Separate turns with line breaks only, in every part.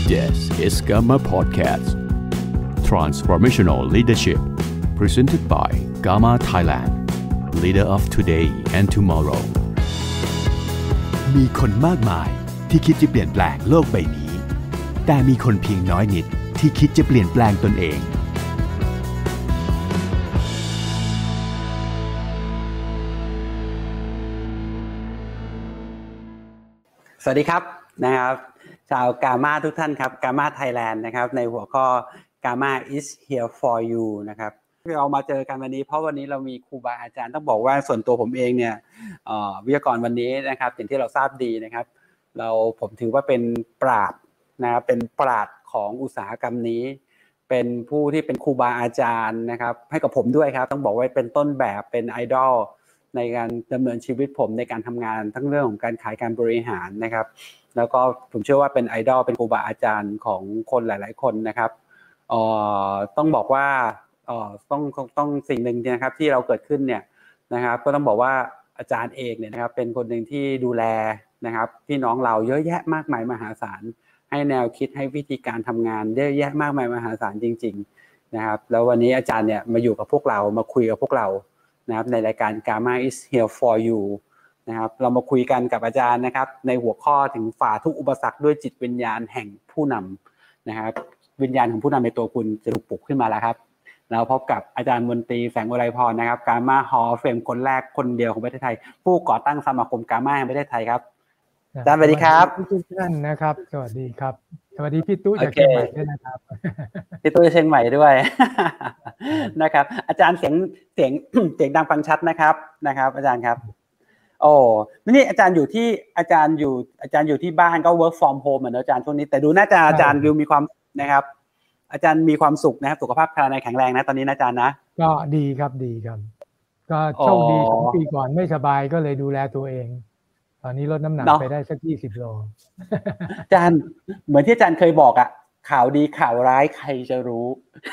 This is Gamma Podcast Transformational Leadership Presented by Gamma Thailand Leader of Today and Tomorrow มีคนมากมายที่คิดจะเปลี่ยนแปลงโลกใบนี้แต่มีคนเพียงน้อยนิดที่คิดจะเปลี่ยนแปลงตนเอง
สวัสดีครับนะครับชาวกาม่าทุกท่านครับกาม่าไทยแลนด์นะครับในหัวข้อกาม่า is here for you นะครับเรามาเจอกันวันนี้เพราะวันนี้เรามีครูบาอาจารย์ต้องบอกว่าส่วนตัวผมเองเนี่ยวิทยากรวันนี้นะครับอย่างที่เราทราบดีนะครับผมถือว่าเป็นปราชญ์นะครับเป็นปราชญ์ของอุตสาหกรรมนี้เป็นผู้ที่เป็นครูบาอาจารย์นะครับให้กับผมด้วยครับต้องบอกว่าเป็นต้นแบบเป็นไอดอลในการดำเนินชีวิตผมในการทำงานทั้งเรื่องของการขายการบริหารนะครับแล้วก็ผมเชื่อว่าเป็นไอดอลเป็นครูบาอาจารย์ของคนหลายๆคนนะครับต้องบอกว่าต้องสิ่งหนึ่งนะครับที่เราเกิดขึ้นเนี่ยนะครับก็ต้องบอกว่าอาจารย์เองเนี่ยนะครับเป็นคนหนึ่งที่ดูแลนะครับพี่น้องเราเยอะแยะมากมายมหาศาลให้แนวคิดให้วิธีการทำงานเยอะแยะมากมายมหาศาลจริงๆนะครับแล้ววันนี้อาจารย์เนี่ยมาอยู่กับพวกเรามาคุยกับพวกเรานะครับในรายการ Gamma is here for you นะครับเรามาคุยกันกับอาจารย์นะครับในหัวข้อถึงฝ่าทุกอุปสรรคด้วยจิตวิญญาณแห่งผู้นำนะครับวิญญาณของผู้นำในตัวคุณจะถูกปลุกขึ้นมาแล้วครับเราพบกับอาจารย์มนตรีแสงอุไรพรนะครับ Gamma Hall of Fame คนแรกคนเดียวของประเทศไทยผู้ก่อตั้งสมาคม Gamma แห่งประเทศไทยครับอาจารย์สวัสดีครับ
ทุกท่านนะครับสวัสดีครับสวัสดีพี่ตู้จากเชียงใหม่ด้วยนะครับ
พี่ตู้จากเชียงใหม่ด้วยนะครับอาจารย์เสียงดังฟังชัดนะครับอาจารย์ครับโอ้นี่อาจารย์อยู่ที่บ้านก็ work from home เหมือนอาจารย์ช่วงนี้แต่ดูน่าจะอาจารย์ดูมีความนะครับอาจารย์มีความสุขนะครับสุขภาพภายในแข็งแรงนะตอนนี้นะอาจารย์นะ
ก็ดีครับก็โชคดี2 ปีก่อนไม่สบายก็เลยดูแลตัวเองตอนนี้ลดน้ำหนักไปได้สัก20 โล
อาจารย์เหมือนที่อาจารย์เคยบอกอ่ะข่าวดีข่าวร้ายใครจะรู้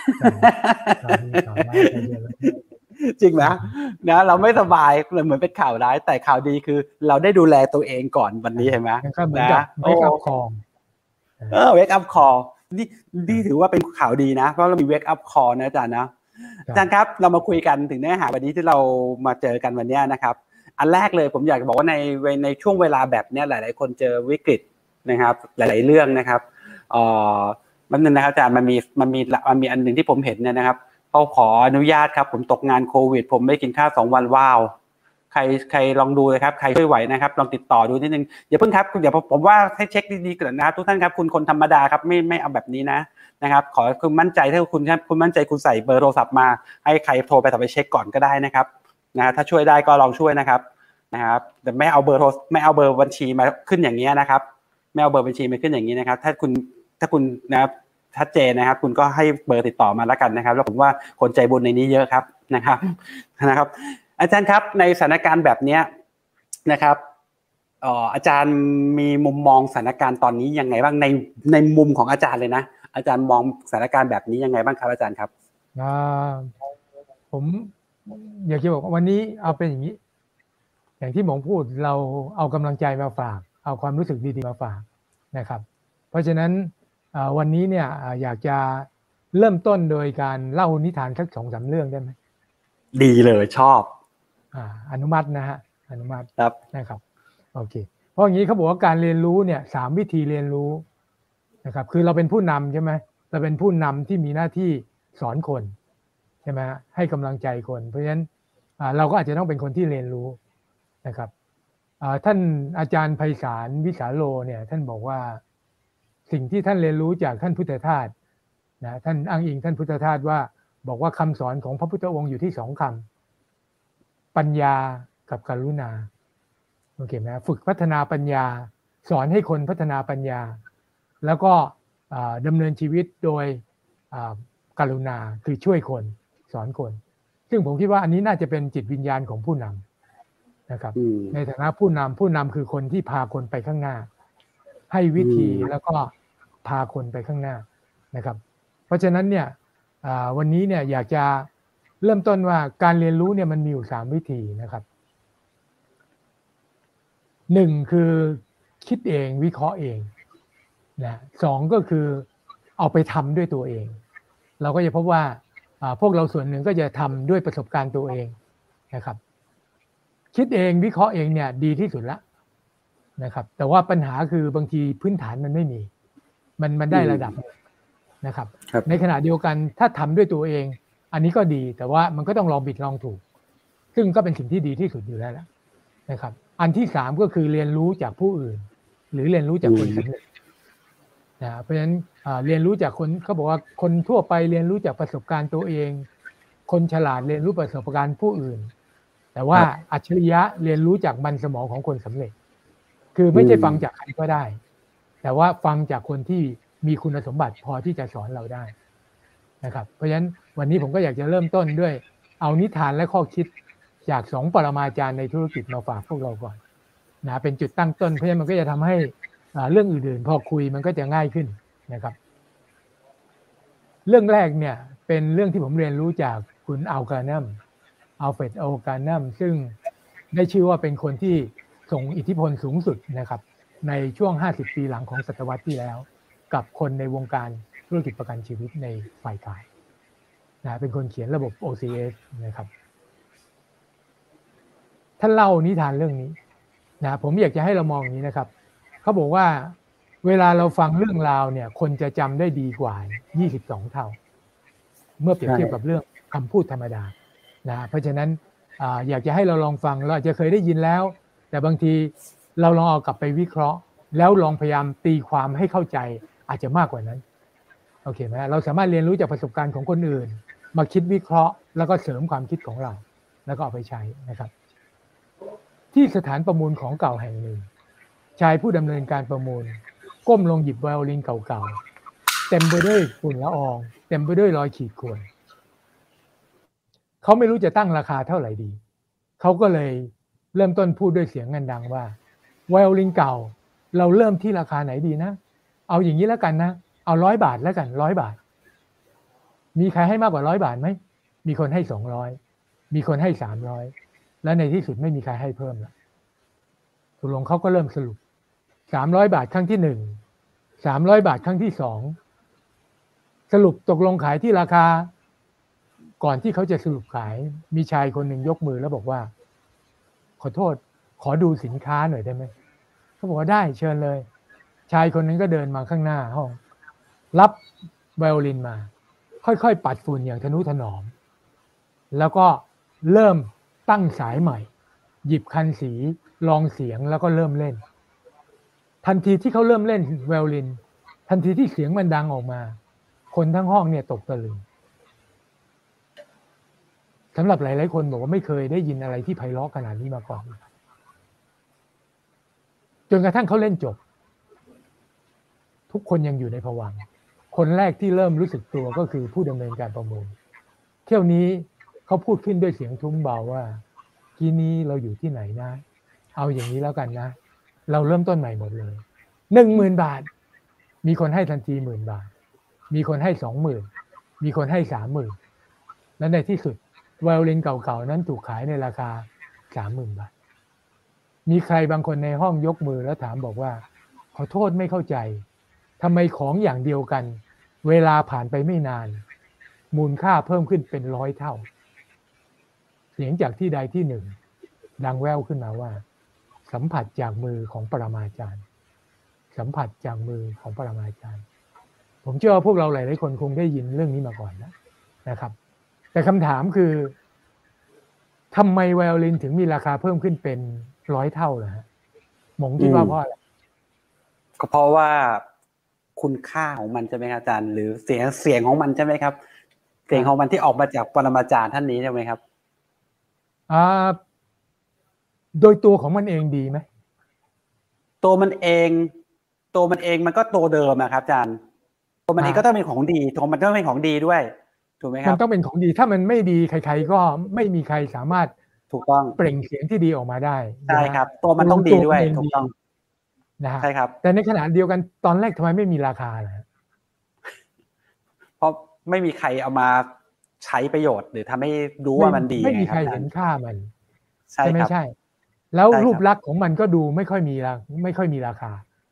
จริงนะเราไม่สบายเหมือนเป็นข่าวร้ายแต่ข่าวดีคือเราได้ดูแลตัวเองก่อนวันนี้เห็นไหม
นะwake up call
wake up call นี่ถือว่าเป็นข่าวดีนะเพราะเรามี wake up call นะอาจารย์นะอาจารย์ครับเรามาคุยกันถึงเนื้อหาวันนี้ที่เรามาเจอกันวันนี้นะครับอันแรกเลยผมอยากจะบอกว่าในช่วงเวลาแบบนี้หลายๆคนเจอวิกฤตนะครับหลายๆเรื่องนะครับมันนึงนะครับอาจารย์มันมีอันนึงที่ผมเห็นเนี่ยนะครับเขาขออนุญาตครับผมตกงานโควิดผมไม่กินข้าว2 วันว้าวใครลองดูเลยครับใครช่วยไหวนะครับลองติดต่อดูนิดนึงอย่าเพิ่งครับเดี๋ยวผมว่าให้เช็คดีๆก่อนนะครับทุกท่านครับคุณคนธรรมดาครับไม่เอาแบบนี้นะครับขอคุณมั่นใจถ้าคุณมั่นใจคุณใส่เบอร์โทรศัพท์มาให้ใครโทรไปเช็คก่อนก็ได้นะครับนะถ้าช่วยได้ก็ลองช่วยนะครับแต่ไม่เอาเบอร์บัญชีมาขึ้นอย่างนี้นะครับไม่เอาเบอร์บัญชีมาขึ้นอย่างนี้นะครับถ้าคุณนะครับชัดเจนนะครับคุณก็ให้เบอร์ติดต่อมาแล้วกันนะครับแล้วผมว่าคนใจบุญในนี้เยอะครับนะครับอาจารย์ครับในสถานการณ์แบบนี้นะครับอาจารย์มีมุมมองสถานการณ์ตอนนี้ยังไงบ้างในมุมของอาจารย์เลยนะอาจารย์มองสถานการณ์แบบนี้ยังไงบ้างครับอาจารย์ครับ
ผมอยากจะบอกว่าวันนี้เอาเป็นอย่างนี้อย่างที่หมงพูดเราเอากำลังใจมาฝากเอาความรู้สึกดีๆมาฝากนะครับเพราะฉะนั้นวันนี้เนี่ยอยากจะเริ่มต้นโดยการเล่านิทานสัก 2-3 เรื่องได้ไหม
ดีเลยชอบ
อนุมัตินะฮะอนุมัติ
ครับ
นะครับโอเคเพราะอย่างนี้เขาบอกว่าการเรียนรู้เนี่ย3 วิธีเรียนรู้นะครับคือเราเป็นผู้นำใช่ไหมเราเป็นผู้นำที่มีหน้าที่สอนคนใช่ไหมให้กำลังใจคนเพราะฉะนั้นเราก็อาจจะต้องเป็นคนที่เรียนรู้นะครับท่านอาจารย์ไพศาลวิสาโลเนี่ยท่านบอกว่าสิ่งที่ท่านเรียนรู้จากท่านพุทธทาสนะท่านอ้างอิงท่านพุทธทาสว่าบอกว่าคำสอนของพระพุทธองค์อยู่ที่2 คำปัญญากับกรุณาโอเคไหมฝึกพัฒนาปัญญาสอนให้คนพัฒนาปัญญาแล้วก็ดำเนินชีวิตโดยกรุณาคือช่วยคนสอนคนซึ่งผมคิดว่าอันนี้น่าจะเป็นจิตวิญญาณของผู้นำนะครับในฐานะผู้นำคือคนที่พาคนไปข้างหน้าให้วิธีแล้วก็พาคนไปข้างหน้านะครับเพราะฉะนั้นเนี่ยวันนี้เนี่ยอยากจะเริ่มต้นว่าการเรียนรู้เนี่ยมันมีอยู่3 วิธีนะครับ1คือคิดเองวิเคราะห์เองนะสองก็คือเอาไปทำด้วยตัวเองเราก็จะพบว่าพวกเราส่วนหนึ่งก็จะทำด้วยประสบการณ์ตัวเองนะครับคิดเองวิเคราะห์เองเนี่ยดีที่สุดละนะครับแต่ว่าปัญหาคือบางทีพื้นฐานมันไม่มีมันได้ระดับนะครับในขณะเดียวกันถ้าทำด้วยตัวเองอันนี้ก็ดีแต่ว่ามันก็ต้องลองผิดลองถูกซึ่งก็เป็นสิ่งที่ดีที่สุดอยู่แล้วนะครับอันที่สามก็คือเรียนรู้จากผู้อื่นหรือเรียนรู้จากคนสำเร็จนะเพราะฉะนั้นเรียนรู้จากคนเขาบอกว่าคนทั่วไปเรียนรู้จากประสบการณ์ตัวเองคนฉลาดเรียนรู้ประสบการณ์ผู้อื่นแต่ว่าอัจฉริยะเรียนรู้จากมันสมองของคนสำเร็จคือไม่ใช่ฟังจากใครก็ได้แต่ว่าฟังจากคนที่มีคุณสมบัติพอที่จะสอนเราได้นะครับเพราะฉะนั้นวันนี้ผมก็อยากจะเริ่มต้นด้วยเอานิทานและข้อคิดจาก2 ปรมาจารย์ในธุรกิจมาฝากพวกเราก่อนนะเป็นจุดตั้งต้นเพราะฉะนั้นมันก็จะทำให้เรื่องอื่นๆพอคุยมันก็จะง่ายขึ้นนะครับเรื่องแรกเนี่ยเป็นเรื่องที่ผมเรียนรู้จากคุณอัลเฟรด โอกานัมซึ่งได้ชื่อว่าเป็นคนที่ส่งอิทธิพลสูงสุดนะครับในช่วง50 ปีหลังของศตวรรษที่แล้วกับคนในวงการธุรกิจประกันชีวิตในฝ่ายขายนะเป็นคนเขียนระบบ OCS นะครับท่านเล่านิทานเรื่องนี้นะผมอยากจะให้เรามองอย่างนี้นะครับเขาบอกว่าเวลาเราฟังเรื่องราวเนี่ยคนจะจำได้ดีกว่า22 เท่าเมื่อเปรียบเทียบกับเรื่องคำพูดธรรมดานะเพราะฉะนั้นอยากจะให้เราลองฟังเราอาจจะเคยได้ยินแล้วแต่บางทีเราลองเอากลับไปวิเคราะห์แล้วลองพยายามตีความให้เข้าใจอาจจะมากกว่านั้นโอเคไหมเราสามารถเรียนรู้จากประสบการณ์ของคนอื่นมาคิดวิเคราะห์แล้วก็เสริมความคิดของเราแล้วก็เอาไปใช้นะครับที่สถานประมูลของเก่าแห่งหนึ่งชายผู้ดำเนินการประมูลก้มลงหยิบไวโอลินเก่าๆเต็มไปด้วยฝุ่นละอองเต็มไปด้วยรอยขีดข่วนเขาไม่รู้จะตั้งราคาเท่าไหร่ดีเขาก็เลยเริ่มต้นพูดด้วยเสียงดังๆว่าไวโอลินเก่าเราเริ่มที่ราคาไหนดีนะเอาอย่างนี้แล้วกันนะเอา100 บาทแล้วกัน100 บาทมีใครให้มากกว่า100 บาทไหมมีคนให้200มีคนให้300และในที่สุดไม่มีใครให้เพิ่มละตกลงเขาก็เริ่มสรุป300 บาทครั้งที่1 300 บาทครั้งที่2สรุปตกลงขายที่ราคาก่อนที่เขาจะสรุปขายมีชายคนหนึ่งยกมือแล้วบอกว่าขอโทษขอดูสินค้าหน่อยได้ไหมเขาบอกว่าได้เชิญเลยชายคนนั้นก็เดินมาข้างหน้าห้องรับไวโอลินมาค่อยๆปัดฝุ่นอย่างทนุถนอมแล้วก็เริ่มตั้งสายใหม่หยิบคันสีลองเสียงแล้วก็เริ่มเล่นทันทีที่เขาเริ่มเล่นไวโอลินทันทีที่เสียงมันดังออกมาคนทั้งห้องเนี่ยตกตะลึงสำหรับหลายๆคนบอกว่าไม่เคยได้ยินอะไรที่ไพเราะขนาดนี้มาก่อนจนกระทั่งเขาเล่นจบทุกคนยังอยู่ในภวังค์คนแรกที่เริ่มรู้สึกตัวก็คือผู้ดำเนินการประมูลเที่ยวนี้เขาพูดขึ้นด้วยเสียงทุ้มเบาว่าทีนี้เราอยู่ที่ไหนนะเอาอย่างนี้แล้วกันนะเราเริ่มต้นใหม่หมดเลย 10,000 บาทมีคนให้ทันที 10,000 บาทมีคนให้ 20,000มีคนให้ 30,000และในที่สุดไวโอลินเก่าๆนั้นถูกขายในราคา 30,000 บาทมีใครบางคนในห้องยกมือแล้วถามบอกว่าขอโทษไม่เข้าใจทำไมของอย่างเดียวกันเวลาผ่านไปไม่นานมูลค่าเพิ่มขึ้นเป็น100 เท่าเสียงจากที่ใดที่หนึ่งดังแว่วขึ้นมาว่าสัมผัสจากมือของปรมาจารย์สัมผัสจากมือของปรมาจารย์ผมเชื่อว่าพวกเราหลายๆคนคงได้ยินเรื่องนี้มาก่อนนะครับแต่คำถามคือทำไมไวโอลินถึงมีราคาเพิ่มขึ้นเป็น100 เท่าล่ะฮะหมงคิดว่าเพราะอะไร
ก็เพราะว่าคุณค่าของมันใช่ไหมครับอาจารย์หรือเสียงของมันใช่ไหมครับเสียงของมันที่ออกมาจากปรมาจารย์ท่านนี้ใช่ไหมครับ
โดยตัวของมันเองดีไหม
ตัวมันเองมันก็ตัวเดิมนะครับอาจารย์ตัวมันเองก็ต้องเป็นของดีตัวมันต้องเป็นของดีด้วยถูกไหมครับ
มันต้องเป็นของดีถ้ามันไม่ดีใครๆก็ไม่มีใครสามารถ
ถูกต้อง
เปล่งเสียงที่ดีออกมาได้
ใช่ครับตัวมันต้องดีด้วยถูกต้อง
นะฮะ
ใช่ครับ
แต่ในขณะเดียวกันตอนแรกทำไมไม่มีราคาล่ะ
เพราะไม่มีใครเอามาใช้ประโยชน์หรือทำให้รู้ว่ามันดี
ไม่มีใครเห็นค่ามัน
ใช่
ไม่ใช่แล้วรูปลักษณ์ของมันก็ดูไม่ค่อยมีราคา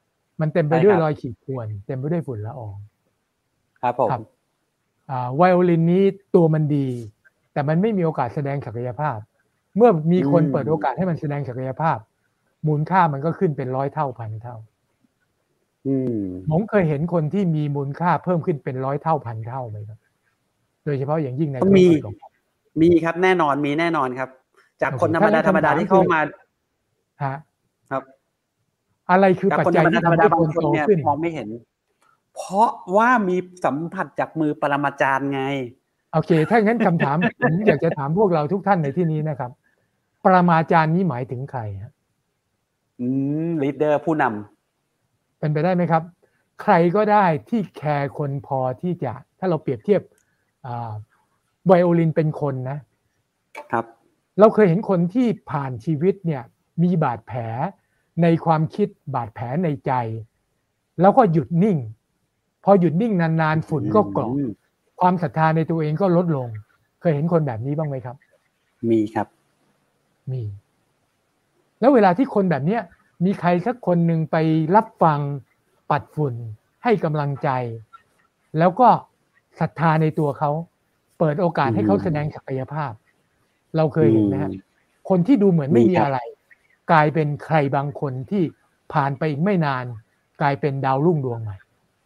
มันเต็มไปด้วยรอยขีดข่วนเต็มไปด้วยฝุ่นละออง
ครับผม
ไวโอลินนี้ตัวมันดีแต่มันไม่มีโอกาสแสดงศักยภาพเมื่อมีคนเปิดโอกาสให้มันแสดงศักยภาพมูลค่ามันก็ขึ้นเป็น100 เท่าพันเท่าผมเคยเห็นคนที่มีมูลค่าเพิ่มขึ้นเป็น100 เท่าพันเท่าไหมครับโดยเฉพาะอย่างยิ่งใน
มีครับแน่นอนมีแน่นอนครับจากคนธรรมดาที่เข้ามา
ครับอะไรคือปัจจัยที่ทำให้คนโตขึ้น
มองไม่เห็นเพราะว่ามีสัมผัสจากมือปรมาจารย์ไง
โอเคถ้างั้นคำถาม ผมอยากจะถามพวกเราทุกท่านในที่นี้นะครับปรมาจารย์นี้หมายถึงใครฮะ
ลีดเดอร์ผู้น
ำเป็นไปได้ไหมครับใครก็ได้ที่แคร์คนพอที่จะถ้าเราเปรียบเทียบไวโอลินเป็นคน
นะครับ
เราเคยเห็นคนที่ผ่านชีวิตเนี่ยมีบาดแผลในความคิดบาดแผลในใจแล้วก็หยุดนิ่งพอหยุดนิ่งนานๆฝุ่นก็เกาะความศรัทธาในตัวเองก็ลดลงเคยเห็นคนแบบนี้บ้างไหมครับ
มีครับ
มีแล้วเวลาที่คนแบบนี้มีใครสักคนหนึ่งไปรับฟังปัดฝุ่นให้กำลังใจแล้วก็ศรัทธาในตัวเขาเปิดโอกาสให้เขาแสดงศักยภาพเราเคยเห็นนะฮะคนที่ดูเหมือนไม่มีอะไรกลายเป็นใครบางคนที่ผ่านไปอีกไม่นานกลายเป็นดาวรุ่งดวงใหม่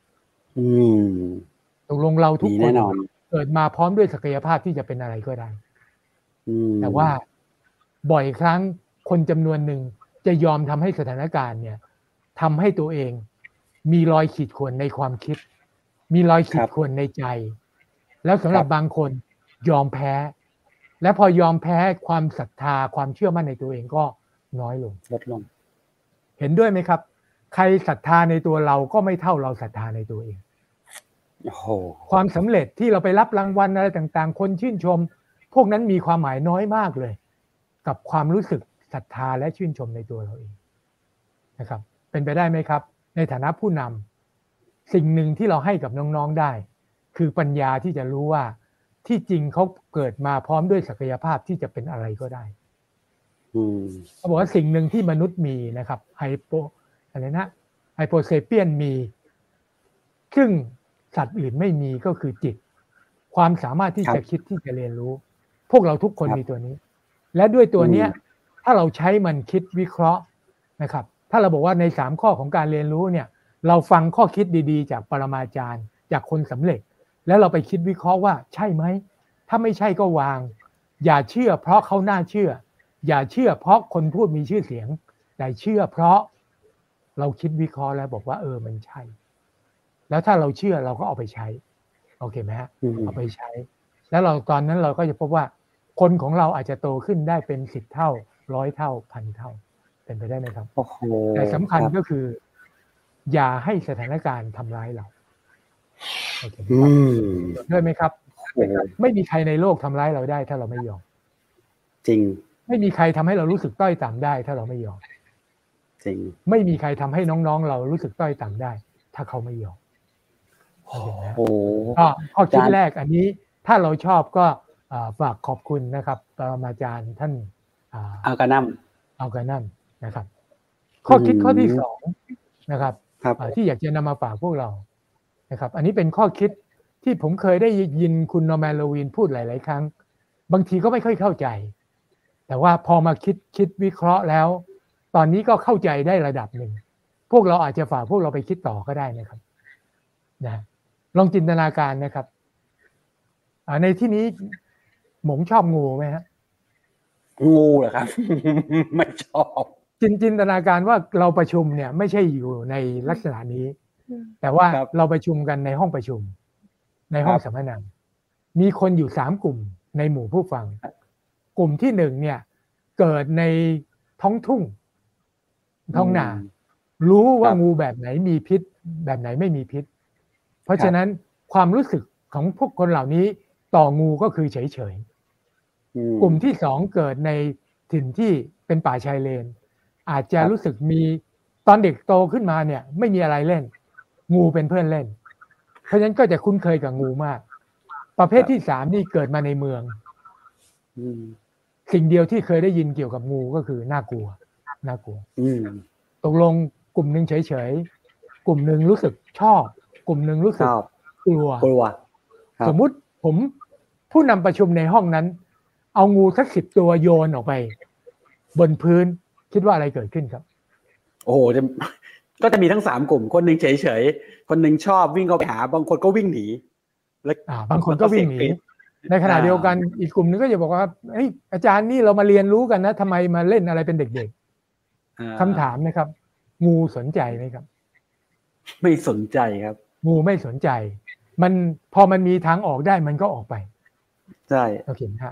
ตกลงเราทุกคนเกิดมาพร้อมด้วยศักยภาพที่จะเป็นอะไรก็ได้แต่ว่าบ่อยครั้งคนจำนวนหนึ่งจะยอมทำให้สถานการณ์เนี่ยทำให้ตัวเองมีรอยขีดข่วนในความคิดมีรอยขีดข่วนในใจแล้วสำหรับบางคนยอมแพ้และพอยอมแพ้ความศรัทธาความเชื่อมั่นในตัวเองก็น้อยลง
ลดลง
เห็นด้วยไหมครับใครศรัทธาในตัวเราก็ไม่เท่าเราศรัทธาในตัวเองความสำเร็จที่เราไปรับรางวัลอะไรต่างๆคนชื่นชมพวกนั้นมีความหมายน้อยมากเลยกับความรู้สึกศรัทธาและชื่นชมในตัวเราเองนะครับเป็นไปได้ไหมครับในฐานะผู้นำสิ่งหนึ่งที่เราให้กับน้องๆได้คือปัญญาที่จะรู้ว่าที่จริงเขาเกิดมาพร้อมด้วยศักยภาพที่จะเป็นอะไรก็ได้เขาบอกว่าสิ่งหนึ่งที่มนุษย์มีนะครับไฮโปเซเปียนมีซึ่งสัตว์อื่นไม่มีก็คือจิตความสามารถที่จะคิดที่จะเรียนรู้พวกเราทุกคนมีตัวนี้และด้วยตัวนี้ถ้าเราใช้มันคิดวิเคราะห์นะครับถ้าเราบอกว่าใน3ข้อของการเรียนรู้เนี่ยเราฟังข้อคิดดีๆจากปรมาจารย์จากคนสำเร็จแล้วเราไปคิดวิเคราะห์ว่าใช่ไหมถ้าไม่ใช่ก็วางอย่าเชื่อเพราะเขาน่าเชื่ออย่าเชื่อเพราะคนพูดมีชื่อเสียงแต่เชื่อเพราะเราคิดวิเคราะห์แล้วบอกว่ามันใช่แล้วถ้าเราเชื่อเราก็เอาไปใช้โอเคไหมฮะเอาไปใช้แล้วเราตอนนั้นเราก็จะพบว่าคนของเราอาจจะโตขึ้นได้เป็น10 เท่า100 เท่า1,000 เท่าเป็นไปได้ไหมครับแต่สำคัญก็คืออย่าให้สถานการณ์ทำร้ายเราโอเคด้วยไหมครับไม่มีใครในโลกทำร้ายเราได้ถ้าเราไม่ยอม
จริง
ไม่มีใครทำให้เรารู้สึกต้อยต่ำได้ถ้าเราไม่ยอม
จริง
ไม่มีใครทำให้น้องๆเรารู้สึกต้อยต่ำได้ถ้าเขาไม่ยอมข้อคิดแรกอันนี้ถ้าเราชอบก็ฝากขอบคุณนะครับปรมาจารย์ท่าน
อัลกานัม
นะครับข้อคิดข้อที่2นะครับที่อยากจะนำมาฝากพวกเรานะครับอันนี้เป็นข้อคิดที่ผมเคยได้ยินคุณนอร์แมน โลวีนพูดหลายๆครั้งบางทีก็ไม่ค่อยเข้าใจแต่ว่าพอมาคิดวิเคราะห์แล้วตอนนี้ก็เข้าใจได้ระดับหนึ่งพวกเราอาจจะฝากพวกเราไปคิดต่อก็ได้นะครับนะลองจินตนาการนะครับในที่นี้หมงชอบงูไหมฮะ
งูเหรอครับ ไม่ชอบ
จินตนาการว่าเราประชุมเนี่ยไม่ใช่อยู่ในลักษณะนี้แต่ว่าเราประชุมกันในห้องประชุมในห้องสัมมนามีคนอยู่3 กลุ่มในหมู่ผู้ฟังกลุ่มที่1เนี่ยเกิดในท้องทุ่งท้องนารู้ว่างูแบบไหนมีพิษแบบไหนไม่มีพิษเพราะฉะนั้นความรู้สึกของพวกคนเหล่านี้ต่องูก็คือเฉยๆกลุ่มที่2เกิดในถิ่นที่เป็นป่าชายเลนอาจจะรู้สึกมีตอนเด็กโตขึ้นมาเนี่ยไม่มีอะไรเล่นงูเป็นเพื่อนเล่นเพราะฉะนั้นก็จะคุ้นเคยกับงูมากประเภทที่3นี่เกิดมาในเมืองสิ่งเดียวที่เคยได้ยินเกี่ยวกับงูก็คือน่ากลัวตกลงกลุ่มหนึ่งเฉยกลุ่มหนึ่งรู้สึกชอบกลุ่มหนึ่งรู้สึกกลัวสมมุติผมผู้นำประชุมในห้องนั้นเอางูสัก10 ตัวโยนออกไปบนพื้นคิดว่าอะไรเกิดขึ้นครับ
โอ้โหก็จะมีทั้ง3กลุ่มคนนึงเฉยๆคนนึงชอบวิ่งเข้าไปหาบางคนก็วิ่งหนี
แล้วบางคนก็วิ่งหนีในขณะเดียวกันอีกกลุ่มนึงก็จะบอกว่าเฮ้ยอาจารย์นี่เรามาเรียนรู้กันนะทำไมมาเล่นอะไรเป็นเด็กๆคำถามนะครับงูสนใจไหมครับ
ไม่สนใจครับ
งูไม่สนใจมันพอมันมีทางออกได้มันก็ออกไป
ใช่
โอเคฮะ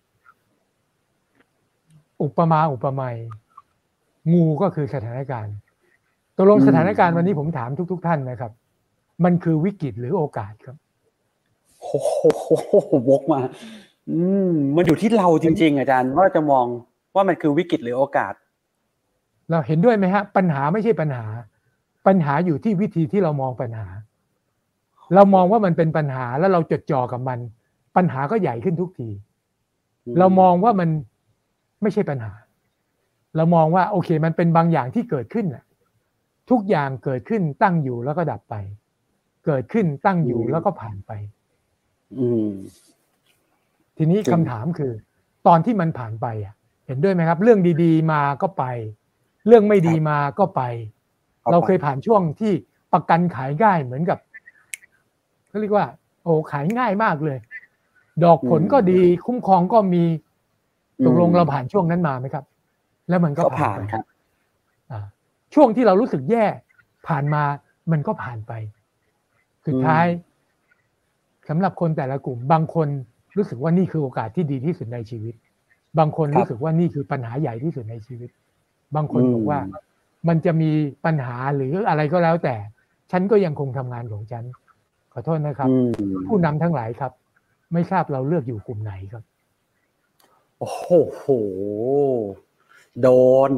อุปไมยงูก็คือสถานการณ์ตกลงสถานการณ์วันนี้ผมถามทุกท่านนะครับมันคือวิกฤตหรือโอกาสครับ
โอ้โหวกมามันอยู่ที่เราจริงๆอาจารย์ว่าจะมองว่ามันคือวิกฤตหรือโอกาส
เราเห็นด้วยไหมฮะปัญหาไม่ใช่ปัญหาอยู่ที่วิธีที่เรามองปัญหาเรามองว่ามันเป็นปัญหาแล้วเราจดจ่อกับมันปัญหาก็ใหญ่ขึ้นทุกทีเรามองว่ามันไม่ใช่ปัญหาเรามองว่าโอเคมันเป็นบางอย่างที่เกิดขึ้นทุกอย่างเกิดขึ้นตั้งอยู่แล้วก็ดับไปเกิดขึ้นตั้งอยู่แล้วก็ผ่านไปทีนี้คำถามคือตอนที่มันผ่านไปเห็นด้วยไหมครับเรื่องดีๆมาก็ไปเรื่องไม่ดีมาก็ไปเราเคยผ่านช่วงที่ประกันขายง่ายเหมือนกับเขาเรียกว่าโอ้ขายง่ายมากเลยดอกผลก็ดีคุ้มครองก็มีตกลงเราผ่านช่วงนั้นมาไหมครับแล้วมันก็ผ่าน
ครับ
ช่วงที่เรารู้สึกแย่ผ่านมามันก็ผ่านไปสุดท้ายสำหรับคนแต่ละกลุ่มบางคนรู้สึกว่านี่คือโอกาสที่ดีที่สุดในชีวิตบางคนรู้สึกว่านี่คือปัญหาใหญ่ที่สุดในชีวิตบางคนบอกว่ามันจะมีปัญหาหรืออะไรก็แล้วแต่ฉันก็ยังคงทำงานของฉันขอโทษนะครับผู้นำทั้งหลายครับไม่ทราบเราเลือกอยู่กลุ่มไหนครับ
โอ้โหโดน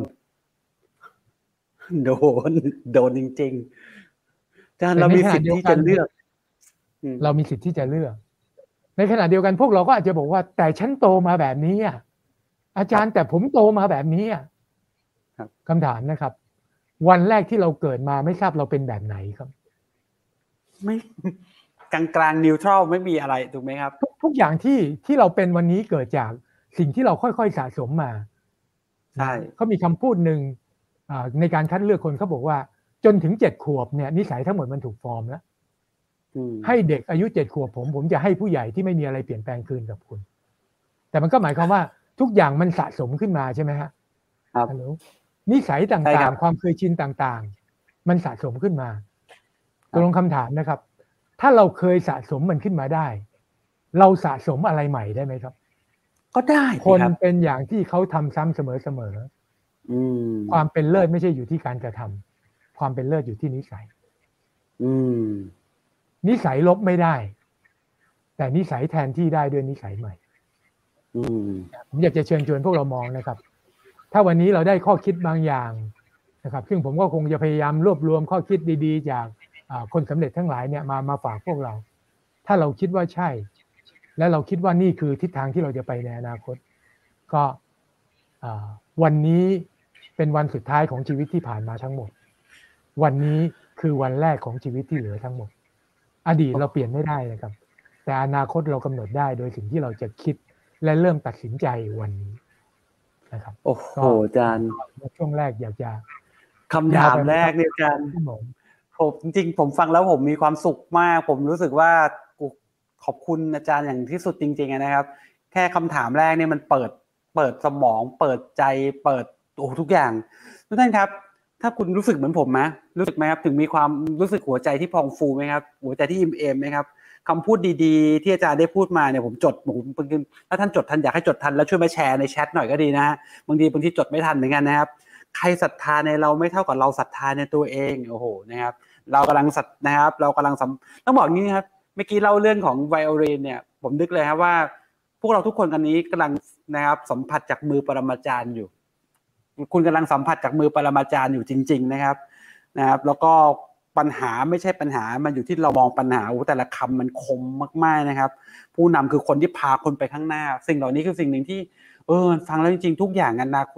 จริงๆอาจารย์เรามีสิทธิ์ที่จะเลือก
เรามีสิทธิ์ที่จะเลือกในขณะเดียวกันพวกเราก็อาจจะบอกว่าแต่ฉันโตมาแบบนี้อาจารย์แต่ผมโตมาแบบนี้คำถามนะครับวันแรกที่เราเกิดมาไม่ทราบเราเป็นแบบไหนครับ
ไม่กลางนิวทรัลไม่มีอะไรถูกไหมครับ
ทุกอย่างที่เราเป็นวันนี้เกิดจากสิ่งที่เราค่อยๆสะสมมา
ใช่
เขามีคำพูดหนึ่งในการคัดเลือกคนเขาบอกว่าจนถึง7 ขวบเนี่ยนิสัยทั้งหมดมันถูกฟอร์มแล้วให้เด็กอายุ7 ขวบผมจะให้ผู้ใหญ่ที่ไม่มีอะไรเปลี่ยนแปลงคืนกับคุณแต่มันก็หมายความว่าทุกอย่างมันสะสมขึ้นมาใช่ไหมฮะ
ครับ
นิสัยต่างๆความเคยชินต่างๆมันสะสมขึ้นมาตกลงคำถามนะครับถ้าเราเคยสะสมมันขึ้นมาได้เราสะสมอะไรใหม่ได้ไหมครับ
ก็ได้
คนเป็นอย่างที่เขาทำซ้ำเสมอความเป็นเลิศไม่ใช่อยู่ที่การกระทำความเป็นเลิศอยู่ที่นิสัยนิสัยลบไม่ได้แต่นิสัยแทนที่ได้ด้วยนิสัยใหม่ผมอยากจะเชิญชวนพวกเรามองนะครับถ้าวันนี้เราได้ข้อคิดบางอย่างนะครับซึ่งผมก็คงจะพยายามรวบรวมข้อคิดดีๆจากคนสำเร็จทั้งหลายเนี่ยมาฝากพวกเราถ้าเราคิดว่าใช่และเราคิดว่านี่คือทิศทางที่เราจะไปในอนาคตก็วันนี้เป็นวันสุดท้ายของชีวิตที่ผ่านมาทั้งหมดวันนี้คือวันแรกของชีวิตที่เหลือทั้งหมดอดีตเราเปลี่ยนไม่ได้นะครับแต่อนาคตเรากำหนดได้โดยสิ่งที่เราจะคิดและเริ่มตัดสินใจวันนี้นะครับ
โอ้โหอาจารย์
ช่วงแรกอยากจะ
คำถามแรกเนี่ยอาจารย์ผมจริงๆผมฟังแล้วผมมีความสุขมากผมรู้สึกว่าขอบคุณอาจารย์อย่างที่สุดจริงๆนะครับแค่คำถามแรกเนี่ยมันเปิดสมองเปิดใจเปิดทุกอย่างทุกท่านครับถ้าคุณรู้สึกเหมือนผมไหมรู้สึกไหมครับถึงมีความรู้สึกหัวใจที่พองฟูไหมครับหัวใจที่อิ่มเอมไหมครับคำพูดดีๆที่อาจารย์ได้พูดมาเนี่ยผมจดถ้าท่านจดทันอยากให้จดทันแล้วช่วยมาแชร์ในแชทหน่อยก็ดีนะบางทีจดไม่ทันเหมือนกันนะครับใครศรัทธาในเราไม่เท่ากับเราศรัทธาในตัวเองโอ้โหนะครับเรากำลังนะครับเรากำลังต้องบอกงี้นะครับเมื่อกี้เล่าเรื่องของไวโอลินเนี่ยผมนึกเลยครับว่าพวกเราทุกคนกันนี้กำลังนะครับสัมผัสจากมือปรมาจารย์อยู่คุณกำลังสัมผัสจากมือปรมาจารย์อยู่จริงๆนะครับแล้วก็ปัญหาไม่ใช่ปัญหามันอยู่ที่เรามองปัญหาแต่ละคำมันคมมากๆนะครับผู้นำคือคนที่พาคนไปข้างหน้าสิ่งเหล่านี้คือสิ่งหนึ่งที่ฟังแล้วจริงๆทุกอย่างอนาคต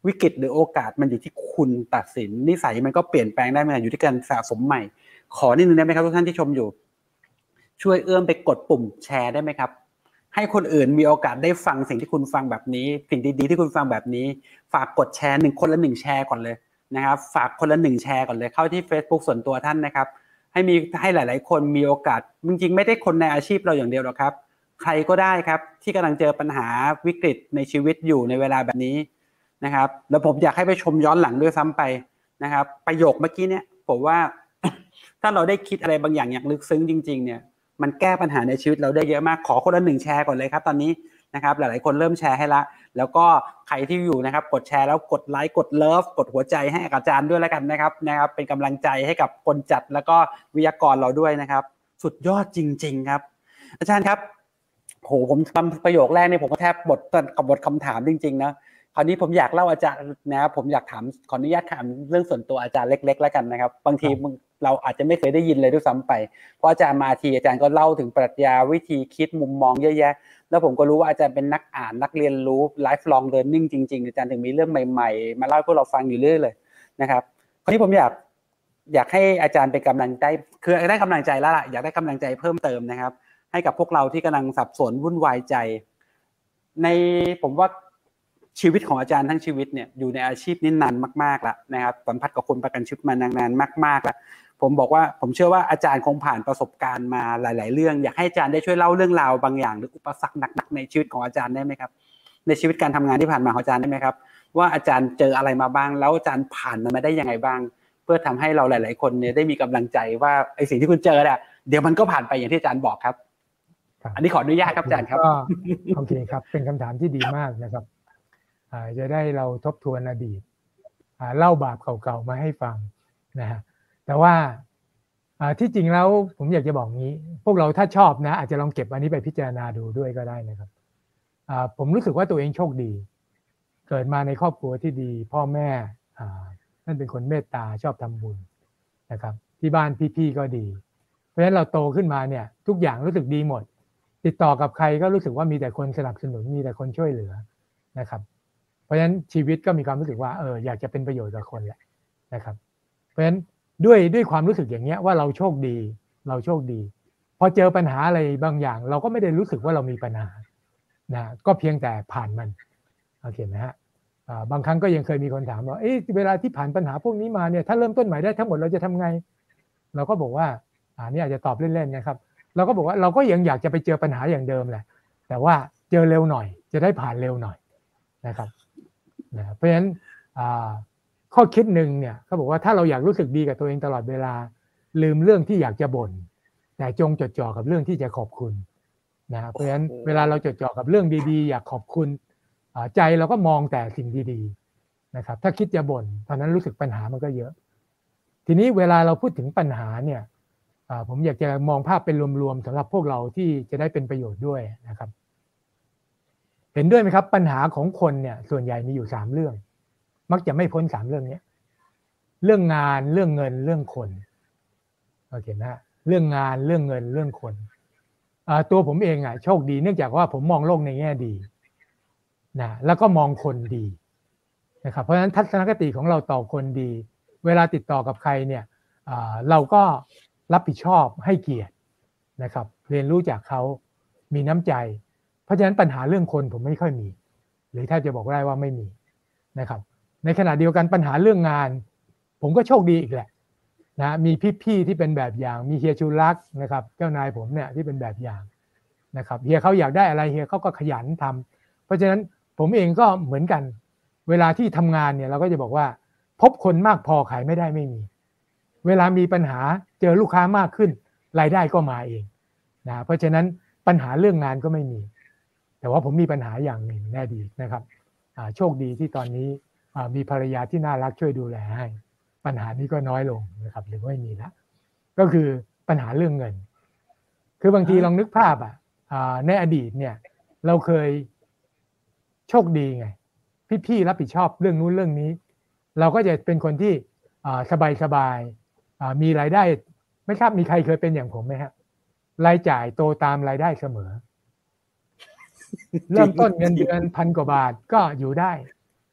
วิกฤตหรือโอกาสมันอยู่ที่คุณตัดสินนิสัยมันก็เปลี่ยนแปลงได้เหมือนกันอยู่ที่การสะสมใหม่ขอนิดนึงได้ไหมครับทุกท่านที่ชมอยู่ช่วยเอื้อมไปกดปุ่มแชร์ได้ไหมครับให้คนอื่นมีโอกาสได้ฟังสิ่งที่คุณฟังแบบนี้สิ่งดีๆที่คุณฟังแบบนี้ฝากกดแชร์คนละ1แชร์ก่อนเลยนะครับฝากคนละ1แชร์ก่อนเลยเข้าที่ Facebook ส่วนตัวท่านนะครับให้หลายๆคนมีโอกาสจริงๆไม่ได้คนในอาชีพเราอย่างเดียวหรอกครับใครก็ได้ครับที่กำลังเจอปัญหาวิกฤตในชีวิตอยู่ในเวลาแบบนี้นะครับแล้วผมอยากให้ไปชมย้อนหลังด้วยซ้ำไปนะครับประโยคเมื่อกี้เนี่ยผมว่า ถ้าเราได้คิดอะไรบางอย่างอย่างลึกซึ้งจริงๆเนี่ยมันแก้ปัญหาในชีวิตเราได้เยอะมากขอคนละ1แชร์ก่อนเลยครับตอนนี้นะครับหลายๆคนเริ่มแชร์ให้ละแล้วก็ใครที่อยู่นะครับกดแชร์แล้วกดไลค์กดเลิฟกดหัวใจให้อาจารย์ด้วยแล้วกันนะครับเป็นกำลังใจให้กับคนจัดแล้วก็วิทยากรเราด้วยนะครับสุดยอดจริงๆครับอาจารย์ครับโหผมทำประโยคแรกนี่ผมก็แทบบทคำถามจริงๆนะคราวนี้ผมอยากเล่าอาจารย์นะครับผมอยากถามขออนุญาตถามเรื่องส่วนตัวอาจารย์เล็กๆแล้วกันนะครับบางทีเราอาจจะไม่เคยได้ยินเลยด้วยซ้ำไปเพราะอาจารย์มาทีอาจารย์ก็เล่าถึงปรัชญาวิธีคิดมุมมองเยอะแยะแล้วผมก็รู้ว่าอาจารย์เป็นนักอ่านนักเรียนรู้ lifelong learning จริงๆอาจารย์ถึงมีเรื่องใหม่ๆมาเล่าให้พวกเราฟังอยู่เรื่อยเลยนะครับคราวนี้ผมอยากให้อาจารย์เป็นกำลังใจคือได้กำลังใจแล้วล่ะอยากได้กำลังใจเพิ่มเติมนะครับให้กับพวกเราที่กำลังสับสนวุ่นวายใจในผมว่าชีวิตของอาจารย์ทั้งชีวิตเนี่ยอยู่ในอาชีพนี้นานมากๆแล้วนะครับสัมผัสกับคนประกันชีวิตมานานมากๆแล้วผมเชื่อว่าอาจารย์คงผ่านประสบการณ์มาหลายๆเรื่องอยากให้อาจารย์ได้ช่วยเล่าเรื่องราวบางอย่างหรืออุปสรรคหนักๆในชีวิตของอาจารย์ได้ไหมครับในชีวิตการทำงานที่ผ่านมาของอาจารย์ได้ไหมครับว่าอาจารย์เจออะไรมาบ้างแล้วอาจารย์ผ่านมันมาได้ยังไงบ้างเพื่อทำให้เราหลายๆคนเนี่ยได้มีกำลังใจว่าไอ้สิ่งที่คุณเจอเนี่ยเดี๋ยวมันก็ผ่านไปอย่างที่อาจารย์บอกครับอันนี้ขออนุญาตครับอาจารย์ครับ
โอเคครับเป็นคำถามที่ดีมากนะครับจะได้เราทบทวนอดีตเล่าบาปเก่าๆมาให้ฟังนะฮะแต่ว่าที่จริงแล้วผมอยากจะบอกงี้พวกเราถ้าชอบนะอาจจะลองเก็บอันนี้ไปพิจารณาดูด้วยก็ได้นะครับผมรู้สึกว่าตัวเองโชคดีเกิดมาในครอบครัวที่ดีพ่อแม่นั่นเป็นคนเมตตาชอบทำบุญนะครับที่บ้านพี่ๆก็ดีเพราะฉะนั้นเราโตขึ้นมาเนี่ยทุกอย่างรู้สึกดีหมดติดต่อกับใครก็รู้สึกว่ามีแต่คนสนับสนุนมีแต่คนช่วยเหลือนะครับเพราะฉะนั้นชีวิตก็มีความรู้สึกว่าอยากจะเป็นประโยชน์กับคนแหละนะครับเพราะฉะนั้นด้วยความรู้สึกอย่างเงี้ยว่าเราโชคดีพอเจอปัญหาอะไรบางอย่างเราก็ไม่ได้รู้สึกว่าเรามีปัญหานะก็เพียงแต่ผ่านมันโอเคไหมฮะบางครั้งก็ยังเคยมีคนถามว่าเวลาที่ผ่านปัญหาพวกนี้มาเนี่ยถ้าเริ่มต้นใหม่ได้ทั้งหมดเราจะทำไงเราก็บอกว่านี่อาจจะตอบเล่นๆนะครับเราก็บอกว่าเราก็ยังอยากจะไปเจอปัญหาอย่างเดิมแหละแต่ว่าเจอเร็วหน่อยจะได้ผ่านเร็วหน่อยนะครับเพราะฉะนั้นข้อคิดหนึ่งเนี่ยเขาบอกว่าถ้าเราอยากรู้สึกดีกับตัวเองตลอดเวลาลืมเรื่องที่อยากจะบ่นแต่จงจดจ่อกับเรื่องที่จะขอบคุณนะเพราะฉะนั้นเวลาเราจดจ่อกับเรื่องดีๆอยากขอบคุณใจเราก็มองแต่สิ่งดีๆนะครับถ้าคิดจะบ่นตอนนั้นรู้สึกปัญหามันก็เยอะทีนี้เวลาเราพูดถึงปัญหาเนี่ยผมอยากจะมองภาพเป็นรวมๆสำหรับพวกเราที่จะได้เป็นประโยชน์ด้วยนะครับเห็นด้วยไหมครับปัญหาของคนเนี่ยส่วนใหญ่มีอยู่3เรื่องมักจะไม่พ้น3เรื่องนี้เรื่องงานเรื่องเงินเรื่องคนโอเคนะเรื่องงานเรื่องเงินเรื่องคนตัวผมเองโชคดีเนื่องจากว่าผมมองโลกในแง่ดีนะแล้วก็มองคนดีนะครับเพราะฉะนั้นทัศนคติของเราต่อคนดีเวลาติดต่อกับใครเนี่ยเราก็รับผิดชอบให้เกียรตินะครับเรียนรู้จากเขามีน้ำใจเพราะฉะนั้นปัญหาเรื่องคนผมไม่ค่อยมีหรือแทบจะบอกได้ว่าไม่มีนะครับในขณะเดียวกันปัญหาเรื่องงานผมก็โชคดีอีกแหละนะมีพี่ๆที่เป็นแบบอย่างมีเฮียชูลักษณ์นะครับเจ้านายผมเนี่ยที่เป็นแบบอย่างนะครับเฮียเขาอยากได้อะไรเฮียเขาก็ขยันทำเพราะฉะนั้นผมเองก็เหมือนกันเวลาที่ทำงานเนี่ยเราก็จะบอกว่าพบคนมากพอขายไม่ได้ไม่มีเวลามีปัญหาเจอลูกค้ามากขึ้นรายได้ก็มาเองนะเพราะฉะนั้นปัญหาเรื่องงานก็ไม่มีแต่ว่าผมมีปัญหาอย่างหนึ่งแน่ดีนะครับโชคดีที่ตอนนี้มีภรรยาที่น่ารักช่วยดูแลให้ปัญหานี้ก็น้อยลงนะครับหรือไม่มีละก็คือปัญหาเรื่องเงินคือบางทีลองนึกภาพในอดีตเนี่ยเราเคยโชคดีไงพี่ๆรับผิดชอบเรื่องนู้นเรื่องนี้เราก็จะเป็นคนที่สบายๆมีรายได้ไม่ทราบมีใครเคยเป็นอย่างผมไหมฮะรายจ่ายโตตามรายได้เสมอเริ่มต้นเงินเดือน1,000 กว่าบาทก็อยู่ได้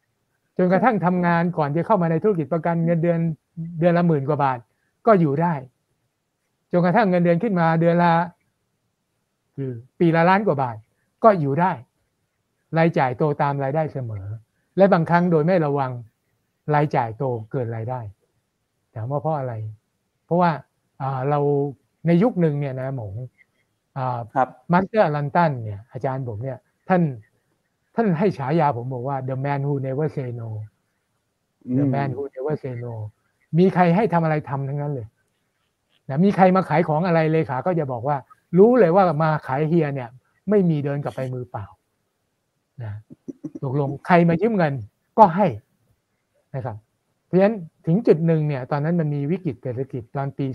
จนกระทั่งทำงานก่อนจะเข้ามาในธุรกิจประกันเงินเดือนละ10,000 กว่าบาทก็อยู่ได้จนกระทั่งเงินเดือนขึ้นมาเดือนละคือปีละล้านกว่าบาทก็อยู่ได้รายจ่ายโตตามรายได้เสมอและบางครั้งโดยไม่ระวังรายจ่ายโตเกินรายได้ถามว่าเพราะอะไรเพราะว่าเราในยุคหนึ่งเนี่ยนะหมงมาสเตอร์ลันตันเนี่ยอาจารย์ผมเนี่ยท่านให้ฉายาผมบอกว่า the man who never say no the man who never say no มีใครให้ทำอะไรทำทั้งนั้นเลยนะมีใครมาขายของอะไรเลขาก็จะบอกว่ารู้เลยว่ามาขายเฮียเนี่ยไม่มีเดินกลับไปมือเปล่านะตกลงใครมายืมเงินก็ให้นะครับเพราะฉะนั้นถึงจุดหนึ่งเนี่ยตอนนั้นมันมีวิกฤตเศรษฐกิจตอนปี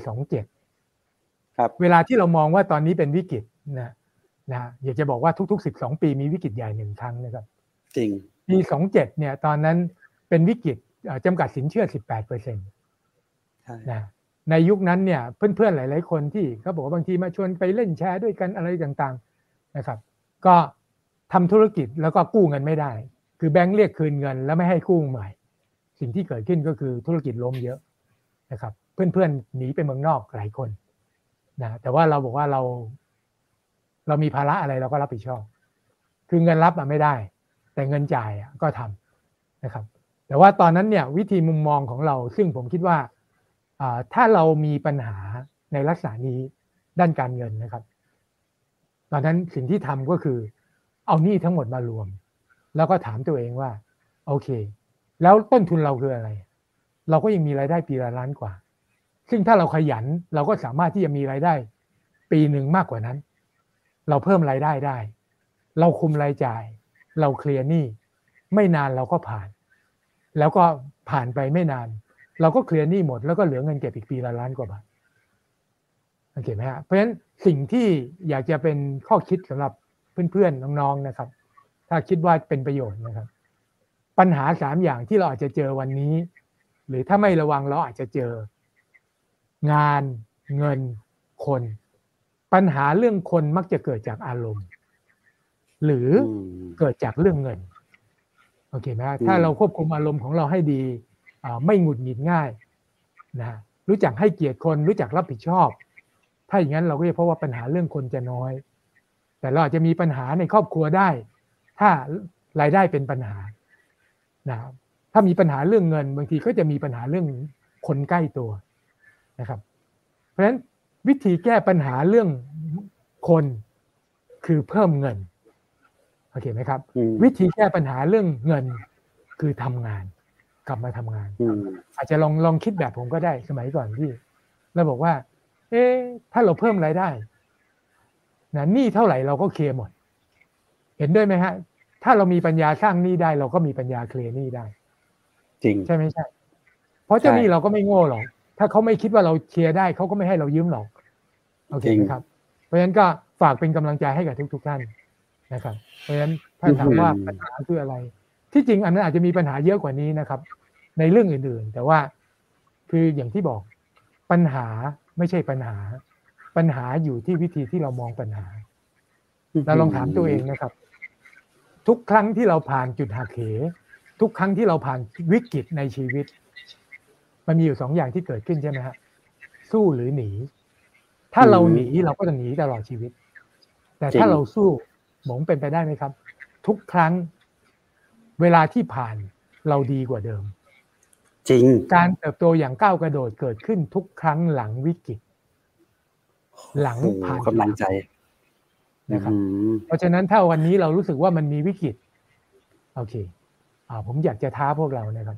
27ครับเวลาที่เรามองว่าตอนนี้เป็นวิกฤตนะอยากจะบอกว่าทุกๆ12ปีมีวิกฤตใหญ่1ครั้งนะครับ
จริง
ปี27เนี่ยตอนนั้นเป็นวิกฤตจำกัดสินเชื่อ 18% นะในยุคนั้นเนี่ยเพื่อนๆหลายๆคนที่เขาบอกว่าบางทีมาชวนไปเล่นแชร์ด้วยกันอะไรต่างๆนะครับก็ทำธุรกิจแล้วก็กู้เงินไม่ได้คือแบงค์เรียกคืนเงินแล้วไม่ให้กู้ใหม่สิ่งที่เกิดขึ้นก็คือธุรกิจล้มเยอะนะครับเพื่อนๆหนีไปเมืองนอกหลายคนนะแต่ว่าเราบอกว่าเรามีภาระอะไรเราก็รับผิดชอบคือเงินรับไม่ได้แต่เงินจ่ายก็ทำนะครับแต่ว่าตอนนั้นเนี่ยวิธีมุมมองของเราซึ่งผมคิดว่าถ้าเรามีปัญหาในลักษณะนี้ด้านการเงินนะครับตอนนั้นสิ่งที่ทำก็คือเอาหนี้ทั้งหมดมารวมแล้วก็ถามตัวเองว่าโอเคแล้วต้นทุนเราคืออะไรเราก็ยังมีรายได้ปีละล้านกว่าซึ่งถ้าเราขยันเราก็สามารถที่จะมีรายได้ปีหนึ่งมากกว่านั้นเราเพิ่มรายได้ได้เราคุมรายจ่ายเราเคลียร์หนี้ไม่นานเราก็ผ่านแล้วก็ผ่านไปไม่นานเราก็เคลียร์หนี้หมดแล้วก็เหลือเงินเก็บอีกปีละล้านกว่าบาทโอเคไหมฮะเพราะฉะนั้นสิ่งที่อยากจะเป็นข้อคิดสำหรับเพื่อนๆน้องๆนะครับถ้าคิดว่าเป็นประโยชน์นะครับปัญหา3อย่างที่เราอาจจะเจอวันนี้หรือถ้าไม่ระวังเราอาจจะเจองานเงินคนปัญหาเรื่องคนมักจะเกิดจากอารมณ์หรือเกิดจากเรื่องเงินโอเคไหมถ้าเราควบคุมอารมณ์ของเราให้ดีไม่หงุดหงิดง่ายนะรู้จักให้เกียรติคนรู้จักรับผิดชอบถ้าอย่างนั้นเราก็จะพบว่าปัญหาเรื่องคนจะน้อยแต่เราอาจจะมีปัญหาในครอบครัวได้ถ้ารายได้เป็นปัญหานะถ้ามีปัญหาเรื่องเงินบางทีก็จะมีปัญหาเรื่องคนใกล้ตัวนะครับเพราะฉะนั้นวิธีแก้ปัญหาเรื่องคนคือเพิ่มเงินโอเคไหมครับวิธีแก้ปัญหาเรื่องเงินคือทำงานกลับมาทำงานอาจจะลองคิดแบบผมก็ได้สมัยก่อนที่เราบอกว่าถ้าเราเพิ่มรายได้นะหนี้เท่าไหร่เราก็เคลียร์หมดเห็นด้วยไหมฮะถ้าเรามีปัญญาสร้างหนี้ได้เราก็มีปัญญาเคลียร์หนี้ได้
จริง
ใช่ไม่ใช่เพราะเจ้าหนี้เราก็ไม่โง่หรอกถ้าเขาไม่คิดว่าเราเคลียร์ได้เขาก็ไม่ให้เรายืมหรอกโอเคไหมครับเพราะฉะนั้นก็ฝากเป็นกำลังใจให้กับทุกท่านนะครับเพราะฉะนั้นถ้าถามว่าปัญหาคืออะไรที่จริงอันนั้นอาจจะมีปัญหาเยอะกว่านี้นะครับในเรื่องอื่นๆแต่ว่าคืออย่างที่บอกปัญหาไม่ใช่ปัญหาปัญหาอยู่ที่วิธีที่เรามองปัญหาเราลองถามตัวเองนะครับทุกครั้งที่เราผ่านจุดหักเหทุกครั้งที่เราผ่านวิกฤตในชีวิตมันมีอยู่2อย่างที่เกิดขึ้นใช่ไหมฮะสู้หรือหนีถ้าเราหนีเราก็จะหนีตลอดชีวิตแต่ถ้าเราสู้หมงเป็นไปได้ไหมครับทุกครั้งเวลาที่ผ่านเราดีกว่าเดิม
จริง
การเติบโตอย่างก้าวกระโดดเกิดขึ้นทุกครั้งหลังวิกฤตหลังผ่าน
กำลังใจ
นะครับเพราะฉะนั้นถ้าวันนี้เรารู้สึกว่ามันมีวิกฤตโอเคผมอยากจะท้าพวกเรานะครับ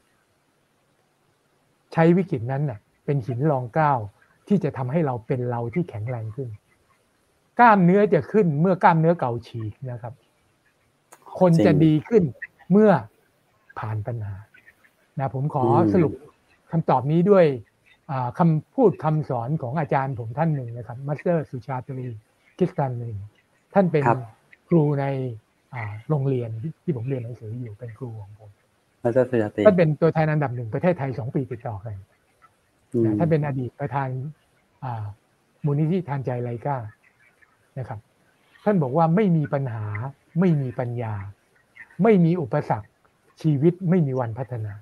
ใช้วิกฤตนั้นน่ะเป็นหินรองก้าวที่จะทำให้เราเป็นเราที่แข็งแรงขึ้นกล้ามเนื้อจะขึ้นเมื่อกล้ามเนื้อเก่าฉีกนะครับคนจะดีขึ้นเมื่อผ่านปัญหานะผมขอสรุปคำตอบนี้ด้วยคำพูดคำสอนของอาจารย์ผมท่านหนึ่งนะครับมาสเตอร์สุชาตรีคิสตันหนึ่งท่านเป็นครูในโรงเรียนที่ผมเรียนหนังสืออยู่เป็นครูของผมท่านเป็นตัวแทนอันดับ1ประเทศไทย2 ปีติดต่อกันท่านเป็นอดีตประธานมูลนิธิทานใจไลกานะครับท่านบอกว่าไม่มีปัญหาไม่มีปัญญาไม่มีอุปสรรคชีวิตไม่มีวันพัฒนา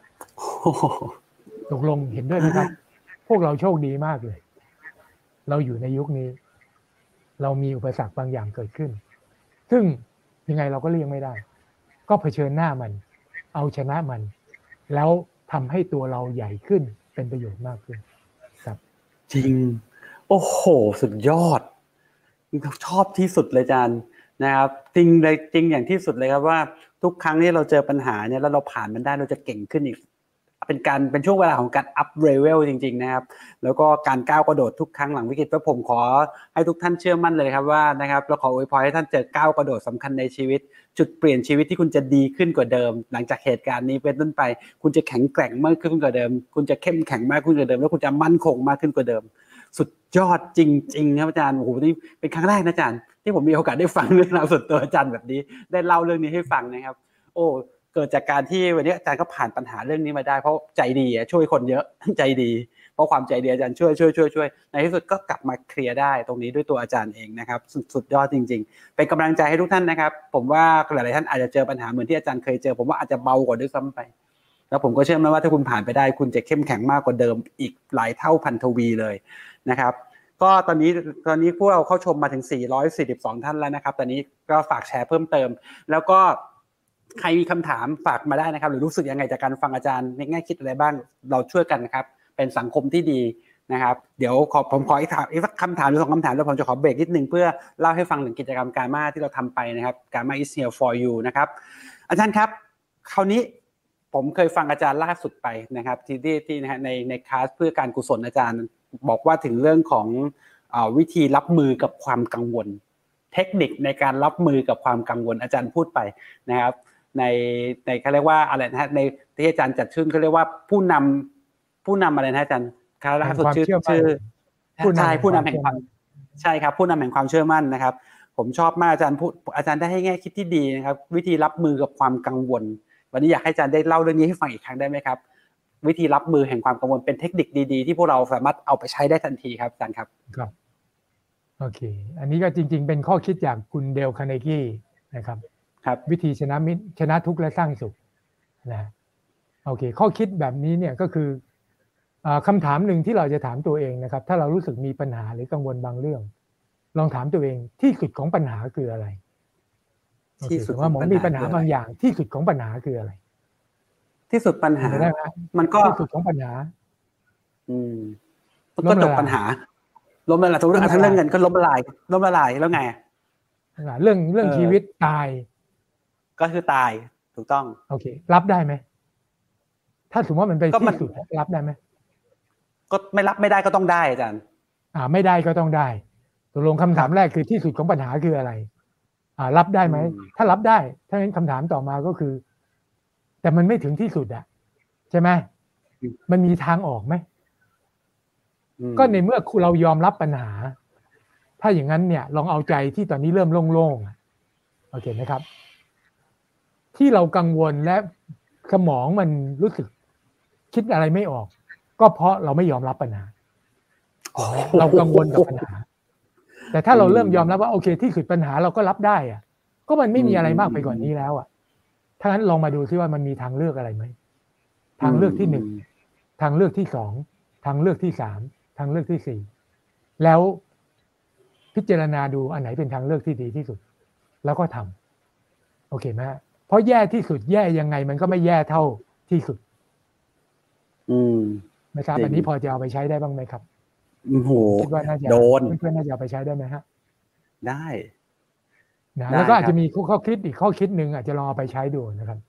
ตกลงเห็นด้วยไหมครับพวกเราโชคดีมากเลยเราอยู่ในยุคนี้เรามีอุปสรรคบางอย่างเกิดขึ้นซึ่งยังไงเราก็เลี่ยงไม่ได้ก็เผชิญหน้ามันเอาชนะมันแล้วทำให้ตัวเราใหญ่ขึ้นเป็นประโยชน์มากขึ้นครับ
จริงโอ้โหสุดยอดชอบที่สุดเลยอาจารย์นะครับจริงเลยจริงอย่างที่สุดเลยครับว่าทุกครั้งที่เราเจอปัญหาเนี่ยแล้วเราผ่านมันได้เราจะเก่งขึ้นอีกเป็นช่วงเวลาของการอัพเลเวลจริงๆนะครับแล้วก็การก้าวกระโดดทุกครั้งหลังวิกฤตผมขอให้ทุกท่านเชื่อมั่นเลยครับว่านะครับเราขออวยพรให้ท่านเจอก้าวกระโดดสำคัญในชีวิตจุดเปลี่ยนชีวิตที่คุณจะดีขึ้นกว่าเดิมหลังจากเหตุการณ์นี้เป็นต้นไปคุณจะแข็งแกร่งมากขึ้นกว่าเดิมคุณจะเข้มแข็งมากขึ้นกว่าเดิมแล้วคุณจะมั่นคงมากขึ้นกว่าเดิมสุดยอดจริงๆครับอาจารย์โอ้โหนี่เป็นครั้งแรกนะอาจารย์ที่ผมมีโอกาสได้ฟังเรื่องราวส่วนตัวอาจารย์แบบนี้ได้เล่าเรื่องนี้ให้ฟังนะครับโอ้เกิดจากการที่วันนี้อาจารย์ก็ผ่านปัญหาเรื่องนี้มาได้เพราะใจดีช่วยคนเยอะใจดีเพราะความใจดีอาจารย์ช่วยในที่สุดก็กลับมาเคลียร์ได้ตรงนี้ด้วยตัวอาจารย์เองนะครับสุดยอดจริงๆเป็นกำลังใจให้ทุกท่านนะครับผมว่าหลายๆท่านอาจจะเจอปัญหาเหมือนที่อาจารย์เคยเจอผมว่าอาจจะเบากว่าด้วยซ้ำไปแล้วผมก็เชื่อมั่นว่าถ้าคุณผ่านไปได้คุณจะเข้มแข็งมากกว่าเดิมอีกหลายเท่าพันทวีเลยนะครับก็ตอนนี้พวกเราเข้าชมมาถึง442ท่านแล้วนะครับตอนนี้ก็ฝากแชร์เพิ่มเติมแล้วก็ใครมีคำถามฝากมาได้นะครับหรือรู้สึกยังไงจากการฟังอาจารย์ในแง่คิดอะไรบ้างเราช่วยกันนะครับเป็นสังคมที่ดีนะครับเดี๋ยวผมขออีกสักคำถามหรือ2คำถามแล้วผมจะขอเบรกนิดนึงเพื่อเล่าให้ฟังถึงกิจกรรมการมาที่เราทำไปนะครับการมา is here for you นะครับอาจารย์ครับคราวนี้ผมเคยฟังอาจารย์ล่าสุดไปนะครับที่นะฮะในคลาสเพื่อการกุศลอาจารย์บอกว่าถึงเรื่องของวิธีรับมือกับความกังวลเทคนิคในการรับมือกับความกังวลอาจารย์พูดไปนะครับในเขาเรียกว่าอะไรนะฮะในที่อาจารย์จัดชื่อเขาเรียกว่าผู้นำอะไรนะอาจารย์ล่าสุดชื่อผู้นำแห่งความใช่ครับผู้นำแห่งความเชื่อมั่นนะครับผมชอบมากอาจารย์ได้ให้แง่คิดที่ดีนะครับวิธีรับมือกับความกังวลวันนี้อยากให้อาจารย์ได้เล่าเรื่องนี้ให้ฟังอีกครั้งได้ไหมครับวิธีรับมือแห่งความกังวลเป็นเทคนิคดีๆที่พวกเราสามารถเอาไปใช้ได้ทันทีครับอาจารย์ครับ
ครับโอเคอันนี้ก็จริงๆเป็นข้อคิดจากคุณเดลคาร์เนกี้นะครับครับวิธีชนะทุกข์และสร้างสุขนะโอเคข้อคิดแบบนี้เนี่ยก็คือคำถามหนึ่งที่เราจะถามตัวเองนะครับถ้าเรารู้สึกมีปัญหาหรือกังวลบางเรื่องลองถามตัวเองที่สุดของปัญหาคืออะไรที่สุดว่าผมมีปัญหาบางอย่างที่สุดของปัญหาคืออะไร
ที่สุดปัญหามันก็
ที่สุดของปัญหา
มันก็จบปัญหาล้มละลายสมมติทั้งเรื่องเงินก็ล้มละลายแล้วไง
เรื่องชีวิตตาย
ก็คือตายถูกต้อง
โอเครับได้ไหมถ้าสมมติว่ามันไปที่สุดรับได้ไหม
ก็ไม่รับไม่ได้ก็ต้องได้อาจารย์
ไม่ได้ก็ต้องได้ตกลงคำถามแรกคือที่สุดของปัญหาคืออะไรรับได้ไหมถ้ารับได้ถ้างั้นคำถามต่อมาก็คือแต่มันไม่ถึงที่สุดอ่ะใช่ไหมมันมีทางออกไหมก็ในเมื่อเรายอมรับปัญหาถ้าอย่างนั้นเนี่ยลองเอาใจที่ตอนนี้เริ่มโล่งๆโอเคไหมครับที่เรากังวลและสมองมันรู้สึกคิดอะไรไม่ออกก็เพราะเราไม่ยอมรับปัญหาเรากังวลกับปัญหาแต่ถ้าเราเริ่มยอมรับว่าโอเคที่สุดปัญหาเราก็รับได้อะก็มันไม่มีอะไรมากไปกว่านี้แล้วอ่ะถ้างั้นลองมาดูซิว่ามันมีทางเลือกอะไรไหมทางเลือกที่1ทางเลือกที่2ทางเลือกที่3ทางเลือกที่4แล้วพิจารณาดูอันไหนเป็นทางเลือกที่ดีที่สุดแล้วก็ทำโอเคไหมเพราะแย่ที่สุดแย่ยังไงมันก็ไม่แย่เท่าที่สุดนะครับอันนี้พอจะเอาไปใช้ได้บ้างไหมครับคิดว่าน่าจะเพื่อนๆน่าจะเอาไปใช้ได้ไหมฮะ
ได้
นะแล้วก็อาจจะมีข้อคิดอีกข้อคิดหนึ่งอาจจะลองเอาไปใช้ดูนะครับ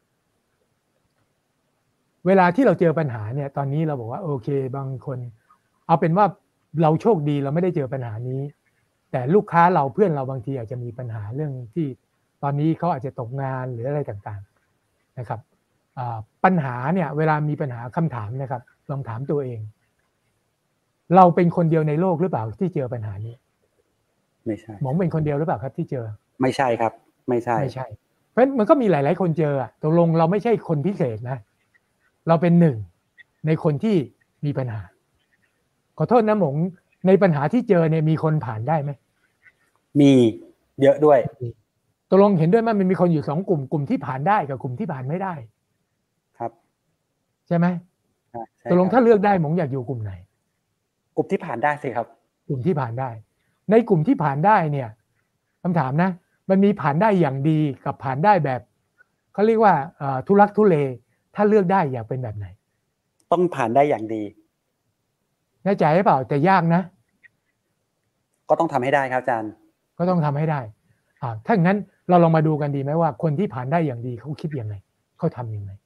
เวลาที่เราเจอปัญหาเนี่ยตอนนี้เราบอกว่าโอเคบางคนเอาเป็นว่าเราโชคดีเราไม่ได้เจอปัญหานี้แต่ลูกค้าเราเพื่อนเราบางทีอาจจะมีปัญหาเรื่องที่ตอนนี้เขาอาจจะตกงานหรืออะไรต่างๆนะครับปัญหาเนี่ยเวลามีปัญหาคำถามนะครับลองถามตัวเองเราเป็นคนเดียวในโลกหรือเปล่าที่เจอปัญหานี้
ไม่ใช่
หมองเป็นคนเดียวหรือเปล่าครับที่เจอ
ไม่ใช่ครับไม่ใช่
เพราะมันก็มีหลายๆคนเจอตกลงเราไม่ใช่คนพิเศษนะเราเป็นหนึ่งในคนที่มีปัญหาขอโทษนะหมงในปัญหาที่เจอเนี่ยมีคนผ่านได้ไหม
มีเยอะด้วย
ตกลงเห็นด้วยไหมมันมีคนอยู่2 กลุ่มกลุ่มที่ผ่านได้กับกลุ่มที่ผ่านไม่ได้
ครับ
ใช่ไหมตกลงถ้าเลือกได้หมงอยากอยู่กลุ่มไหน
กลุ่มที่ผ่านได้สิครับ
กลุ่มที่ผ่านได้ในกลุ่มที่ผ่านได้เนี่ยคำถามนะมันมีผ่านได้อย่างดีกับผ่านได้แบบเขาเรียกว่าทุลักทุเลถ้าเลือกได้อยากเป็นแบบไหน
ต้องผ่านได้อย่างดี
แน่ใจหรือเปล่าแต่ยากนะ
ก็ต้องทำให้ได้ครับอาจารย์
ก็ต้องทำให้ได้ถ้าอย่างนั้นเราลองมาดูกันดีไหมว่าคนที่ผ่านได้อย่างดีเขาคิดยังไงเขาทำยังไง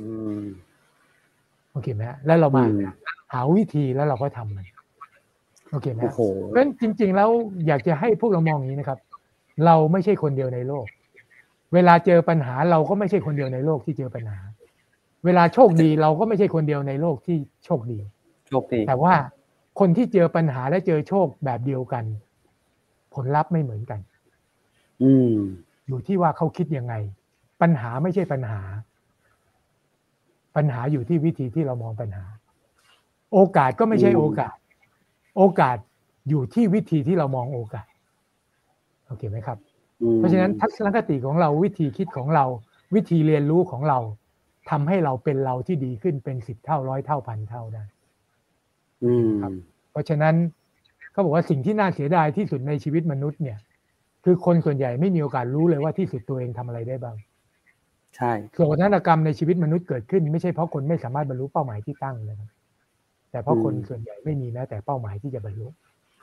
โอเคไหมแล้วเรามาหาวิธีแล้วเราก็ทำมันโอเคไหมเพราะฉะนั้นจริงๆแล้วอยากจะให้พวกเรามองอย่างนี้นะครับเราไม่ใช่คนเดียวในโลกเวลาเจอปัญหาเราก็ไม่ใช่คนเดียวในโลกที่เจอปัญหาเวลาโชคดีเราก็ไม่ใช่คนเดียวในโลกที่โชคดีแต่ว่าคนที่เจอปัญหาและเจอโชคแบบเดียวกันผลลัพธ์ไม่เหมือนกันอยู่ที่ว่าเขาคิดยังไงปัญหาไม่ใช่ปัญหาปัญหาอยู่ที่วิธีที่เรามองปัญหาโอกาสก็ไม่ใช่โอกาสโอกาสอยู่ที่วิธีที่เรามองโอกาสโอเคไหมครับเพราะฉะนั้นทัศนคติของเราวิธีคิดของเราวิธีเรียนรู้ของเราทำให้เราเป็นเราที่ดีขึ้นเป็น10 เท่า100 เท่า1,000 เท่าได้ครับเพราะฉะนั้นเขาบอกว่าสิ่งที่น่าเสียดายที่สุดในชีวิตมนุษย์เนี่ยคือคนส่วนใหญ่ไม่มีโอกาสรู้เลยว่าที่สุดตัวเองทำอะไรได้บ้าง
ใช่
โศกนาฏกรรมในชีวิตมนุษย์เกิดขึ้นไม่ใช่เพราะคนไม่สามารถบรรลุเป้าหมายที่ตั้งนะครับแต่เพราะคนส่วนใหญ่ไม่มีแม้แต่เป้าหมายที่จะบรรลุ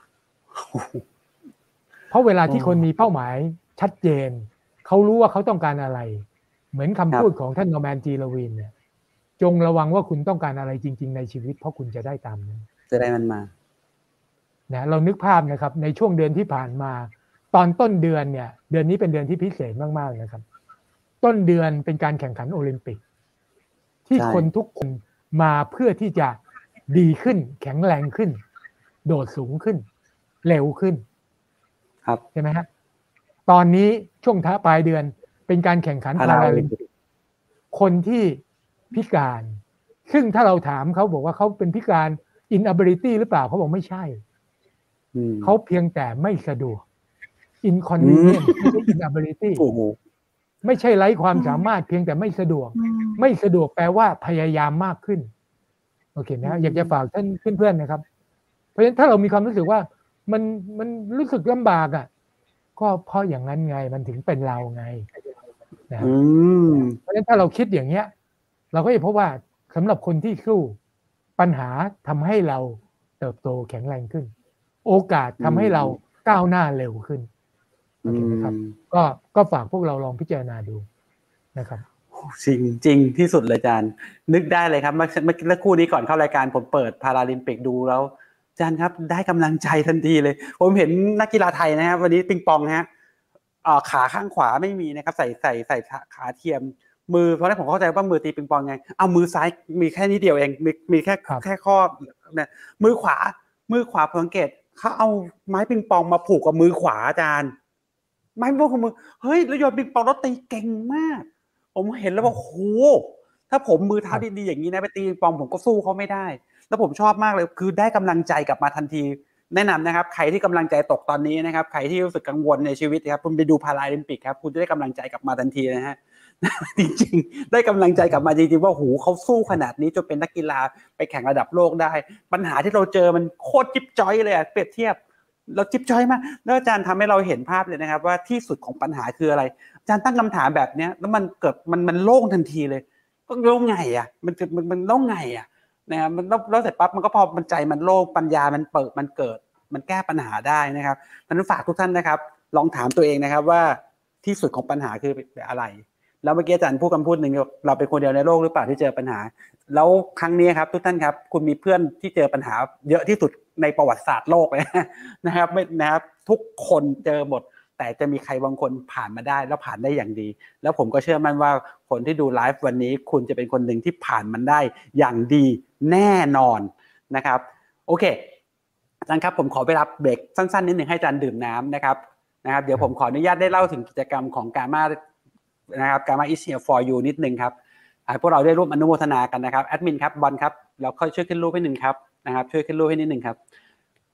เพราะเวลาที่คนมีเป้าหมายชัดเจนเขารู้ว่าเขาต้องการอะไรเหมือนคำพูดของท่านนอร์แมน จี ลาวินเนี่ยจงระวังว่าคุณต้องการอะไรจริงๆในชีวิตเพราะคุณจะได้ตามนั้น
จะได้มันมา
นะเรานึกภาพนะครับในช่วงเดือนที่ผ่านมาตอนต้นเดือนเนี่ยเดือนนี้เป็นเดือนที่พิเศษมากๆนะครับต้นเดือนเป็นการแข่งขันโอลิมปิกที่คนทุกคนมาเพื่อที่จะดีขึ้นแข็งแรงขึ้นโดดสูงขึ้นเร็วขึ้น
ครับ
ใช่ไหมฮะตอนนี้ช่วงปลายเดือนเป็นการแข่งขันพาราลิมปิกคนที่พิการซึ่งถ้าเราถามเขาบอกว่าเขาเป็นพิการ inability หรือเปล่าเขาบอกไม่ใช่เขาเพียงแต่ไม่สะดวก inconvenient ไม่ใช่ inability ไม่ใช่ไร้ความสามารถเพียงแต่ไม่สะดวกไม่สะดวกแปลว่าพยายามมากขึ้นโอเคนะอยากจะฝากท่านเพื่อนๆนะครับเพราะฉะนั้นถ้าเรามีความรู้สึกว่ามันรู้สึกลำบากอ่ะก็เพราะอย่างนั้นไงมันถึงเป็นเราไงนะเพราะฉะนั้นถ้าเราคิดอย่างเงี้ยเราก็จะพบว่าสำหรับคนที่สู้ปัญหาทำให้เราเติบโตแข็งแรงขึ้นโอกาสทำให้เราก้าวหน้าเร็วขึ้นโอเคไหมครับก็ฝากพวกเราลองพิจารณาดูนะครับ
จริงที่สุดเลยอาจารย์นึกได้เลยครับเมื่อคู่นี้ก่อนเข้ารายการผมเปิดพาราลิมปิกดูแล้วอาจารย์ครับได้กำลังใจทันทีเลยผมเห็นนักกีฬาไทยนะครับวันนี้ปิงปองฮะขาข้างขวาไม่มีนะครับใส่ขาเทียมมือเพราะฉะนั้นผมเข้าใจว่ามือตีปิงปองไงเอามือซ้ายมีแค่นี้เดียวเองมีแค่ข้อเนี่ยมือขวาสังเกตเขาเอาไม้ปิงปองมาผูกกับมือขวาอาจารย์ไม้ปิงปองของมือเฮ้ยแล้วโยนปิงปองแล้วตีเก่งมากผมเห็นแล้วว่าโหถ้าผมมือเท้าดีๆอย่างนี้นะไปตีปิงปองผมก็สู้เขาไม่ได้แล้วผมชอบมากเลยคือได้กำลังใจกลับมาทันทีแนะนำนะครับใครที่กำลังใจตกตอนนี้นะครับใครที่รู้สึกกังวลในชีวิตครับคุณไปดูพาราลิมปิกครับคุณจะได้กำลังใจกลับมาทันทีนะฮะจริงๆได้กำลังใจกลับมาจริงๆว่าโหเขาสู้ขนาดนี้จนเป็นนักกีฬาไปแข่งระดับโลกได้ปัญหาที่เราเจอมันโคตรจิ๊บจ้อยเลยเปรียบเทียบเราจิ๊บจ้อยมากแล้วอาจารย์ทำให้เราเห็นภาพเลยนะครับว่าที่สุดของปัญหาคืออะไรอาจารย์ตั้งคำถามแบบนี้แล้วมันเกิดมันโล่งทันทีเลยก็โล่งไงอ่ะมันโล่งไงอ่ะนะครับมันแล้วเสร็จปั๊บมันก็พอมันใจมันโล่งปัญญามันเปิดมันเกิดมันแก้ปัญหาได้นะครับฉะนั้นฝากทุกท่านนะครับลองถามตัวเองนะครับว่าที่สุดของปัญหาคืออะไรแล้วเมื่อกี้อาจารย์พูดคำพูดหนึ่งเราเป็นคนเดียวในโลกหรือเปล่าที่เจอปัญหาแล้วครั้งนี้ครับทุกท่านครับคุณมีเพื่อนที่เจอปัญหาเยอะที่สุดในประวัติศาสตร์โลกเลยนะครับไม่นะครับทุกคนเจอหมดแต่จะมีใครบางคนผ่านมาได้แล้วผ่านได้อย่างดีแล้วผมก็เชื่อมั่นว่าคนที่ดูไลฟ์วันนี้คุณจะเป็นคนหนึ่งที่ผ่านมันได้อย่างดีแน่นอนนะครับโอเคอาจารย์ครับผมขอเวลาเบรกสั้นๆนิดหนึ่งให้อาจารย์ดื่มน้ำนะครับเดี๋ยวผมขออนุญาตได้เล่าถึงกิจกรรมของกาม่านะครับกาม่า is here for you นิดนึงครับพวกเราได้ร่วมอนุโมทนากันนะครับแอดมินครับบอลครับเราค่อยช่วยขึ้นรูปให้หนึ่งครับนะครับช่วยขึ้นรูปให้นิดนึงครับ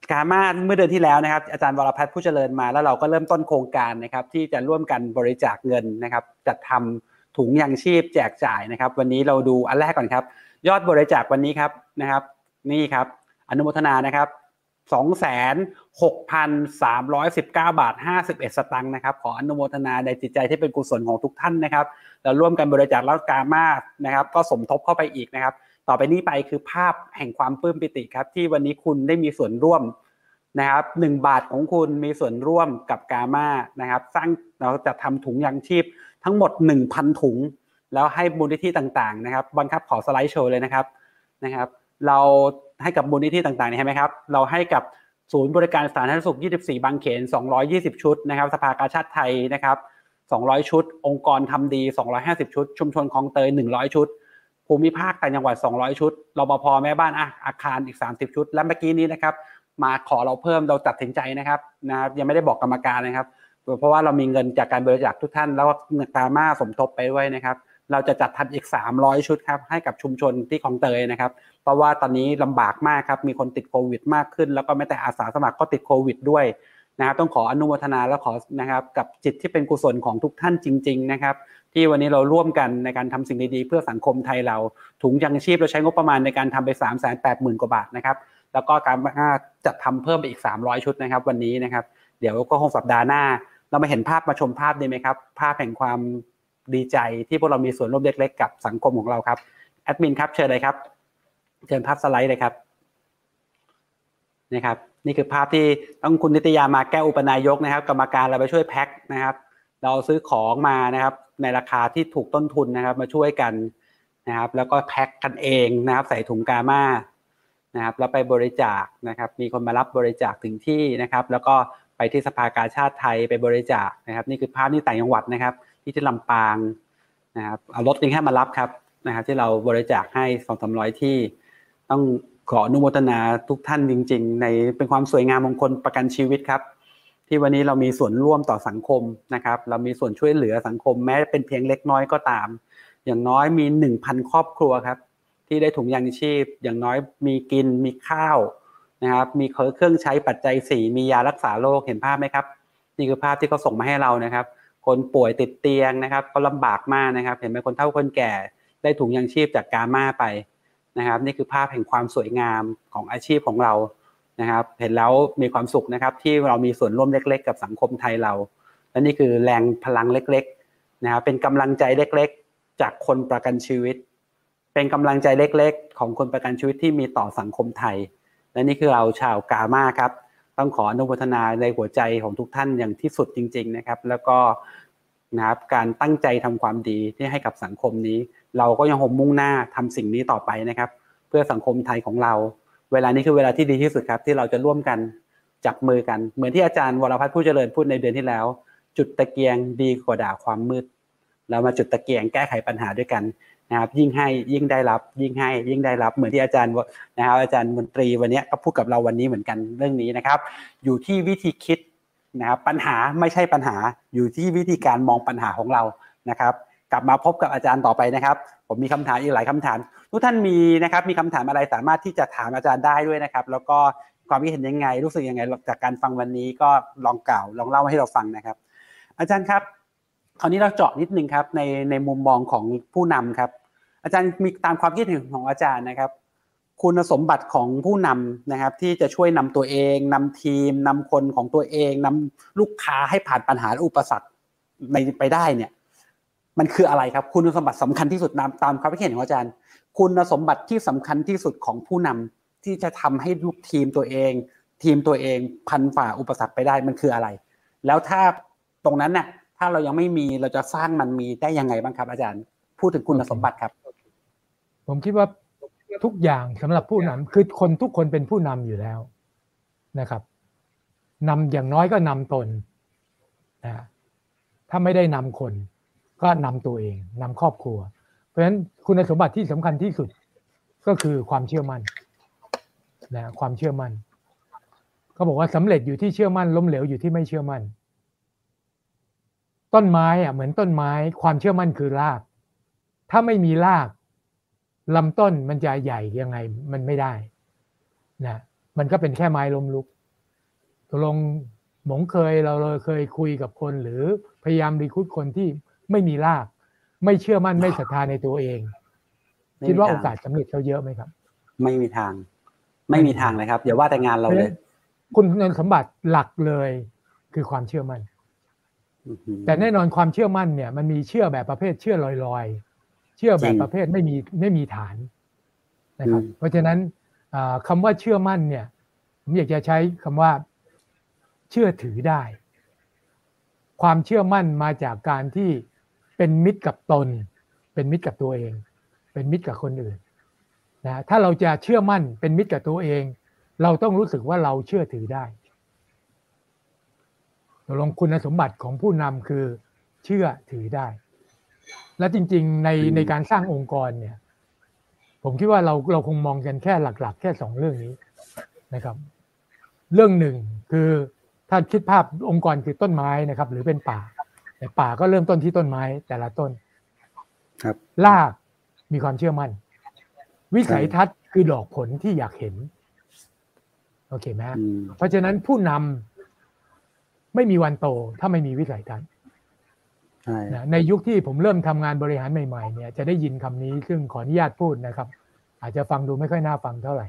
กามาเมื่อเดือนที่แล้วนะครับอาจารย์วรพัฒน์ผู้เจริญมาแล้วเราก็เริ่มต้นโครงการนะครับที่จะร่วมกันบริจาคเงินนะครับจัดทำถุงยังชีพแจกจ่ายนะครับวันนี้เราดูอันแรกก่อนครับยอดบริจาควันนี้ครับนะครับนี่ครับอนุโมทนานะครับ 26,319 บาท 51 สตางค์นะครับขออนุโมทนาในจิตใจที่เป็นกุศลของทุกท่านนะครับเราร่วมกันบริจาคแล้วกามานะครับก็สมทบเข้าไปอีกนะครับต่อไปนี้ไปคือภาพแห่งความปลื้มปิติครับที่วันนี้คุณได้มีส่วนร่วมนะครับ1 บาทของคุณมีส่วนร่วมกับกามานะครับสร้างเราจะทำถุงยังชีพทั้งหมด 1,000 ถุงแล้วให้มูลนิธิต่างๆนะครับบังคับขอสไลด์โชว์เลยนะครับเราให้กับมูลนิธิต่างๆเห็นไหมครับเราให้กับศูนย์บริการสาธารณสุข24บางเขน220ชุดนะครับสภากาชาดไทยนะครับ200ชุดองค์กรทำดี250ชุดชุมชนคลองเตย100ชุดภูมิภาคต่างจังหวัด200ชุดรปภแม่บ้านอาคารอีก30ชุดและเมื่อกี้นี้นะครับมาขอเราเพิ่มเราตัดสินใจนะครับยังไม่ได้บอกกรรมการนะครับเพราะว่าเรามีเงินจากการบริจาคทุกท่านแล้วก็กามาสมทบไปด้วยนะครับเราจะจัดทำอีก300ชุดครับให้กับชุมชนที่คลองเตยนะครับเพราะว่าตอนนี้ลำบากมากครับมีคนติดโควิดมากขึ้นแล้วก็แม้แต่อาสาสมัครก็ติดโควิดด้วยนะครับต้องขออนุโมทนาและขอนะครับกับจิตที่เป็นกุศลของทุกท่านจริงๆนะครับที่วันนี้เราร่วมกันในการทำสิ่งดีๆเพื่อสังคมไทยเราถุงยังชีพเราใช้งบประมาณในการทำไป 380,000 กว่าบาทนะครับแล้วก็การจัดทำเพิ่มไปอีก300ชุดนะครับวันนี้นะครับเดี๋ยวก็คงสัปดาห์หน้าเรามาเห็นภาพมาชมภาพดีไหมครับภาพแห่งความดีใจที่พวกเรามีส่วนร่วมเล็กๆกับสังคมของเราครับแอดมินครับเชิญเลยครับเชิญภาพสไลด์เลยครับนะครับนี่คือภาพที่ต้องคุณนิตยามาแก้วอุปนายกนะครับกรรมการเราไปช่วยแพ็คนะครับเราซื้อของมานะครับในราคาที่ถูกต้นทุนนะครับมาช่วยกันนะครับแล้วก็แพ็คกันเองนะครับใส่ถุงกาม่านะครับแล้วไปบริจาคนะครับมีคนมารับบริจาคถึงที่นะครับแล้วก็ไปที่สภากาชาดไทยไปบริจาคนะครับนี่คือภาพที่ต่างจังหวัดนะครับที่ลำปางนะครับเอารถแค่มารับครับนะครับที่เราบริจาคให้ 200-300 ที่ต้องขออนุโมทนาทุกท่านจริงๆในเป็นความสวยงามมงคลประกันชีวิตครับที่วันนี้เรามีส่วนร่วมต่อสังคมนะครับเรามีส่วนช่วยเหลือสังคมแม้เป็นเพียงเล็กน้อยก็ตามอย่างน้อยมี 1,000 ครอบครัวครับที่ได้ถุงยางชีพอย่างน้อยมีกินมีข้าวนะครับมีเครื่องใช้ปัจจัย4มียารักษาโรคเห็นภาพไหมครับนี่คือภาพที่เขาส่งมาให้เรานะครับคนป่วยติดเตียงนะครับเขาลำบากมากนะครับเห็นไหมคนเฒ่าคนแก่ได้ถุงยางชีพจากกาม่าไปนะครับนี่คือภาพแห่งความสวยงามของอาชีพของเรานะครับเห็นแล้วมีความสุขนะครับที่เรามีส่วนร่วมเล็กๆกับสังคมไทยเราและนี่คือแรงพลังเล็กๆนะครับเป็นกำลังใจเล็กๆจากคนประกันชีวิตเป็นกำลังใจเล็กๆของคนประกันชีวิตที่มีต่อสังคมไทยและนี่คือเราชาวกาม่าครับต้องขออนุโมทนาในหัวใจของทุกท่านอย่างที่สุดจริงๆนะครับแล้วก็นะครับการตั้งใจทำความดีที่ให้กับสังคมนี้เราก็ยังคงมุ่งหน้าทำสิ่งนี้ต่อไปนะครับเพื่อสังคมไทยของเราเวลานี้คือเวลาที่ดีที่สุดครับที่เราจะร่วมกันจับมือกันเหมือนที่อาจารย์วรพัฒน์ผู้เจริญพูดในเดือนที่แล้วจุดตะเกียงดีกว่าด่าความมืดเรามาจุดตะเกียงแก้ไขปัญหาด้วยกันนะครับยิ่งให้ยิ่งได้รับยิ่งให้ยิ่งได้รับเหมือนที่อาจารย์นะครับอาจารย์มนตรีวันนี้ก็พูดกับเราวันนี้เหมือนกันเรื่องนี้นะครับอยู่ที่วิธีคิดนะครับปัญหาไม่ใช่ปัญหาอยู่ที่วิธีการมองปัญหาของเรานะครับกลับมาพบกับอาจารย์ต่อไปนะครับผมมีคำถามอีกหลายคำถามทุกท่านมีนะครับมีคำถามอะไรสามารถที่จะถามอาจารย์ได้ด้วยนะครับแล้วก็ความคิดเห็นยังไงรู้สึกยังไงจากการฟังวันนี้ก็ลองกล่าวลองเล่าให้เราฟังนะครับอาจารย์ครับคราวนี้เราเจาะนิดนึงครับในมุมมองของผู้นำครับอาจารย์มีตามความคิดเห็นของอาจารย์นะครับคุณสมบัติของผู้นำนะครับที่จะช่วยนำตัวเองนำทีมนำคนของตัวเองนำลูกค้าให้ผ่านปัญหาและอุปสรรคไปได้เนี่ยมันคืออะไรครับคุณสมบัติสำคัญที่สุดตามความคิดเห็นของอาจารย์คุณสมบัติที่สำคัญที่สุดของผู้นำที่จะทำให้ลูกทีมตัวเองพันฝ่าอุปสรรคไปได้มันคืออะไรแล้วถ้าตรงนั้นเนี่ยถ้าเรายังไม่มีเราจะสร้างมันมีได้ยังไงบ้างครับอาจารย์พูดถึงคุณสมบัติครับ
ผมคิดว่าทุกอย่างสำหรับผู้นำคือคนทุกคนเป็นผู้นำอยู่แล้วนะครับนำอย่างน้อยก็นำตนนะถ้าไม่ได้นำคนก็นำตัวเองนำครอบครัวเพราะฉะนั้นคุณสมบัติที่สำคัญที่สุดก็คือความเชื่อมั่นนะความเชื่อมั่นเขาบอกว่าสำเร็จอยู่ที่เชื่อมั่นล้มเหลวอยู่ที่ไม่เชื่อมั่นต้นไม้เหมือนต้นไม้ความเชื่อมั่นคือรากถ้าไม่มีรากลำต้นมันจะใหญ่ยังไงมันไม่ได้นะมันก็เป็นแค่ไม้ล้มลุกตกลงเราเคยคุยกับคนหรือพยายามรีครูทคนที่ไม่มีรากไม่เชื่อมั่นไม่ศรัทธาในตัวเองคิดว่าโอกาสสำเร็จเขาเยอะไหมครับ
ไม่มีทางเลยครับอย่าว่าแต่งานเราเลย
คุณสมบัติหลักเลยคือความเชื่อมั่นแต่แน่นอนความเชื่อมั่นเนี่ยมันมีเชื่อแบบประเภทเชื่อลอยๆเชื่อแบบประเภทไม่มีฐานนะครับเพราะฉะนั้นคำว่าเชื่อมั่นเนี่ยผมอยากจะใช้คำว่าเชื่อถือได้ความเชื่อมั่นมาจากการที่เป็นมิตรกับตนเป็นมิตรกับตัวเองเป็นมิตรกับคนอื่นนะถ้าเราจะเชื่อมั่นเป็นมิตรกับตัวเองเราต้องรู้สึกว่าเราเชื่อถือได้ตกลงคุณสมบัติของผู้นำคือเชื่อถือได้และจริงๆในการสร้างองค์กรเนี่ยผมคิดว่าเราคงมองกันแค่หลักๆแค่2เรื่องนี้นะครับเรื่องหนึ่งคือถ้าคิดภาพองค์กรคือต้นไม้นะครับหรือเป็นป่าแต่ป่าก็เริ่มต้นที่ต้นไม้แต่ละต้น
ครับ
รากมีความเชื่อมั่นวิสัยทัศน์คือดอกผลที่อยากเห็นโอเคไหมเพราะฉะนั้นผู้นำไม่มีวันโตถ้าไม่มีวิสัยทัศน์ในยุคที่ผมเริ่มทำงานบริหารใหม่ๆเนี่ยจะได้ยินคำนี้ซึ่งขออนุญาตพูดนะครับอาจจะฟังดูไม่ค่อยน่าฟังเท่าไหร่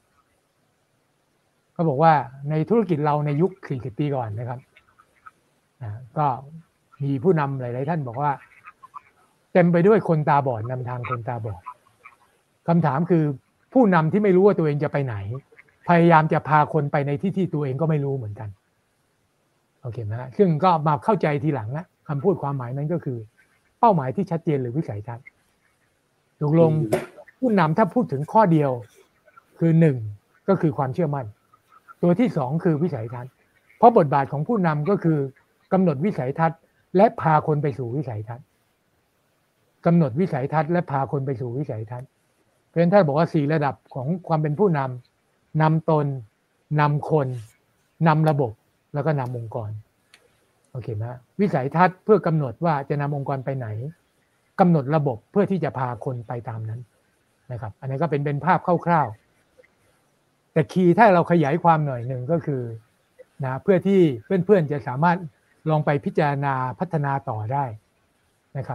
เขาบอกว่าในธุรกิจเราในยุค40 ปีก่อนนะครับก็มีผู้นำหลายๆท่านบอกว่าเต็มไปด้วยคนตาบอดนำทางคนตาบอดคำถามคือผู้นำที่ไม่รู้ว่าตัวเองจะไปไหนพยายามจะพาคนไปในที่ตัวเองก็ไม่รู้เหมือนกันโอเคไหมซึ่งก็มาเข้าใจทีหลังนะคำพูดความหมายนั้นก็คือเป้าหมายที่ชัดเจนหรือวิสัยทัศน์ตกลงผู้นำถ้าพูดถึงข้อเดียวคือ1ก็คือความเชื่อมั่นตัวที่2คือวิสัยทัศน์เพราะบทบาทของผู้นำก็คือกำหนดวิสัยทัศน์และพาคนไปสู่วิสัยทัศน์กำหนดวิสัยทัศน์และพาคนไปสู่วิสัยทัศน์เพราะฉะนั้นถ้าบอกว่า4ระดับของความเป็นผู้นำตนนำคนนำระบบแล้วก็นำองค์กรโอเคไหมวิสัยทัศน์เพื่อกำหนดว่าจะนำองค์กรไปไหนกำหนดระบบเพื่อที่จะพาคนไปตามนั้นนะครับอันนี้ก็เป็นภาพคร่าวๆแต่คีย์ถ้าเราขยายความหน่อยหนึ่งก็คือนะเพื่อที่เพื่อนๆจะสามารถลองไปพิจารณาพัฒนาต่อได้นะครับ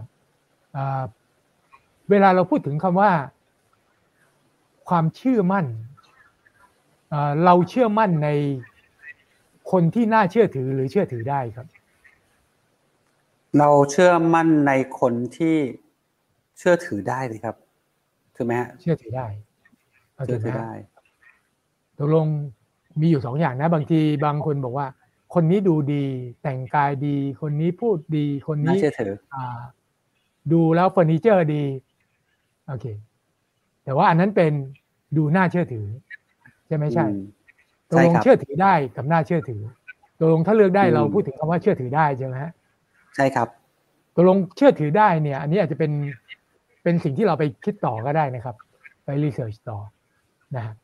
เวลาเราพูดถึงคำว่าความเชื่อมั่นเราเชื่อมั่นในคนที่น่าเชื่อถือหรือเชื่อถือได้ครับ
เราเชื่อมั่นในคนที่เชื่อถือได้เลยครับถูกไหมฮะ
เชื่อถือได้
เชื่อถือได้
ตกลงมีอยู่2อย่างนะบางทีบางคนบอกว่าคนนี้ดูดีแต่งกายดีคนนี้พูดดีคนนี้
น่าเชื่อถือ
ดูแล้วเฟอร์นิเจอร์ดีโอเคแต่ว่าอันนั้นเป็นดูน่าเชื่อถือใช่ไหมใช่ตกลงเชื่อถือได้กับน่าเชื่อถือตกลงถ้าเลือกได้เราพูดถึงคำว่าเชื่อถือได้ใช่ไหมฮะ
ใช่ครับ
ตกลงเชื่อถือได้เนี่ยอันนี้อาจจะเป็นสิ่งที่เราไปคิดต่อก็ได้นะครับไปรีเสิร์ชต่อนะฮะ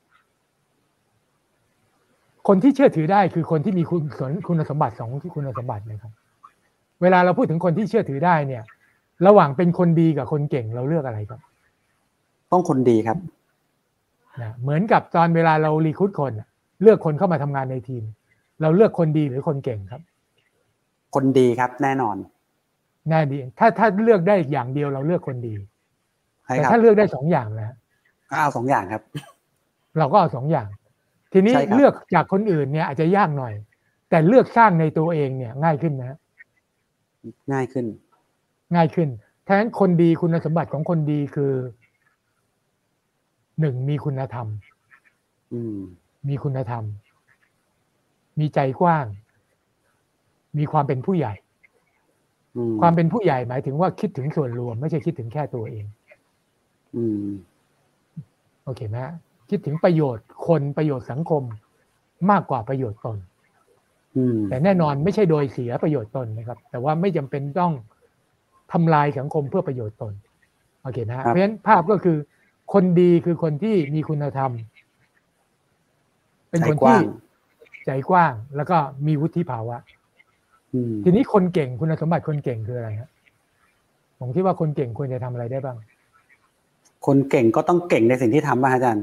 คนที่เชื่อถือได้คือคนที่มีคุณสมบัติ2ที่คุณสมบัตินะครับเวลาเราพูดถึงคนที่เชื่อถือได้เนี่ยระหว่างเป็นคนดีกับคนเก่งเราเลือกอะไรครับ
ต้องคนดีครับ
นะเหมือนกับตอนเวลาเรารีครูทคนเลือกคนเข้ามาทำงานในทีมเราเลือกคนดีหรือคนเก่งครับ
คนดีครับแน่นอน
แน่ดีถ้าเลือกได้อย่างเดียวเราเลือกคนดีแต่ถ้าเลือกได้2อย่างนะ
ก็เอา2อย่างครับ
เราก็เอา2อย่างทีนี้เลือกจากคนอื่นเนี่ยอาจจะยากหน่อยแต่เลือกสร้างในตัวเองเนี่ยง่ายขึ้นนะ
ง่ายขึ้น
ฉะนั้นคนดีคุณสมบัติของคนดีคือ1มีคุณธรรมมีคุณธรรมมีใจกว้างมีความเป็นผู้ใหญ่ความเป็นผู้ใหญ่หมายถึงว่าคิดถึงส่วนรวมไม่ใช่คิดถึงแค่ตัวเองโอเคไหมคิดถึงประโยชน์คนประโยชน์สังคมมากกว่าประโยชน์ตนแต่แน่นอนไม่ใช่โดยเสียประโยชน์ตนนะครับแต่ว่าไม่จำเป็นต้องทำลายสังคมเพื่อประโยชน์ตนโอเคนะเพราะฉะนั้นภาพก็คือคนดีคือคนที่มีคุณธรรมเป็นคนที่ใจกว้างแล้วก็มีวุฒิภาวะทีนี้คนเก่งคุณสมบัติคนเก่งคืออะไรครับผมคิดว่าคนเก่งควรจะทำอะไรได้บ้าง
คนเก่งก็ต้องเก่งในสิ่งที่ทำป่ะอาจารย์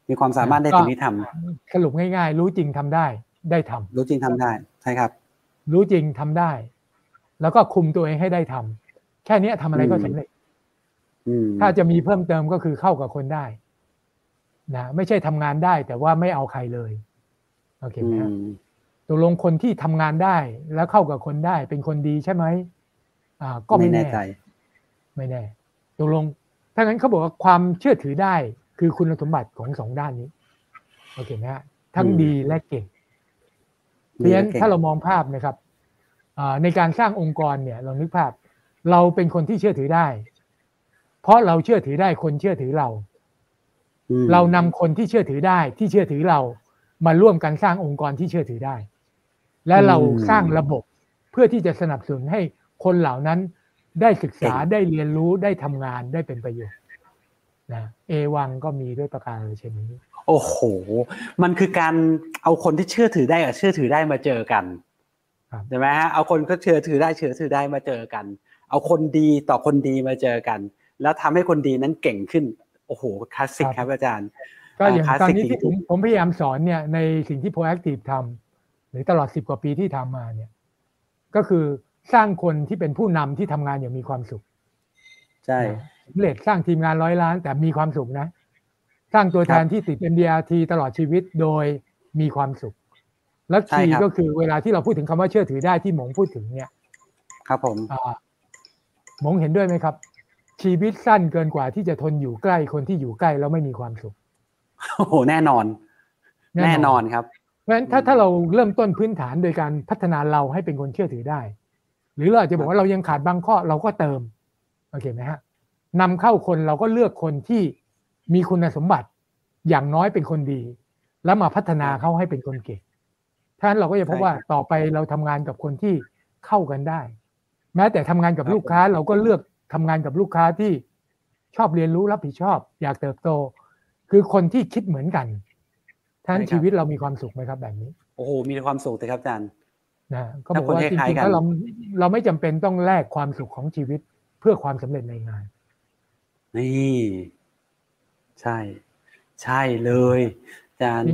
มีความสามารถในสิ่งที่ทำ
สรุปง่ายๆรู้จริงทำได้ทำ
รู้จริงทำได้ใช่ครับ
รู้จริงทำได้แล้วก็คุมตัวเองให้ได้ทำแค่นี้ทำอะไรก็สำเร็จถ้าจะมีเพิ่มเติมก็คือเข้ากับคนได้นะไม่ใช่ทำงานได้แต่ว่าไม่เอาใครเลยโอเคไหมครับตกลงคนที่ทำงานได้แล้วเข้ากับคนได้เป็นคนดีใช่ไหมก็ไม่แน่ไม่แน่ตกลงถ้างั้นเขาบอกว่าความเชื่อถือได้คือคุณสมบัติของสองด้านนี้โอเคไหมฮะทั้งดีและเก่งเพราะฉะนั้นถ้าเรามองภาพนะครับในการสร้างองค์กรเนี่ยเรานึกภาพเราเป็นคนที่เชื่อถือได้เพราะเราเชื่อถือได้คนเชื่อถือเราเรานำคนที่เชื่อถือได้ที่เชื่อถือเรามาร่วมกันสร้างองค์กรที่เชื่อถือได้และเราสร้างระบบเพื่อที่จะสนับสนุนให้คนเหล่านั้นได้ศึกษาได้เรียนรู้ได้ทำงานได้เป็นประโยชน์นะA1ก็มีด้วยประการเช่นนี้
โอ้โหมันคือการเอาคนที่เชื่อถือได้กับเชื่อถือได้มาเจอกันใช่ไหมฮะเอาคนก็เชื่อถือได้มาเจอกันเอาคนดีต่อคนดีมาเจอกันแล้วทำให้คนดีนั้นเก่งขึ้นโอ้โหคลาสสิกครับอาจารย์
ก็อย่างตอนนี้ที่ผมพยายามสอนเนี่ยในสิ่งที่ Proactive ทำหรือตลอด10 กว่าปีที่ทำมาเนี่ยก็คือสร้างคนที่เป็นผู้นำที่ทำงานอย่างมีความสุข
ใช่
เลทสร้างทีมงาน100 ล้านแต่มีความสุขนะสร้างตัวแทนที่ติด MDRT ตลอดชีวิตโดยมีความสุขและคีย์ก็คือเวลาที่เราพูดถึงคำว่าเชื่อถือได้ที่หมงพูดถึงเนี่ย
ครับผม
หมงเห็นด้วยไหมครับชีวิตสั้นเกินกว่าที่จะทนอยู่ใกล้คนที่อยู่ใกล้แล้วไม่มีความสุข
โอ้โหแน่นอนครับ
เพราะฉะนั้นถ้าเราเริ่มต้นพื้นฐานโดยการพัฒนาเราให้เป็นคนเชื่อถือได้หรือเราอาจจะบอกว่าเรายังขาดบางข้อเราก็เติมโอเคไหมฮะนำเข้าคนเราก็เลือกคนที่มีคุณสมบัติอย่างน้อยเป็นคนดีแล้วมาพัฒนาเขาให้เป็นคนเก่งท่านเราก็จะพบว่าต่อไปเราทำงานกับคนที่เข้ากันได้แม้แต่ทำงานกับลูกค้าเราก็เลือกทำงานกับลูกค้าที่ชอบเรียนรู้รับผิดชอบอยากเติบโตคือคนที่คิดเหมือนกันท่านชีวิตเรามีความสุขไหมครับแบบนี้
โอ้โหมีความสุขเลยครับอาจารย์
นะก็บอกว่าจริงๆถ้าเราไม่จำเป็นต้องแลกความสุขของชีวิตเพื่อความสำเร็จในงาน
นี่ใช่เลยอาจารย์
จ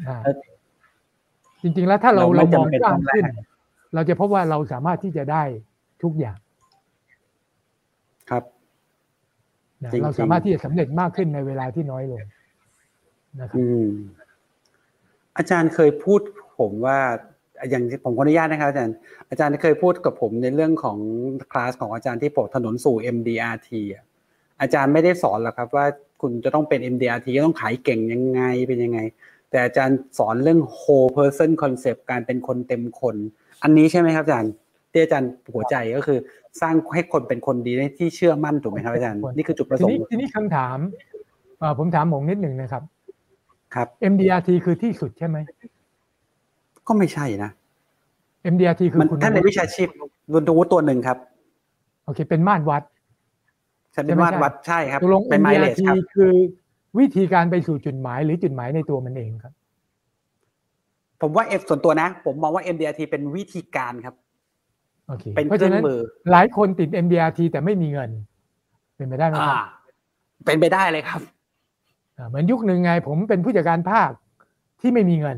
ริงๆแล้วถ้าเรามองกว้างขึ้นเราจะพบว่าเราสามารถที่จะได้ทุกอย่าง
ครับ
เราสามารถที่จะสำเร็จมากขึ้นในเวลาที่น้อยลงนะครับ
อาจารย์เคยพูดผมว่าอย่างผมขออนุญาตนะครับอาจารย์เคยพูดกับผมในเรื่องของคลาสของอาจารย์ที่บอกถนนสู่ MDRT อาจารย์ไม่ได้สอนหรอกครับว่าคุณจะต้องเป็น MDRT ต้องขายเก่งยังไงเป็นยังไงแต่อาจารย์สอนเรื่อง whole person concept การเป็นคนเต็มคนอันนี้ใช่ไหมครับอาจารย์ที่อาจารย์หัวใจก็คือสร้างให้คนเป็นคนดีที่เชื่อมั่นถูกไหมครับอาจารย์นี่คือจุดประสงค์
ทีนี้คำถามผมถามหมงนิดหนึ่งนะครับ
ครับ
MDRT คือที่สุดใช่ไหม
ก็ไม่ใช่นะ
MDRT คือ
คุณท่านในวิชาชีพรู้ตัวหนึ่งครับ
โอเคเป็นมาตรวัด
เป็นมาตรวัดใช่ครับ
เป็น MDRT คือวิธีการไปสู่จุดหมายหรือจุดหมายในตัวมันเองครับ
ผมว่าส่วนตัวนะผมมองว่า MDRT เป็นวิธีการครับ
โอเคเป็นเครื่องมือหลายคนติด MDRT แต่ไม่มีเงินเป็นไปได้ไหมครับ
เป็นไปได้เลยครับ
เหมือนยุคหนึ่งไงผมเป็นผู้จัดการภาคที่ไม่มีเงิน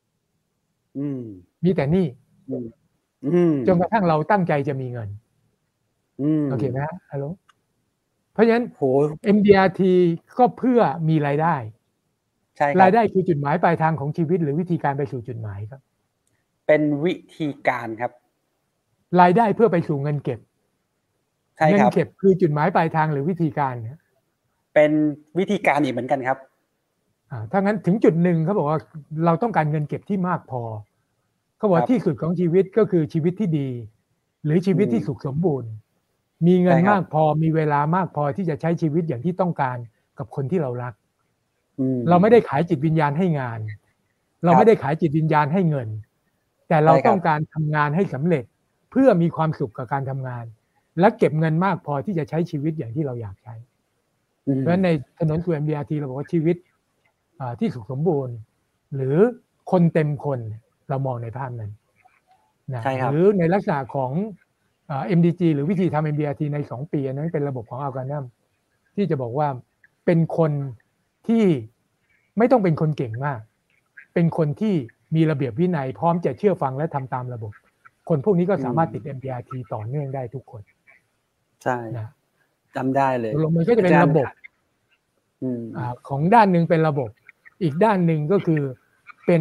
มีแต่หนี้จนกระทั่งเราตั้งใจจะมีเงินโอเคไหมฮัลโหลเพราะฉะนั้น MDRT ก็เพื่อมีรายได้รายได้คือจุดหมายปลายทางของชีวิตหรือวิธีการไปสู่จุดหมายครับ
เป็นวิธีการครับ
รายได้เพื่อไปสู่เงินเก็บเงินเก็บคือจุดหมายปลายทางหรือวิธีการเนี่ย
เป็นวิธีการอีกเหมือนกันครับ
ถ้างั้นถึงจุดหนึ่งเขาบอกว่าเราต้องการเงินเก็บที่มากพอเขาบอกที่สุดของชีวิตก็คือชีวิตที่ดีหรือชีวิตที่สุขสมบูรณ์มีเงินมากพอมีเวลามากพอที่จะใช้ชีวิตอย่างที่ต้องการกับคนที่เรารักเราไม่ได้ขายจิตวิญญาณให้งานเราไม่ได้ขายจิตวิญญาณให้เงินแต่เราต้องการทำงานให้สำเร็จเพื่อมีความสุขกับการทำงานและเก็บเงินมากพอที่จะใช้ชีวิตอย่างที่เราอยากใช้เพราะฉะนั้นในถนนสู่ MDRT เราบอกว่าชีวิตที่สุขสมบูรณ์หรือคนเต็มคนเรามองในภาพนั้นนะหรือในลักษณะของMDG หรือวิธีทำ MDRT ใน2 ปีนั้นเป็นระบบของอัลกอริทึมที่จะบอกว่าเป็นคนที่ไม่ต้องเป็นคนเก่งมากเป็นคนที่มีระเบียบวินัยพร้อมจะเชื่อฟังและทำตามระบบคนพวกนี้ก็สามารถติด MDRT ต่อเนื่องได้ทุกคน
ใช่นะจำได้เลย
มันก็จะเป็นระบบของด้านหนึ่งเป็นระบบอีกด้านหนึ่งก็คือเป็น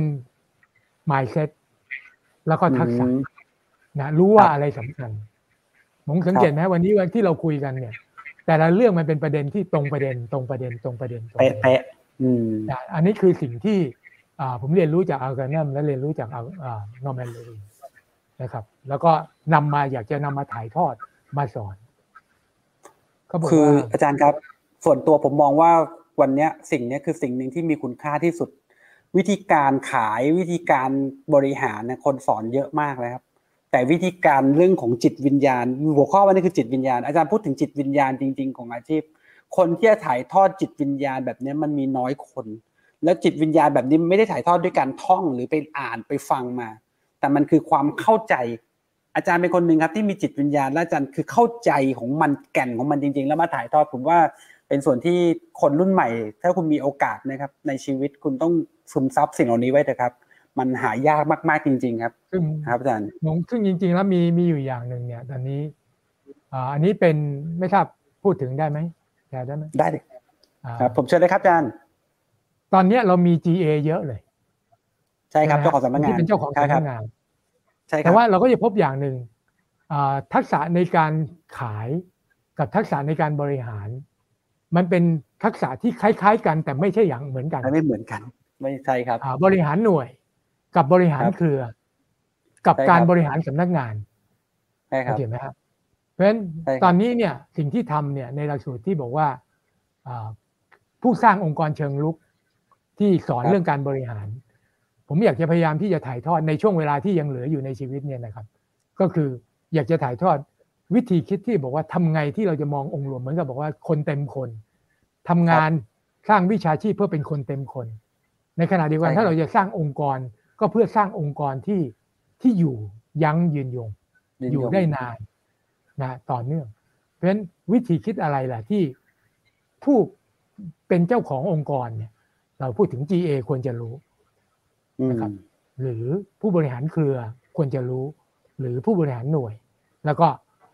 mindset แล้วก็ทักษะนะรู้ว่าอะไรสำคัญผมสังเกตไหมวันนี้วันที่เราคุยกันเนี่ยแต่ละเรื่องมันเป็นประเด็นที่ตรงประเด็น
เป๊ะ
อันนี้คือสิ่งที่ผมเรียนรู้จากอัลกอริทึมและเรียนรู้จากนอร์แมนเลรีนะครับแล้วก็อยากจะนำมาถ่ายทอดมาสอน
คืออาจารย์ครับส่วนตัวผมมองว่าวันนี้สิ่งนี้คือสิ่งหนึ่งที่มีคุณค่าที่สุดวิธีการขายวิธีการบริหารคนสอนเยอะมากเลยครับแต่วิธีการเรื่องของจิตวิญญาณหัวข้อวันนี้คือจิตวิญญาณอาจารย์พูดถึงจิตวิญญาณจริงๆของอาชีพคนที่จะถ่ายทอดจิตวิญญาณแบบนี้มันมีน้อยคนแล้วจิตวิญญาณแบบนี้ไม่ได้ถ่ายทอดด้วยการท่องหรือไปอ่านไปฟังมาแต่มันคือความเข้าใจอาจารย์เป็นคนหนึ่งครับที่มีจิตวิญญาณและอาจารย์คือเข้าใจของมันแก่นของมันจริงๆแล้วมาถ่ายทอดผมว่าเป็นส่วนที่คนรุ่นใหม่ถ้าคุณมีโอกาสนะครับในชีวิตคุณต้องซึมซับสิ่งเหล่านี้ไว้เถอะครับมันหายากมากๆจริงๆครับครับอาจารย์
ซึ่งจริงๆแล้วมีอยู่อย่างหนึ่งเนี่ยตอนนี้อันนี้เป็นไม่ทราบพูดถึงได้ไหมได้ไหม
ได้เลยครับผมเชิญเลยครับอาจารย์
ตอนนี้เรามี GA เยอะเลย
ใช่ครับเจ้าของสำนักงาน
ที่เป็นเจ้าของสำนักงานใช่แต่ว่าเราก็จะพบอย่างหนึ่งทักษะในการขายกับทักษะในการบริหารมันเป็นทักษะที่คล้ายๆกันแต่ไม่ใช่อย่างเหมือนกัน
ไม่เหมือนกันไม่ใช่ครับ
บริหารหน่วยกับบริหารเครือกับการบริหารสำนักงาน
ใช่ครับ
เห็นไหมครับเพราะฉะนั้นตอนนี้เนี่ยสิ่งที่ทำเนี่ยในหลักสูตรที่บอกว่าผู้สร้างองค์กรเชิงรุกที่สอนเรื่องการบริหารผมอยากจะพยายามที่จะถ่ายทอดในช่วงเวลาที่ยังเหลืออยู่ในชีวิตเนี่ยนะครับก็คืออยากจะถ่ายทอดวิธีคิดที่บอกว่าทำไงที่เราจะมององค์รวมเหมือนกับบอกว่าคนเต็มคนทำงานสร้างวิชาชีพเพื่อเป็นคนเต็มคนในขณะเดียวกันถ้าเราจะสร้างองค์กรก็เพื่อสร้างองค์กรที่อยู่ยั้งยืนยงอยู่ได้นานนะต่อเนื่องเพราะฉะนั้นวิธีคิดอะไรล่ะที่ผู้เป็นเจ้าขององค์กรเนี่ยเราพูดถึง GA ควรจะรู้นะครับหรือผู้บริหารเครือควรจะรู้หรือผู้บริหารหน่วยแล้วก็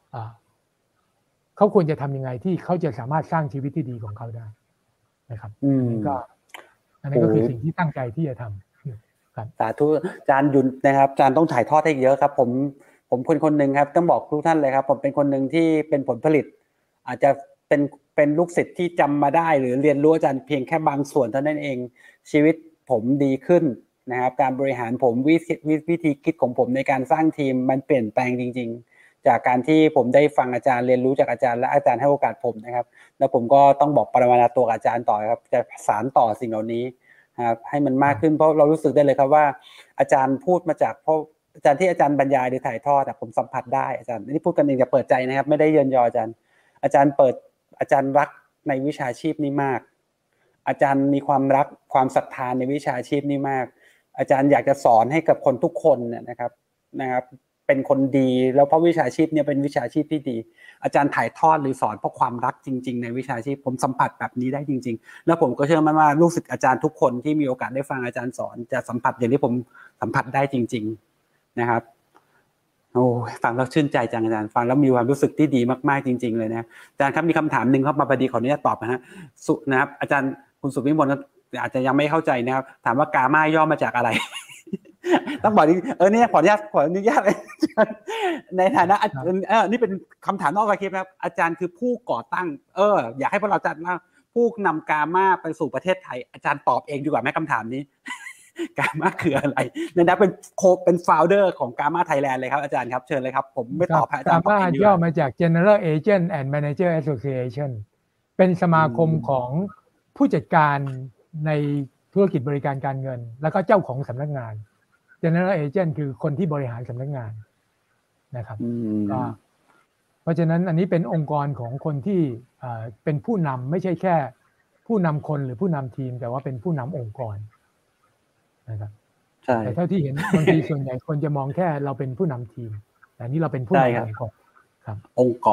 เขาควรจะทำยังไงที่เขาจะสามารถสร้างชีวิตที่ดีของเขาได้นะครับอันนี้ก็คือสิ่งที่ตั้งใจที่จะทำครับ
สาธุอาจารย์ยุนนะครับอาจารย์ต้องถ่ายทอดให้เยอะครับผมคนหนึ่งครับต้องบอกทุกท่านเลยครับผมเป็นคนหนึ่งที่เป็นผลผลิตอาจจะเป็นลูกศิษย์ที่จำมาได้หรือเรียนรู้อาจารย์เพียงแค่บางส่วนเท่านั้นเองชีวิตผมดีขึ้นนะครับการบริหารผมวิธีคิดของผมในการสร้างทีมมันเปลี่ยนแปลงจริงๆจากการที่ผมได้ฟังอาจารย์เรียนรู้จากอาจารย์และอาจารย์ให้โอกาสผมนะครับแล้วผมก็ต้องบอกปรมาณาตัวกับอาจารย์ต่อครับจะสานต่อสิ่งเหล่านี้ครับให้มันมากขึ้นเพราะเรารู้สึกได้เลยครับว่าอาจารย์พูดมาจากเพราะอาจารย์ที่อาจารย์บรรยายหรือถ่ายทอดแต่ผมสัมผัสได้อาจารย์นี่พูดกันเองอย่าเปิดใจนะครับไม่ได้เยินยออาจารย์อาจารย์รักในวิชาชีพนี้มากอาจารย์มีความรักความศรัทธาในวิชาชีพนี้มากอาจารย์อยากจะสอนให้กับคนทุกคนนะครับเป็นคนดีแล้วเพราะวิชาชีพนี้เป็นวิชาชีพที่ดีอาจารย์ถ่ายทอดหรือสอนเพราะความรักจริงๆในวิชาชีพผมสัมผัสแบบนี้ได้จริงๆแล้วผมก็เชื่อมั่นว่าลูกศิษย์อาจารย์ทุกคนที่มีโอกาสได้ฟังอาจารย์สอนจะสัมผัสอย่างที่ผมสัมผัสได้จริงๆนะครับโอ้ฟังแล้วชื่นใจจังอาจารย์ฟังแล้วมีความรู้สึกที่ดีมากๆจริงๆเลยนะอาจารย์ครับมีคำถามนึงครับมาพอดีขออนุญาตตอบนะฮะนะครับอาจารย์คุณสุวิมลอาจจะยังไม่เข้าใจนะครับถามว่ากาม่าย่อมาจากอะไรต้องบอกนี่ขออนุญาตในฐานะนี่เป็นคำถามนอกคลิปนะครับอาจารย์คือผู้ก่อตั้งอยากให้พวกเราจัดว่าผู้นำกาม่าไปสู่ประเทศไทยอาจารย์ตอบเองดีกว่าไหมคำถามนี้กาม่าคืออะไรนะเป็นฟาวเดอร์ของกาม่าไทยแลนด์เลยครับอาจารย์ครับเชิญเลยครับผมไม่ตอบอาจารย์
กาม่าย่อมาจาก General Agent and Manager Association เป็นสมาคมของผู้จัดการในธุรกิจบริการการเงินแล้วก็เจ้าของสำนักงาน General Agent คือคนที่บริหารสำนักงานนะครับก็เพราะฉะนั้นอันนี้เป็นองค์กรของคนที่เป็นผู้นำไม่ใช่แค่ผู้นำคนหรือผู้นำทีมแต่ว่าเป็นผู้นำองค์กรนะครับแต่เท่าที่เห็นบางทีส่วนใหญ่คนจะมองแค่เราเป็นผู้นำทีมแต่นี่เราเป็นผู้นำองค์กรครับ
องค์กร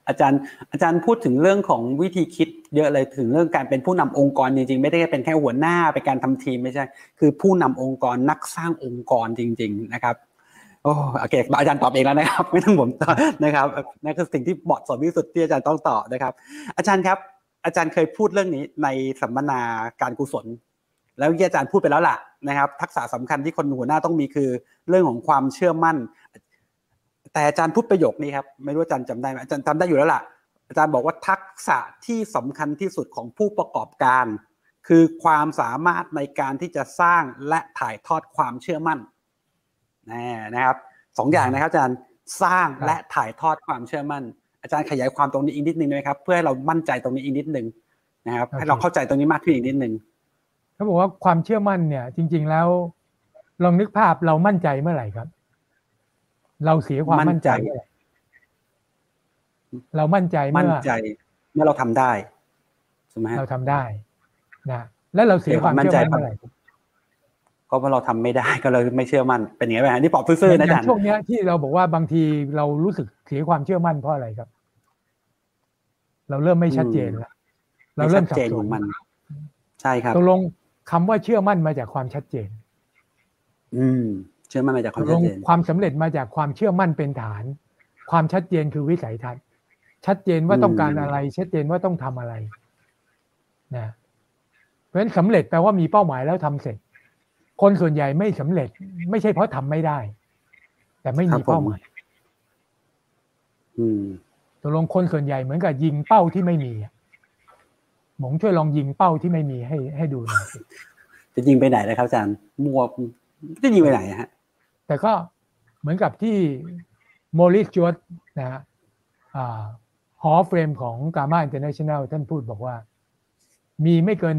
อาจารย์พูดถึงเรื่องของวิธีคิดเยอะเลยถึงเรื่องการเป็นผู้นำองค์กรจริงๆไม่ได้เป็นแค่หัวหน้าเป็นการทำทีมไม่ใช่คือผู้นำองค์กรนักสร้างองค์กรจริงๆนะครับโอเคอาจารย์ตอบเองแล้วนะครับไม่ต้องผมตอบนะครับนั่นคือสิ่งที่เหมาะสมที่สุดที่อาจารย์ต้องตอบนะครับอาจารย์ครับอาจารย์เคยพูดเรื่องนี้ในสัมมนาการกุศลแล้วที่อาจารย์พูดไปแล้วล่ะนะครับทักษะสำคัญที่คนหัวหน้าต้องมีคือเรื่องของความเชื่อมั่นแต่อาจารย์พูดประโยคนี้ครับไม่รู้อาจารย์จำได้ไหมอาจารย์จำได้อยู่แล้วล่ะอาจารย์บอกว่าทักษะที่สำคัญที่สุดของผู้ประกอบการคือความสามารถในการที่จะสร้างและถ่ายทอดความเชื่อมั่นนะครับสองอย่างนะครับอาจารย์สร้างและถ่ายทอดความเชื่อมั่นอาจารย์ขยายความตรงนี้อีกนิดนึงได้ไหมครับเพื่อให้เรามั่นใจตรงนี้อีกนิดนึงนะครับให้เราเข้าใจตรงนี้มากขึ้นอีกนิดนึง
เขาบอกว่าความเชื่อมั่นเนี่ยจริงๆแล้วลองนึกภาพเรามั่นใจเมื่อไหร่ครับเราเสียความมั่นใจเมื่อไหร่เรามั่นใจเมื่อ
เราทำได้ใช่ไหม
เราทำได้นะแล้วเราเสียความเชื่อมั่นเมื่อไหร่
ก็เพราะเราทำไม่ได้ก็เลยไม่เชื่อมั่นเป็นอย่างไรบ้างนี่ปอบซื่อๆนะอาจารย์
ช่วงนี้ที่เราบอกว่าบางทีเรารู้สึกเสียความเชื่อมั่นเพราะอะไรครับเราเริ่มไม่ชัดเจนแล้วเราเริ่มสับสนมัน
ใช่ครับ
ตกลงคำว่าเชื่อมั่นมาจากความชัดเจน
เชื่อมั่นมาจากความชัดเจน
ความสำเร็จมาจากความเชื่อมั่นเป็นฐานความชัดเจนคือวิสัยทัศน์ชัดเจนว่าต้องการอะไรชัดเจนว่าต้องทำอะไรนะเพราะฉะนั้นสำเร็จแปลว่ามีเป้าหมายแล้วทำเสร็จคนส่วนใหญ่ไม่สำเร็จไม่ใช่เพราะทำไม่ได้แต่ไม่มีเป้าหมายตกลงคนส่วนใหญ่เหมือนกับยิงเป้าที่ไม่มีหมงช่วยลองยิงเป้าที่ไม่มีให้ดูหน่อย
จะยิงไปไหนนะครับอาจารย์มัวจะยิงไปไหนฮะ
แต่ก็เหมือนกับที่โมริสจวตนะฮะฮอลเฟรมของกามาอินเตอร์เนชั่นแนลท่านพูดบอกว่ามีไม่เกิน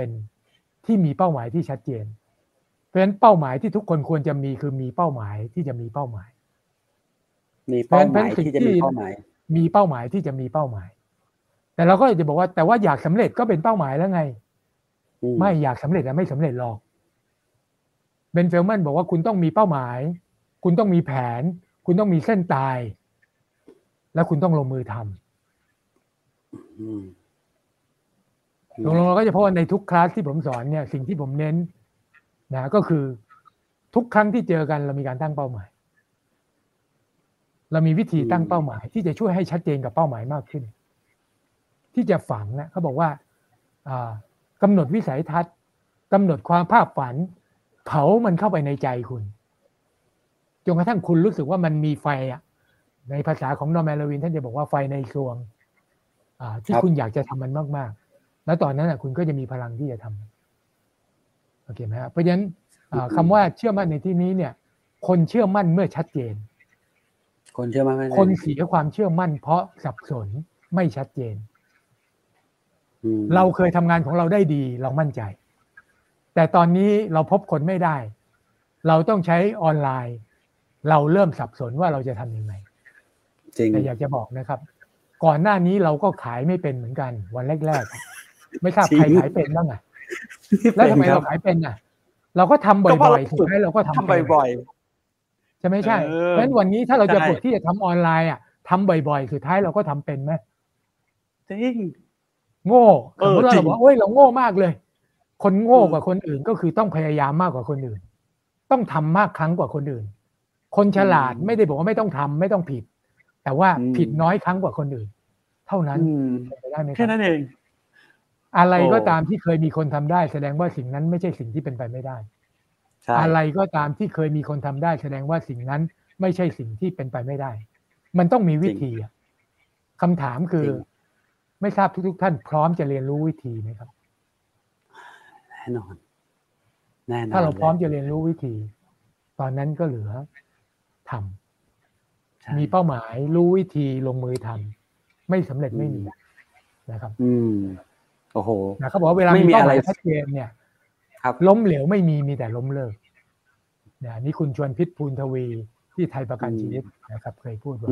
1% ที่มีเป้าหมายที่ชัดเจนเพราะฉะนั้นเป้าหมายที่ทุกคนควรจะมีคือมีเป้าหมายที่จะมีเป้าหมาย
มีเป้าหมายที่จะมีเป้าหมาย
มีเป้าหมายที่จะมีเป้าหมายแต่เราก็จะบอกว่าแต่ว่าอยากสำเร็จก็เป็นเป้าหมายแล้วไงไม่อยากสำเร็จแต่ไม่สำเร็จหรอกเบนเฟลแมนบอกว่าคุณต้องมีเป้าหมายคุณต้องมีแผนคุณต้องมีเส้นตายแล้วคุณต้องลงมือทำเราก็จะพบว่าในทุกคลาสที่ผมสอนเนี่ยสิ่งที่ผมเน้นนะก็คือทุกครั้งที่เจอกันเรามีการตั้งเป้าหมายเรามีวิธีตั้งเป้าหมายที่จะช่วยให้ชัดเจนกับเป้าหมายมากขึ้นที่จะฝังนะเขาบอกว่ากำหนดวิสัยทัศน์กำหนดความภาพฝันเผามันเข้าไปในใจคุณจนกระทั่งคุณรู้สึกว่ามันมีไฟในภาษาของนอร์แมน เลวินท่านจะบอกว่าไฟในซวงที่คุณอยากจะทำมันมากๆแล้วตอนนั้นคุณก็จะมีพลังที่จะทำโอเคไหมครับเพราะฉะนั้นคำว่าเชื่อมั่นในที่นี้เนี่ยคนเชื่อมั่นเมื่อชัดเจน
คนเชื่อมั่น
คนเสียความเชื่อมั่นเพราะสับสนไม่ชัดเจนเราเคยทำงานของเราได้ดีเรามั่นใจแต่ตอนนี้เราพบคนไม่ได้เราต้องใช้ออนไลน์เราเริ่มสับสนว่าเราจะทำยังไงแต่อยากจะบอกนะครับก่อนหน้านี้เราก็ขายไม่เป็นเหมือนกันวันแรกๆไม่ทราบใครขายเป็นบ้างแล้วทำไมเราขายเป็นเราก็ทำบ่อยๆสุดท้ายเราก็ทำ
บ่อย
ๆใช่ไหมใช่เพราะฉะนั้นวันนี้ถ้าเราจะฝึกที่จะทำออนไลน์ทำบ่อยๆสุดท้ายเราก็ทำเป็นไหม
จริง
โง่สมมติเราบอกโอ้ยเราโง่มากเลยคนโง่กว่าคนอื่นก็คือต้องพยายามมากกว่าคนอื่นต้องทำมากครั้งกว่าคนอื่นคนฉลาดไม่ได้บอกว่าไม่ต้องทำไม่ต้องผิดแต่ว่าผิดน้อยครั้งกว่าคนอื่นเท่านั้นได้ไหมครับ
แค่นั้นเอง
อะไรก็ตามที่เคยมีคนทำได้แสดงว่าสิ่งนั้นไม่ใช่สิ่งที่เป็นไปไม่ได้อะไรก็ตามที่เคยมีคนทำได้แสดงว่าสิ่งนั้นไม่ใช่สิ่งที่เป็นไปไม่ได้มันต้องมีวิธีคำถามคือไม่ทราบทุกท่านพร้อมจะเรียนรู้วิธีไหมครับ
แน่นอน
ถ้าเราพร้อมจะเรียนรู้วิธีตอนนั้นก็เหลือทำมีเป้าหมายรู้วิธีลงมือทำไม่สำเร็จไม่มีนะครับ
โอ้โห
นะเขาบอกว่าเวลามีเป้าหมายชัดเจนเนี่ยล้มเหลวไม่มีแต่ล้มเลิกเนี่ยนี่คุณชวนพิษภูลทวีที่ไทยประกันชีวิตนะครับเคยพูดไว้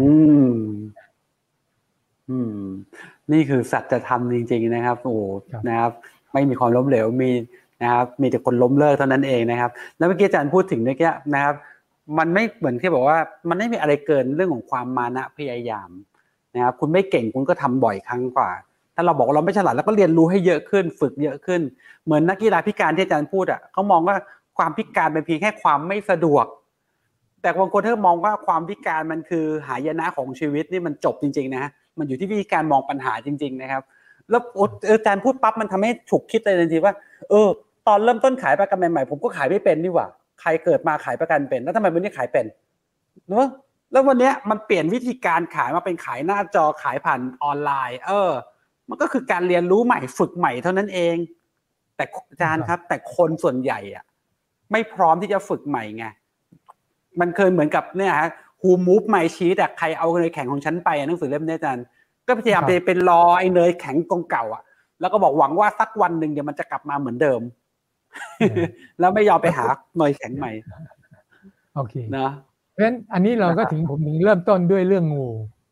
นี่คือสัจธรรมจริงๆนะครับโอ้นะครับไม่มีความล้มเหลวมีนะครับมีแต่คนล้มเลิกเท่านั้นเองนะครับแล้วเมื่อกี้อาจารย์พูดถึงเมื่อกี้นะครับมันไม่เหมือนที่บอกว่ามันไม่มีอะไรเกินเรื่องของความมานะพยายามนะครับคุณไม่เก่งคุณก็ทำบ่อยครั้งกว่าถ้าเราบอกว่าเราไม่ฉลาดแล้วก็เรียนรู้ให้เยอะขึ้นฝึกเยอะขึ้นเหมือนนักกีฬาพิการที่อาจารย์พูดอ่ะเขามองว่าความพิการเป็นเพียงแค่ความไม่สะดวกแต่บางคนถ้ามองว่าความพิการมันคือหายนะของชีวิตนี่มันจบจริงๆนะมันอยู่ที่วิธีการมองปัญหาจริงๆนะครับแล้วอาจารย์พูดปั๊บมันทำให้ฉุกคิดเลยทันทีว่าตอนเริ่มต้นขายประกันใหม่ๆผมก็ขายไม่เป็นนี่หว่าใครเกิดมาขายประกันเป็นแล้วทำไมวันนี้ขายเป็นเนอะแล้ววันนี้มันเปลี่ยนวิธีการขายมาเป็นขายหน้าจอขายผ่านออนไลน์มันก็คือการเรียนรู้ใหม่ฝึกใหม่เท่านั้นเองแต่อาจารย์ครับแต่คนส่วนใหญ่อ่ะไม่พร้อมที่จะฝึกใหม่ไงมันเคยเหมือนกับเนี่ยฮะ Who Move My Cheese ใครเอาเนยแข็งของฉันไปหนังสือเล่มนี้อาจารย์ก็พยายามไปเป็นรอไอ้เนยแข็งกองเก่าอ่ะแล้วก็บอกหวังว่าสักวันหนึ่งเดี๋ยวมันจะกลับมาเหมือนเดิมแล้วไม่ยอมไปหาเนยแข็งใหม่
โอเค
นะ
เพราะฉะนั้นอันนี้เราก็ผมถึงเริ่มต้นด้วยเรื่องงู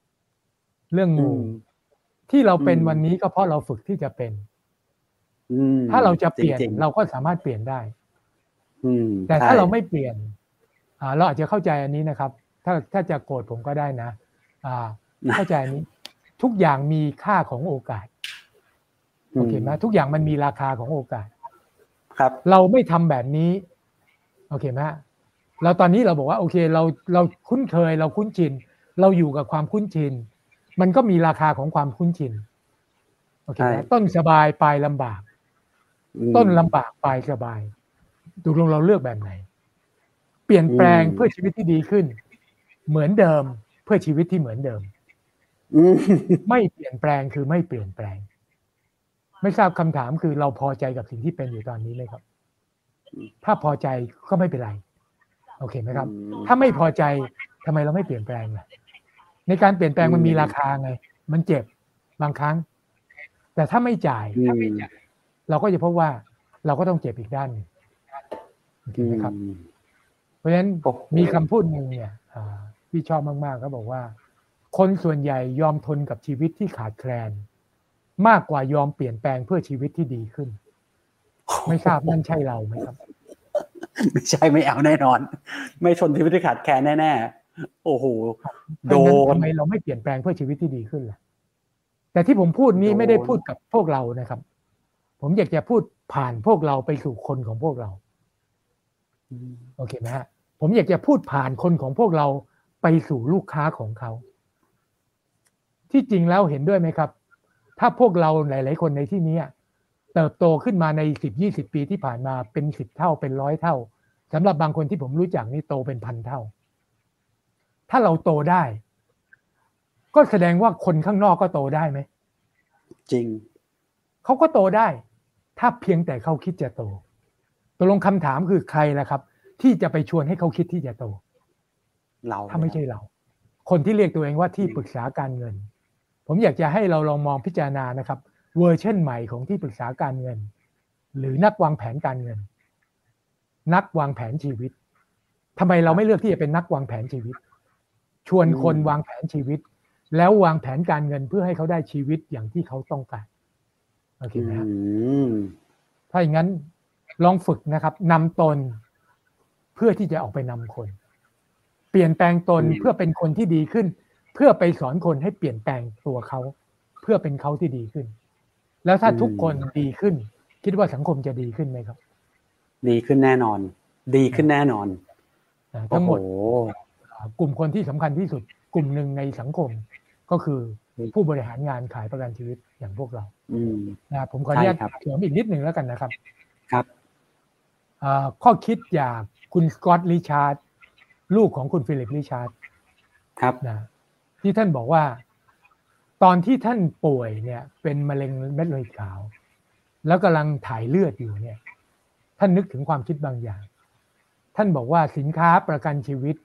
ที่เราเป็นวันนี้ก็เพราะเราฝึกที่จะเป็นถ้าเราจะเปลี่ยนเราก็สามารถเปลี่ยนได้แต่ถ้าเราไม่เปลี่ยนเราอาจจะเข้าใจอันนี้นะครับถ้าจะโกรธผมก็ได้นะเข้าใจอันนี้ทุกอย่างมีค่าของโอกาสโอเคไหมทุกอย่างมันมีราคาของโอกาส
ครับ
เราไม่ทำแบบนี้โอเคไหมเราตอนนี้เราบอกว่าโอเคเราคุ้นเคยเราคุ้นชินเราอยู่กับความคุ้นชินมันก็มีราคาของความคุ้นชินโอเคไหมต้นสบายปลายลำบากต้นลำบากปลายสบายตกลงเราเลือกแบบไหนเปลี่ยนแปลงเพื่อชีวิตที่ดีขึ้นเหมือนเดิมเพื่อชีวิตที่เหมือนเดิมไม่เปลี่ยนแปลงคือไม่เปลี่ยนแปลงไม่ทราบคำถามคือเราพอใจกับสิ่งที่เป็นอยู่ตอนนี้ไหมครับถ้าพอใจก็ไม่เป็นไรโอเคไหมครับถ้าไม่พอใจทำไมเราไม่เปลี่ยนแปลงล่ะในการเปลี่ยนแปลงมันมีราคาไงมันเจ็บบางครั้งแต่ถ้าไม่จ่ายเราก็จะพบว่าเราก็ต้องเจ็บอีกด้านนึงโอเคไหมครับเพราะฉะนั้นมีคำพูดหนึ่งเนี่ยที่ชอบมากๆเขาบอกว่าคนส่วนใหญ่ยอมทนกับชีวิตที่ขาดแคลนมากกว่ายอมเปลี่ยนแปลงเพื่อชีวิตที่ดีขึ้นไม่ทราบนั่นใช่เราไหมครับ
ไม่ใช่ไม่เอาแน่นอนไม่ชนชีวิตที่ขาดแคลนแน่ๆโอ้โหโดน
ทำไมเราไม่เปลี่ยนแปลงเพื่อชีวิตที่ดีขึ้นล่ะแต่ที่ผมพูดนี้ไม่ได้พูดกับพวกเรานะครับผมอยากจะพูดผ่านพวกเราไปสู่คนของพวกเราโอเคไหมฮะผมอยากจะพูดผ่านคนของพวกเราไปสู่ลูกค้าของเขาที่จริงแล้วเห็นด้วยไหมครับถ้าพวกเราหลายๆคนในที่นี้เติบโตขึ้นมาใน10-20 ปีที่ผ่านมาเป็น10 เท่าเป็น100 เท่าสำหรับบางคนที่ผมรู้จักนี่โตเป็น1,000 เท่าถ้าเราโตได้ก็แสดงว่าคนข้างนอกก็โตได้ไหม
จริง
เขาก็โตได้ถ้าเพียงแต่เขาคิดจะโตตกลงคำถามคือใครล่ะครับที่จะไปชวนให้เขาคิดที่จะโต
เรา
ถ้าไม่ใช่เราคนที่เรียกตัวเองว่าที่ปรึกษาการเงินผมอยากจะให้เราลองมองพิจารณานะครับเวอร์ชันใหม่ของที่ปรึกษาการเงินหรือนักวางแผนการเงินนักวางแผนชีวิตทำไมเราไม่เลือกที่จะเป็นนักวางแผนชีวิตชวนคนวางแผนชีวิตแล้ววางแผนการเงินเพื่อให้เขาได้ชีวิตอย่างที่เขาต้องการโอเคไหมครับถ้าอย่างนั้นลองฝึกนะครับนำตนเพื่อที่จะออกไปนำคนเปลี่ยนแปลงตนเพื่อเป็นคนที่ดีขึ้นเพื่อไปสอนคนให้เปลี่ยนแปลงตัวเขาเพื่อเป็นเขาที่ดีขึ้นแล้วถ้าทุกคนดีขึ้นคิดว่าสังคมจะดีขึ้นไหมครับ
ดีขึ้นแน่นอนดีขึ้นแน่นอน
ทั้งหมดกลุ่มคนที่สำคัญที่สุดกลุ่มหนึ่งในสังคมก็คือผู้บริหารงานขายประกันชีวิตอย่างพวกเรานะผมขออนุญาตเสริมอีกนิดหนึ่งแล้วกันนะครับ
ครับ
ข้อคิดจากคุณสกอตต์ริชาร์ดลูกของคุณฟิลิปริชาร์ด
ครับ
นะที่ท่านบอกว่าตอนที่ท่านป่วยเนี่ยเป็นมะเร็งเม็ดเลือดขาวแล้วกำลังถ่ายเลือดอยู่เนี่ยท่านนึกถึงความคิดบางอย่างท่านบอกว่าสินค้าประกันชีวิต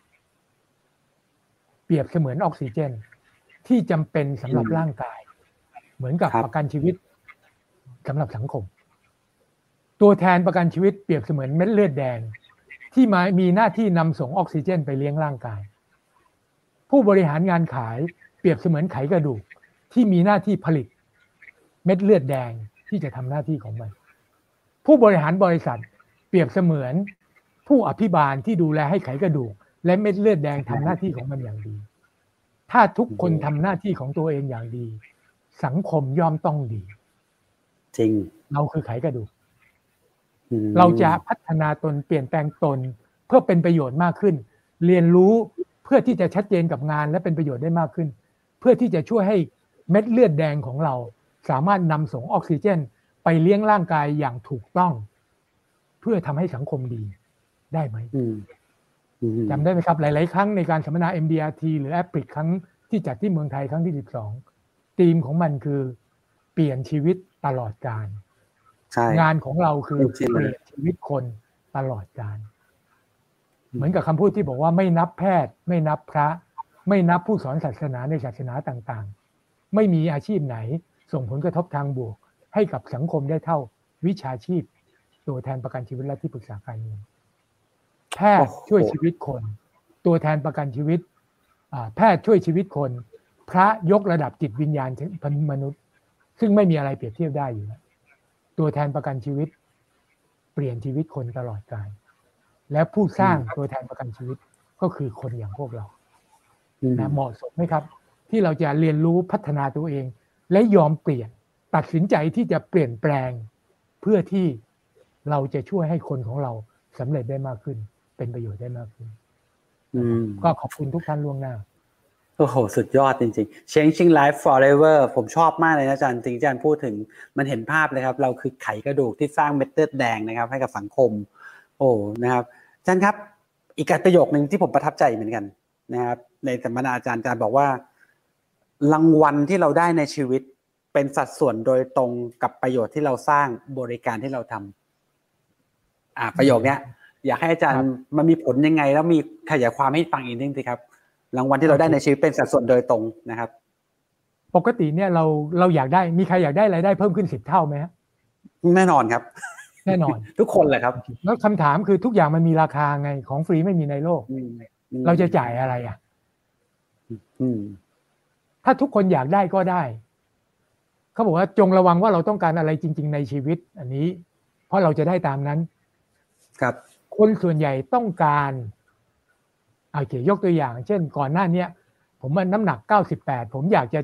เปรียบเสมือนออกซิเจนที่จำเป็นสำหรับร่างกายเหมือนกับประกันชีวิตสำหรับสังคมตัวแทนประกันชีวิตเปรียบเสมือนเม็ดเลือดแดงที่มีหน้าที่นำส่งออกซิเจนไปเลี้ยงร่างกายผู้บริหารงานขายเปรียบเสมือนไขกระดูกที่มีหน้าที่ผลิตเม็ดเลือดแดงที่จะทำหน้าที่ของมันผู้บริหารบริษัทเปรียบเสมือนผู้อภิบาลที่ดูแลให้ไขกระดูกและเม็ดเลือดแดงทำหน้าที่ของมันอย่างดีถ้าทุกคนทำหน้าที่ของตัวเองอย่างดีสังคมย่อมต้องดี
จริง
เราคือไขกระดูกเราจะพัฒนาตนเปลี่ยนแปลงตนเพื่อเป็นประโยชน์มากขึ้นเรียนรู้เพื่อที่จะชัดเจนกับงานและเป็นประโยชน์ได้มากขึ้นเพื่อที่จะช่วยให้เม็ดเลือดแดงของเราสามารถนำส่งออกซิเจนไปเลี้ยงร่างกายอย่างถูกต้องเพื่อทำให้สังคมดีได้ไหมจำได้ไหมครับหลายๆครั้งในการสัมมนา MDRT หรือ APRIC ครั้งที่จัดที่เมืองไทยครั้งที่12ธีมของมันคือเปลี่ยนชีวิตตลอดกาลงานของเราคือเปลี่ยนชีวิตคนตลอดกาลเหมือนกับคำพูดที่บอกว่าไม่นับแพทย์ไม่นับพระไม่นับผู้สอนศาสนาในศาสนาต่างๆไม่มีอาชีพไหนส่งผลกระทบทางบวกให้กับสังคมได้เท่าวิชาชีพตัวแทนประกันชีวิตและที่ปรึกษาการเงินแพทย์ช่วยชีวิตคนตัวแทนประกันชีวิตแพทย์ช่วยชีวิตคนพระยกระดับจิตวิญญาณมนุษย์ซึ่งไม่มีอะไรเปรียบเทียบได้อยู่แล้วตัวแทนประกันชีวิตเปลี่ยนชีวิตคนตลอดกาลและผู้สร้างตัวแทนประกันชีวิตก็คือคนอย่างพวกเรานะเหมาะสมไหมครับที่เราจะเรียนรู้พัฒนาตัวเองและยอมเปลี่ยนตัดสินใจที่จะเปลี่ยนแปลงเพื่อที่เราจะช่วยให้คนของเราสำเร็จได้มากขึ้นเป็นประโยชน์ได้มากขึ้นก็ขอบคุณทุกท่านล่วงหน้า
โอ้โหสุดยอดจริงๆ Changing Life Forever ผมชอบมากเลยนะอาจารย์จริงๆอาจารย์พูดถึงมันเห็นภาพเลยครับเราคือไขกระดูกที่สร้างเม็ดเลือดแดงนะครับให้กับสังคมโอ้นะครับอาจารย์ครับอีกประโยคนึงที่ผมประทับใจเหมือนกันนะครับในสัมมนาอาจารย์บอกว่ารางวัลที่เราได้ในชีวิตเป็นสัดส่วนโดยตรงกับประโยชน์ที่เราสร้างบริการที่เราทำประโยคนี้อยากให้อาจารย์มันมีผลยังไงแล้วมีขยายความให้ฟังอีกนิดนึงสิครับรางวัลที่เราได้ในชีวิตเป็นสัดส่วนโดยตรงนะครับ
ปกติเนี่ยเราอยากได้มีใครอยากได้รายได้เพิ่มขึ้น10 เท่าไหมฮะ
แน่นอนครับ
แน่นอน
ทุกคนแหละครับ
แล้วคำถามคือทุกอย่างมันมีราคาไงของฟรีไม่มีในโลกเราจะจ่ายอะไรถ้าทุกคนอยากได้ก็ได้เขาบอกว่าจงระวังว่าเราต้องการอะไรจริงๆในชีวิตอันนี้เพราะเราจะได้ตามนั้น
ครับ
คนส่วนใหญ่ต้องการโอเคยกตัวอย่างเช่นก่อนหน้านี้ผมน้ำหนัก98ผมอยากจะ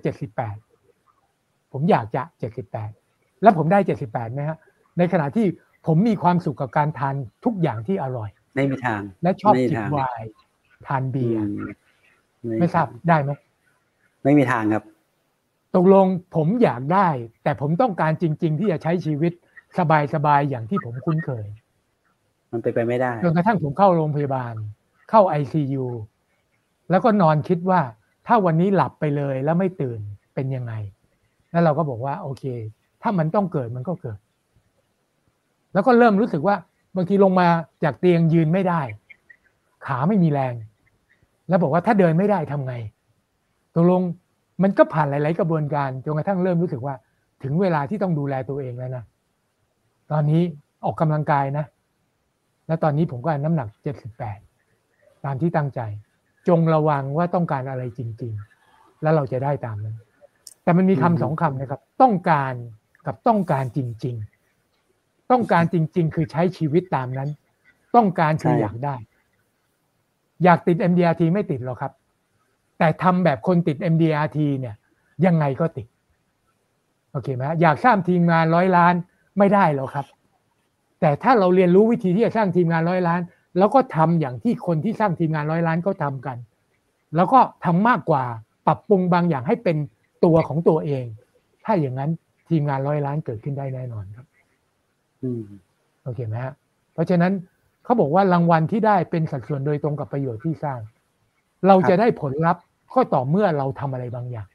78ผมอยากจะ78แล้วผมได้78ไหมฮะในขณะที่ผมมีความสุขกับการทานทุกอย่างที่อร่อย
ไม่มีทาง
และชอบจิบไวน์ทานเบียร์ไม่ทราบได้ไหม
ไม่มีทางครับ
ตกลงผมอยากได้แต่ผมต้องการจริงๆที่จะใช้ชีวิตสบายๆอย่างที่ผมคุ้นเคย
มันเป็นไปไม่ได้
จนกระทั่งผมเข้าโรงพยาบาลเข้า ICU แล้วก็นอนคิดว่าถ้าวันนี้หลับไปเลยแล้วไม่ตื่นเป็นยังไงแล้วเราก็บอกว่าโอเคถ้ามันต้องเกิดมันก็เกิดแล้วก็เริ่มรู้สึกว่าบางทีลงมาจากเตียงยืนไม่ได้ขาไม่มีแรงแล้วบอกว่าถ้าเดินไม่ได้ทำไงตกลงมันก็ผ่านหลายๆกระบวนการจนกระทั่งเริ่มรู้สึกว่าถึงเวลาที่ต้องดูแลตัวเองแล้วนะตอนนี้ออกกำลังกายนะแล้วตอนนี้ผมก็น้ำหนัก78ตามที่ตั้งใจจงระวังว่าต้องการอะไรจริงๆแล้วเราจะได้ตามนั้นแต่มันมีคำ2 คำนะครับต้องการกับต้องการจริงๆต้องการจริงๆคือใช้ชีวิตตามนั้นต้องการคืออยากได้อยากติด MDRT ไม่ติดหรอกครับแต่ทำแบบคนติด MDRT เนี่ยยังไงก็ติดโอเคไหมอยากสร้างทีมงาน100 ล้านไม่ได้หรอกครับแต่ถ้าเราเรียนรู้วิธีที่จะสร้างทีมงาน100 ล้านแล้วก็ทำอย่างที่คนที่สร้างทีมงาน100 ล้านเขาทำกันแล้วก็ทำมากกว่าปรับปรุงบางอย่างให้เป็นตัวของตัวเองถ้าอย่างนั้นทีมงาน100 ล้านเกิดขึ้นได้แน่นอนครับโอเคไหมฮะเพราะฉะนั้นเขาบอกว่ารางวัลที่ได้เป็นสัดส่วนโดยตรงกับประโยชน์ที่สร้างเราจะได้ผลลัพธ์ก็ต่อเมื่อเราทำอะไรบางอย่าง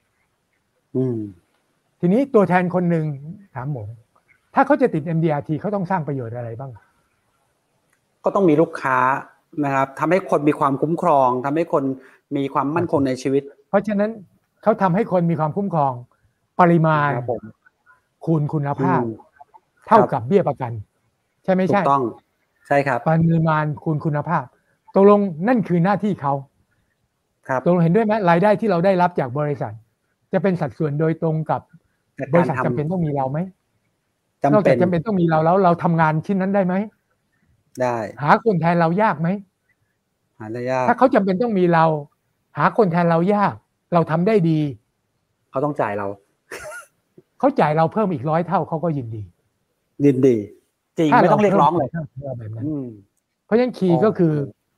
ทีนี้ตัวแทนคนหนึ่งถามหมงถ้าเขาจะติด MDRT เขาต้องสร้างประโยชน์อะไรบ้าง
ก็ต้องมีลูกค้านะครับทำให้คนมีความคุ้มครองทำให้คนมีความมั่นคงในชีวิต
เพราะฉะนั้นเขาทำให้คนมีความคุ้มครองปริมาณคูณคุณภาพเท่ากับเบี้ยประกันใช่ไหมใช่
ถูกต้องใช่ครับ
ปริมาณคูณคุณภาพตกลงนั่นคือหน้าที่เขา
ครับ
ตกลงเห็นด้วยไหมรายได้ที่เราได้รับจากบริษัทจะเป็นสัดส่วนโดยตรงกับบริษัทจำเป็นต้องมีเราไหมนอกจากจำเป็นต้องมีเราแล้วเราทำงานชิ้นนั้นได้ไหม
ได้
หาคนแทนเรายากไหม
หาได้ยาก
ถ้าเขาจำเป็นต้องมีเราหาคนแทนเรายากเราทำได้ดี
เขาต้องจ่ายเรา
เขาจ่ายเราเพิ่มอีก100 เท่าเขาก็ยินดี
ยินดีจริงไม่ต้องเรียกร้องเลย
แบบนั้นเพราะฉะนั้นคีย์ก็คือ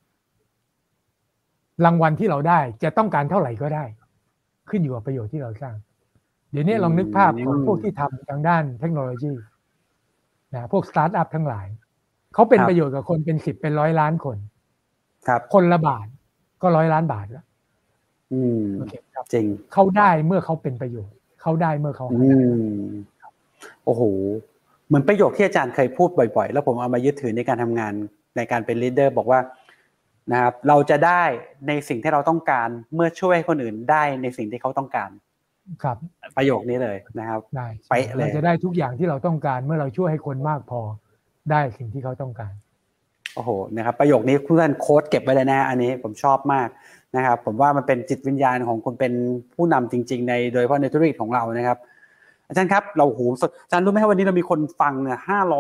รางวัลที่เราได้จะต้องการเท่าไหร่ก็ได้ขึ้นอยู่กับประโยชน์ที่เราสร้างเดี๋ยวนี้ลองนึกภาพของพวกที่ทำทางด้านเทคโนโลยีนะพวกสตาร์ทอัพทั้งหลายเขาเป็นประโยชน์กับคนเป็น10เป็น100 ล้านคน
ครับ
คนละบาทก็100 ล้านบาทแล้วโอเคครับจริงเขาได้เมื่อเขาเป็นประโยชน์เขาได้เมื่อเขา
โอ้โหเหมือนประโยคที่อาจารย์เคยพูดบ่อยๆแล้วผมเอามายึดถือในการทำงานในการเป็นลีดเดอร์บอกว่านะครับเราจะได้ในสิ่งที่เราต้องการเมื่อช่วยคนอื่นได้ในสิ่งที่เขาต้องการ
ครับ
ประโยคนี้เลยนะครับ
ได้ไปเลยเราจะได้ทุกอย่างที่เราต้องการเมื่อเราช่วยให้คนมากพอได้สิ่งที่เขาต้องการ
โอ้โหนะครับประโยคนี้เพื่อนโค้ดเก็บไว้เลยนะอันนี้ผมชอบมากนะครับผมว่ามันเป็นจิตวิญญาณของคนเป็นผู้นำจริงๆในโดยเฉพาะในธุรกิจของเรานะครับอาจารย์ครับเราหูอาจารย์รู้ไหมครับวันนี้เรามีคนฟังเนี่ย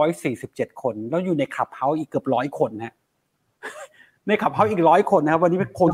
547คนแล้วอยู่ในคลับเฮาส์อีกเกือบ100คนนะในคลับเฮาส์อีก100คนนะครับวันนี้เป็นคน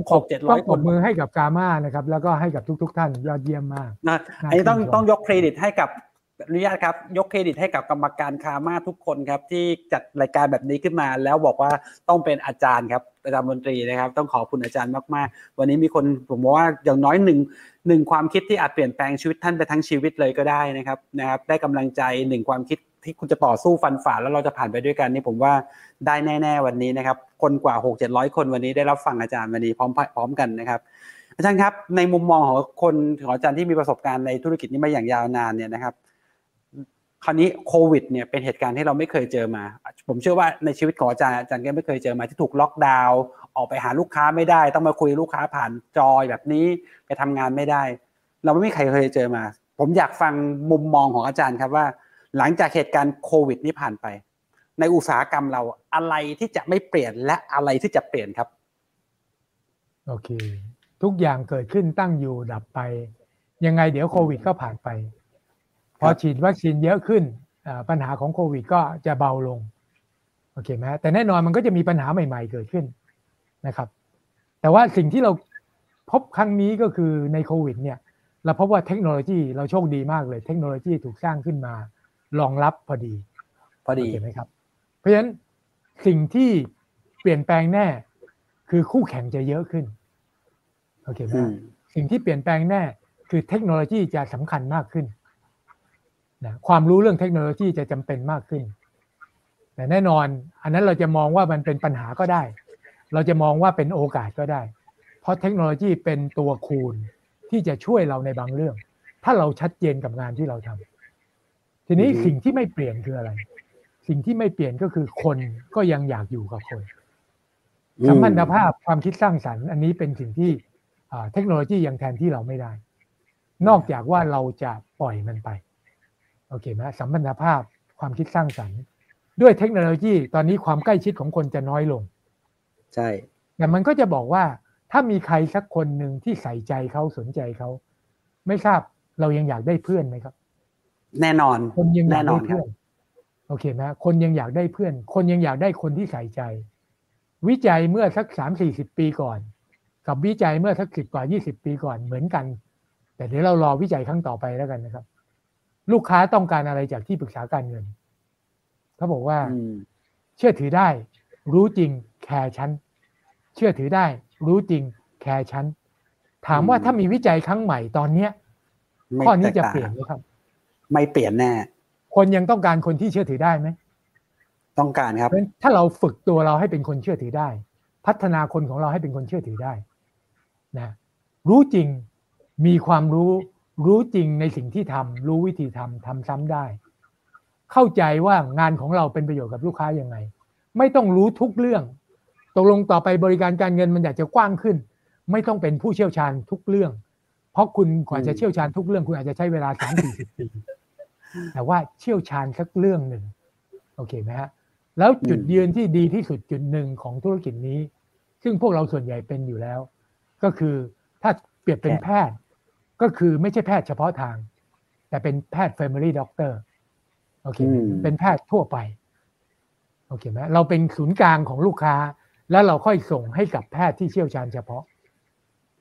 700 คนมือให้กับกาม่านะครับแล้วก็ให้กับทุกท่านยอดเยี่ยมมาก
นะอันนี้ต้องยกเครดิตให้กับอนุญาตครับยกเครดิตให้กับกรรมการคาม่าทุกคนครับที่จัดรายการแบบนี้ขึ้นมาแล้วบอกว่าต้องเป็นอาจารย์ครับอาจารย์มนตรีนะครับต้องขอบคุณอาจารย์มากๆวันนี้มีคนผมว่าอย่างน้อยหนึ่งความคิดที่อาจเปลี่ยนแปลงชีวิตท่านไปทั้งชีวิตเลยก็ได้นะครับได้กำลังใจ1ความคิดที่คุณจะต่อสู้ฟันฝ่าแล้วเราจะผ่านไปด้วยกันนี่ผมว่าได้แน่ๆวันนี้นะครับคนกว่า 600-700 คนวันนี้ได้รับฟังอาจารย์วันนี้พร้อมกันนะครับอาจารย์ครับในมุมมองของคนของอาจารย์ที่มีประสบการณ์ในธุรกิจนี้มาอย่างยาวนานเนี่ยนะครับคราวนี้โควิดเนี่ยเป็นเหตุการณ์ที่เราไม่เคยเจอมาผมเชื่อว่าในชีวิตของอาจารย์ก็ไม่เคยเจอมาที่ถูกล็อกดาวน์ออกไปหาลูกค้าไม่ได้ต้องมาคุยลูกค้าผ่านจอแบบนี้ไปทำงานไม่ได้เราไม่มีใครเคยเจอมาผมอยากฟังมุมมองของอาจารย์ครับว่าหลังจากเหตุการณ์โควิดนี้ผ่านไปในอุตสาหกรรมเราอะไรที่จะไม่เปลี่ยนและอะไรที่จะเปลี่ยนครับ
โอเคทุกอย่างเกิดขึ้นตั้งอยู่ดับไปยังไงเดี๋ยวโควิดก็ผ่านไปพอฉีดวัคซีนเยอะขึ้นปัญหาของโควิดก็จะเบาลงโอเคไหมแต่แน่นอนมันก็จะมีปัญหาใหม่ๆเกิดขึ้นนะครับแต่ว่าสิ่งที่เราพบครั้งนี้ก็คือในโควิดเนี่ยเราพบว่าเทคโนโลยีเราโชคดีมากเลยเทคโนโลยีถูกสร้างขึ้นมารองรับพอดีเห็นไหมครับเพราะฉะนั้นสิ่งที่เปลี่ยนแปลงแน่คือคู่แข่งจะเยอะขึ้นโอเคไหมสิ่งที่เปลี่ยนแปลงแน่คือเทคโนโลยีจะสำคัญมากขึ้นนะความรู้เรื่องเทคโนโลยีจะจำเป็นมากขึ้นแต่แน่นอนอันนั้นเราจะมองว่ามันเป็นปัญหาก็ได้เราจะมองว่าเป็นโอกาสก็ได้เพราะเทคโนโลยีเป็นตัวคูณที่จะช่วยเราในบางเรื่องถ้าเราชัดเจนกับงานที่เราทำทีนี้สิ่งที่ไม่เปลี่ยนคืออะไรสิ่งที่ไม่เปลี่ยนก็คือคนก็ยังอยากอยู่กับคนสัมพันธภาพความคิดสร้างสรรค์อันนี้เป็นสิ่งที่เทคโนโลยียังแทนที่เราไม่ได้นอกจากว่าเราจะปล่อยมันไปโอเคไหมสัมพันธภาพความคิดสร้างสรรค์ด้วยเทคโนโลยีตอนนี้ความใกล้ชิดของคนจะน้อยลง
ใช่
แต่มันก็จะบอกว่าถ้ามีใครสักคนหนึ่งที่ใส่ใจเขาสนใจเขาไม่ทราบเรายังอยากได้เพื่อนไหมครับ
แน่นอน
คนยังอยากได้เพื่อนโอเคไหมคนยังอยากได้เพื่อนคนยังอยากได้คนที่ใส่ใจวิจัยเมื่อสัก30-40 ปีก่อนกับวิจัยเมื่อสัก10 กว่า 20 ปีก่อนเหมือนกันแต่เดี๋ยวเรารอวิจัยครั้งต่อไปแล้วกันนะครับลูกค้าต้องการอะไรจากที่ปรึกษาการเงินเขาบอกว่าเชื่อถือได้รู้จริงแคร์ฉันเชื่อถือได้รู้จริงแคร์ฉันถามว่าถ้ามีวิจัยครั้งใหม่ตอนเนี้ยข้อนี้จะเปลี่ยนไหมครับ
ไม่เปลี่ยนแน่
คนยังต้องการคนที่เชื่อถือได้ไหม
ต้องการครับ
ถ้าเราฝึกตัวเราให้เป็นคนเชื่อถือได้พัฒนาคนของเราให้เป็นคนเชื่อถือได้นะรู้จริงมีความรู้จริงในสิ่งที่ทำรู้วิธีทำซ้ำได้เข้าใจว่างานของเราเป็นประโยชน์กับลูกค้ายังไงไม่ต้องรู้ทุกเรื่องตกลงต่อไปบริการการเงินมันอยากจะกว้างขึ้นไม่ต้องเป็นผู้เชี่ยวชาญทุกเรื่องเพราะคุณกว่าจะเชี่ยวชาญทุกเรื่องคุณอาจจะใช้เวลา 30-40 ปีแต่ว่าเชี่ยวชาญสักเรื่องหนึ่งโอเคไหมฮะแล้วจุดยืนที่ดีที่สุดจุดหนึ่งของธุรกิจนี้ซึ่งพวกเราส่วนใหญ่เป็นอยู่แล้วก็คือถ้าเปรียบเป็นแพทย์ก็คือไม่ใช่แพทย์เฉพาะทางแต่เป็นแพทย์ Family Doctor โอเคเป็นแพทย์ทั่วไปโอเคไหมเราเป็นศูนย์กลางของลูกค้าแล้วเราค่อยส่งให้กับแพทย์ที่เชี่ยวชาญเฉพาะ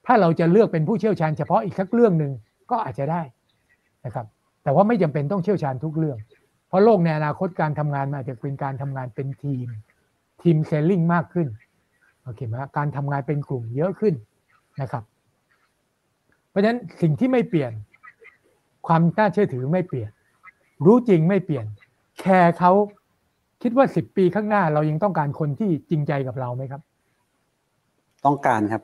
ถ้าเราจะเลือกเป็นผู้เชี่ยวชาญเฉพาะอีกสักเรื่องนึงก็อาจจะได้นะครับแต่ว่าไม่จำเป็นต้องเชี่ยวชาญทุกเรื่องเพราะโลกในอนาคตการทำงานมันอาจจะเป็นการทำงานเป็นทีมเซลลิ่งมากขึ้นโอเคไหมการทำงานเป็นกลุ่มเยอะขึ้นนะครับเพราะฉะนั้นสิ่งที่ไม่เปลี่ยนความน่าเชื่อถือไม่เปลี่ยนรู้จริงไม่เปลี่ยนแคร์เขาคิดว่า10 ปีข้างหน้าเรายังต้องการคนที่จริงใจกับเราไหมครับ
ต้องการครับ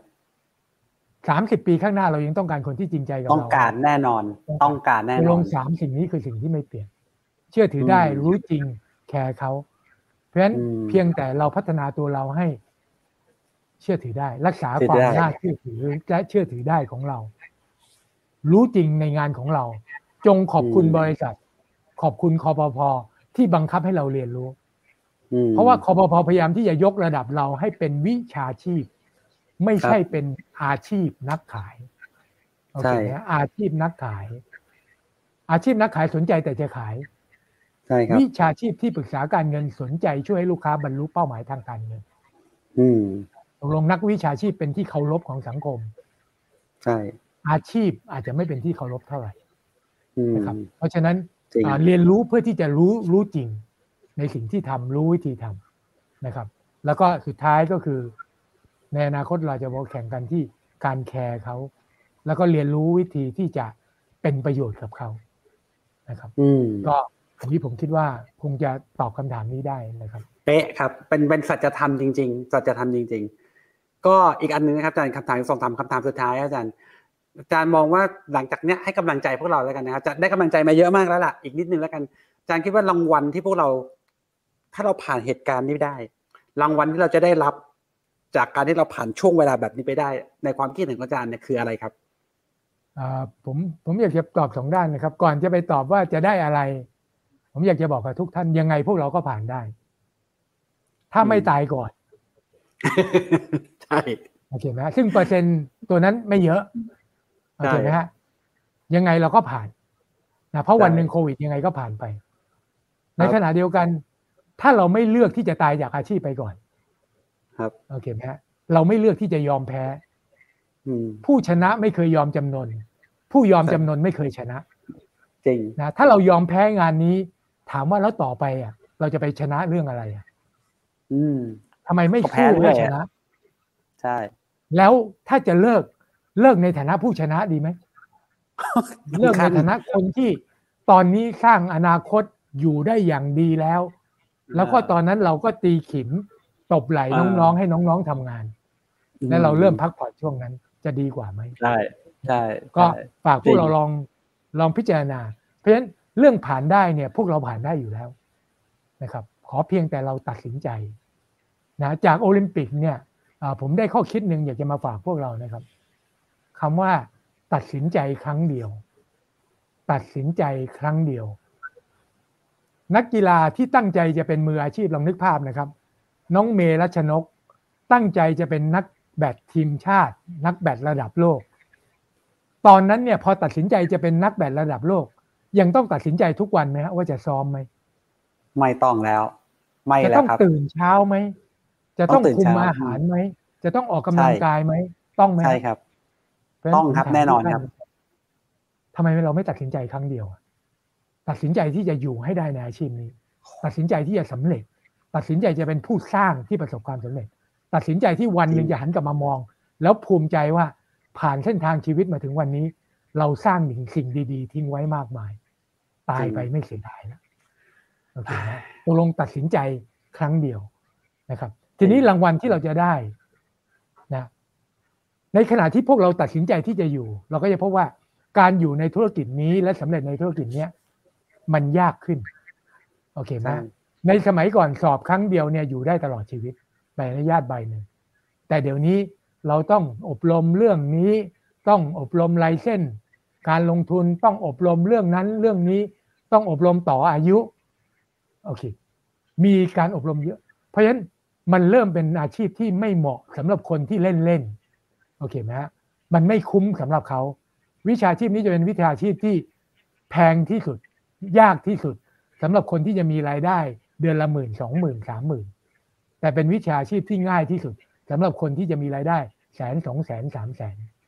30 ปีข้างหน้าเรายังต้องการคนที่จริงใจกับเรา
ต้องการแน่นอนต้องการแน่นอน
ลง3สิ่งนี้คือสิ่งที่ไม่เปลี่ยนเชื่อถือได้รู้จริงแคร์เขาเพราะฉะนั้นเพียงแต่เราพัฒนาตัวเราให้เชื่อถือได้รักษาความน่าเชื่อถือและเชื่อถือได้ของเรารู้จริงในงานของเราจงขอบคุณบริษัทขอบคุณคปภ.ที่บังคับให้เราเรียนรู้เพราะว่าคปภ.พยายามที่จะยกระดับเราให้เป็นวิชาชีพไม่ใช่เป็นอาชีพนักขายโอเคนะอาชีพนักขายสนใจแต่จะขาย
ใช่ครับ
วิชาชีพที่ปรึกษาการเงินสนใจช่วยให้ลูกค้าบรรลุเป้าหมายทางการเงินตกลงนักวิชาชีพเป็นที่เคารพของสังคม
ใช่
อาชีพอาจจะไม่เป็นที่เคารพเท่าไหร่นะครับเพราะฉะนั้นเรียนรู้เพื่อที่จะรู้จริงในสิ่งที่ทำรู้วิธีทำนะครับแล้วก็สุดท้ายก็คือในอนาคตเราจะแข่งกันที่การแคร์เขาแล้วก็เรียนรู้วิธีที่จะเป็นประโยชน์กับเขานะครับก็อันนี้ผมคิดว่าคงจะตอบคำถามนี้ได้นะครับ
เป๊ะครับเป็นสัจธรรมจริงๆสัจธรรมจริงๆก็อีกอันนึงนะครับอาจารย์คำถามส่งคำถามสุดท้ายอาจารย์มองว่าหลังจากเนี้ยให้กำลังใจพวกเราแล้วกันนะครับจะได้กำลังใจมาเยอะมากแล้วล่ะอีกนิดนึงแล้วกันอาจารย์คิดว่ารางวัลที่พวกเราถ้าเราผ่านเหตุการณ์นี้ได้รางวัลที่เราจะได้รับจากการที่เราผ่านช่วงเวลาแบบนี้ไปได้ในความคิดเห็นของอาจารย์เนี่ยคืออะไรครับ
ผมอยากจะตอบ2 ด้านนะครับก่อนจะไปตอบว่าจะได้อะไรผมอยากจะบอกกับทุกท่านยังไงพวกเราก็ผ่านได้ถ้าไม่ตายก่อน
ใช่
โอเคไหมซึ่งเปอร์เซ็นต์ตัวนั้นไม่เยอะโอเคไหมฮะยังไงเราก็ผ่านนะเพราะวันหนึ่งโควิดยังไงก็ผ่านไปในขณะเดียวกันถ้าเราไม่เลือกที่จะตายจากอาชีพไปก่อน
ครับ
โอเคไหมฮะเราไม่เลือกที่จะยอมแพ้ผู้ชนะไม่เคยยอมจำนนผู้ยอมจำนนไม่เคยชนะ
จริง
นะถ้าเรายอมแพ้งานนี้ถามว่าแล้วต่อไปเราจะไปชนะเรื่องอะไรทำไมไม่สู้เพื่อชนะ
ใช่
แล้วถ้าจะเลิกในฐานะผู้ชนะดีไหม เลิกในฐานะคนที่ตอนนี้สร้างอนาคตอยู่ได้อย่างดีแล้วก็ตอนนั้นเราก็ตีขิมตบไหล่น้องๆให้น้องๆทำงานและเราเริ่มพักผ่อนช่วงนั้นจะดีกว่าไหม
ใช่ใช่
ก็ฝากพวกเราลองพิจารณาเพราะฉะนั้นเรื่องผ่านได้เนี่ยพวกเราผ่านได้อยู่แล้วนะครับขอเพียงแต่เราตัดสินใจนะจากโอลิมปิกเนี่ยผมได้ข้อคิดหนึ่งอยากจะมาฝากพวกเรานะครับคำว่าตัดสินใจครั้งเดียวตัดสินใจครั้งเดียวนักกีฬาที่ตั้งใจจะเป็นมืออาชีพลองนึกภาพนะครับน้องเมย์รัชนกตั้งใจจะเป็นนักแบดทีมชาตินักแบดระดับโลกตอนนั้นเนี่ยพอตัดสินใจจะเป็นนักแบดระดับโลกยังต้องตัดสินใจทุกวันไหมว่าจะซ้อมไหม
ไม่ต้องแล้วไม่แล้วครับ
จะต้องตื่นเช้าไหมจะต้องคุมอาหารไหมจะต้องออกกำลังกายไหมต้องไหม
ใช่ครับต้องครับแน่นอนครับ
ทำไมเราไม่ตัดสินใจครั้งเดียวตัดสินใจที่จะอยู่ให้ได้ในอาชีพนี้ตัดสินใจที่จะสำเร็จตัดสินใจจะเป็นผู้สร้างที่ประสบความสำเร็จตัดสินใจที่วันหนึ่งจะหันกลับมามองแล้วภูมิใจว่าผ่านเส้นทางชีวิตมาถึงวันนี้เราสร้างสิ่งดีๆทิ้งไว้มากมายตายไปไม่เสียดายนะโอเคนะตกลงตัดสินใจครั้งเดียวนะครับทีนี้รางวัลที่เราจะได้นะในขณะที่พวกเราตัดสินใจที่จะอยู่เราก็จะพบว่าการอยู่ในธุรกิจนี้และสำเร็จในธุรกิจนี้มันยากขึ้นโอเคไหมในสมัยก่อนสอบครั้งเดียวเนี่ยอยู่ได้ตลอดชีวิตใบอนุญาตใบหนึ่งแต่เดี๋ยวนี้เราต้องอบรมเรื่องนี้ต้องอบรมไลเซนส์การลงทุนต้องอบรมเรื่องนั้นเรื่องนี้ต้องอบรมต่ออายุโอเคมีการอบรมเยอะเพราะฉะนั้นมันเริ่มเป็นอาชีพที่ไม่เหมาะสำหรับคนที่เล่นโอเคไหมฮะมันไม่คุ้มสำหรับเขาวิชาชีพนี้จะเป็นวิชาชีพที่แพงที่สุดยากที่สุดสำหรับคนที่จะมีรายได้เดือนละ10,000 20,000 30,000แต่เป็นวิชาชีพที่ง่ายที่สุดสำหรับคนที่จะมีรายได้100,000 200,000 300,000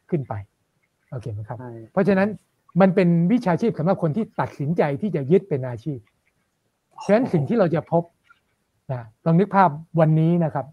ขึ้นไปโอเคไหมครับเพราะฉะนั้นมันเป็นวิชาชีพสำหรับคนที่ตัดสินใจที่จะยึดเป็นอาชีพเพราะฉะนั้นสิ่งที่เราจะพบนะลองนึกภาพวันนี้นะครับ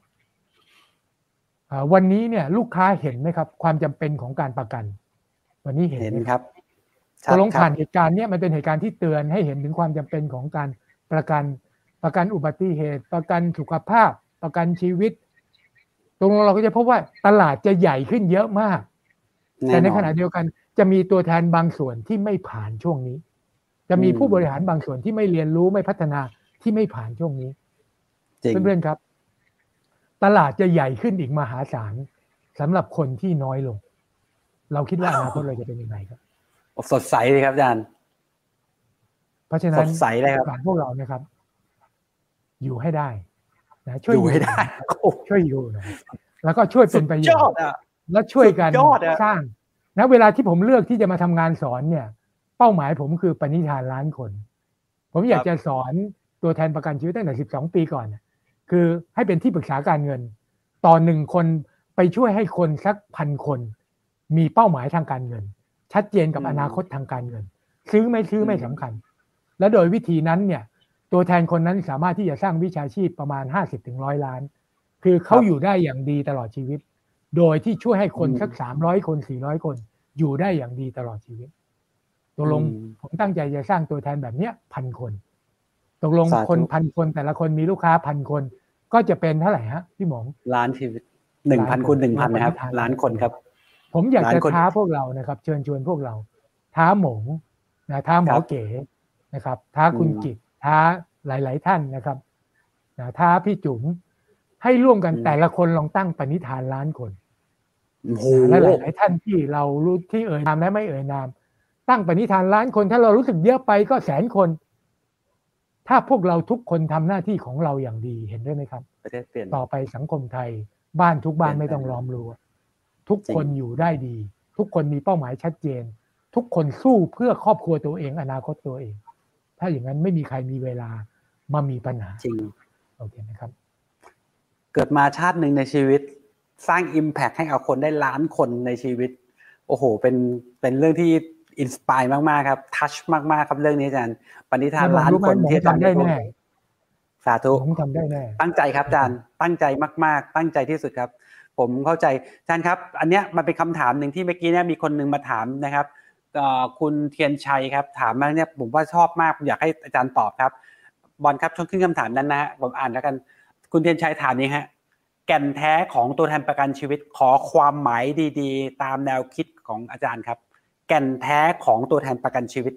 วันนี้เนี่ยลูกค้าเห็นไหมครับความจำเป็นของการประกันวันนี้เห็น
ครับ
ตกลงผ่านเหตุการณ์นี้มันเป็นเหตุการณ์ที่เตือนให้เห็นถึงความจำเป็นของการประกันอุบัติเหตุประกันสุขภาพประกันชีวิตตรงนั้นเราก็จะพบว่าตลาดจะใหญ่ขึ้นเยอะมากแต่ในขณะเดียวกันจะมีตัวแทนบางส่วนที่ไม่ผ่านช่วงนี้จะมีผู้บริหารบางส่วนที่ไม่เรียนรู้ไม่พัฒนาที่ไม่ผ่านช่วงนี้เพื่อนๆครับตลาดจะใหญ่ขึ้นอีกมหาศาลสำหรับคนที่น้อยลงเราคิดว่าอนาคตเราจะเป็นยังไงครับ
สดใสเลยครับอาจารย์
เพราะฉะนั้น
สดใสเลยครับ
พวกเรานะครับอยู่ให้ได้นะช่วย
อยู่ให้ได้
ช่วยอยู่นะแล้วก็ช่วยเป็นประโยชน์และช่วยกันสร้างนะเวลาที่ผมเลือกที่จะมาทำงานสอนเนี่ยเป้าหมายผมคือปณิธานล้านคนผมอยากจะสอนตัวแทนประกันชีวิตตั้งแต่12 ปีก่อนคือให้เป็นที่ปรึกษาการเงินต่อ1 คนไปช่วยให้คนสัก1,000 คนมีเป้าหมายทางการเงินชัดเจนกับอนาคตทางการเงินซื้อไม่สำคัญและโดยวิธีนั้นเนี่ยตัวแทนคนนั้นสามารถที่จะสร้างวิชาชีพประมาณ 50-100 ล้านคือเขาอยู่ได้อย่างดีตลอดชีวิตโดยที่ช่วยให้คนสัก300 คน400 คนอยู่ได้อย่างดีตลอดชีวิตตกลงผมตั้งใจจะสร้างตัวแทนแบบเนี้ย1,000 คนตกลงคน1,000 คนแต่ละคนมีลูกค้า1,000 คนก็จะเป็นเท่าไหร่ฮะพี่หมง
ล้านชีวิต 1,000 คูณ 1,000 นะครับล้านคนครับ
ผมอยากจะท้าพวกเรานะครับเชิญชวนพวกเราท้าหมงนะท้าหมอเก๋นะครับท้าคุณกิตท้าหลายๆท่านนะครับนะท้าพี่จุ๋มให้ร่วมกันแต่ละคนลองตั้งปณิธานล้านคนและหลายๆท่านที่เรารู้ที่เอ่ยนามและไม่เอ่ยนามตั้งปณิธานล้านคนถ้าเรารู้สึกเยอะไปก็100,000 คนถ้าพวกเราทุกคนทำหน้าที่ของเราอย่างดีเห็นด้วยไหมครับต่อไปสังคมไทยบ้านทุกบ้านไม่ต้องล้อมรั้วทุกคนอยู่ได้ดีทุกคนมีเป้าหมายชัดเจนทุกคนสู้เพื่อครอบครัวตัวเองอนาคตตัวเองถ้าอย่างนั้นไม่มีใครมีเวลามามีปัญหา
จริง
โอเคนะครับ
เกิดมาชาติหนึ่งในชีวิตสร้าง impact ให้กับคนได้ล้านคนในชีวิตโอ้โหเป็นเรื่องที่อินสไปร์มากๆครับทัชมากๆครับเรื่องนี้อาจารย์ปณิธานล้านคนที่
ทำได้แน่
สาธุ
ผมทำได้แน่
ตั้งใจครับอาจารย์ตั้งใจมากๆตั้งใจที่สุดครับผมเข้าใจอาจารย์ครับอันเนี้ยมันเป็นคำถามหนึ่งที่เมื่อกี้เนี่ยมีคนนึงมาถามนะครับคุณเทียนชัยครับถามมาเนี่ยผมว่าชอบมากอยากให้อาจารย์ตอบครับบอลครับช่วงขึ้นคำถามนั้นนะฮะผมอ่านแล้วกันคุณเทียนชัยถามนี้ฮะแก่นแท้ของตัวแทนประกันชีวิตขอความหมายดีๆตามแนวคิดของอาจารย์ครับแก่นแท้ของตัวแทนประกันชีวิต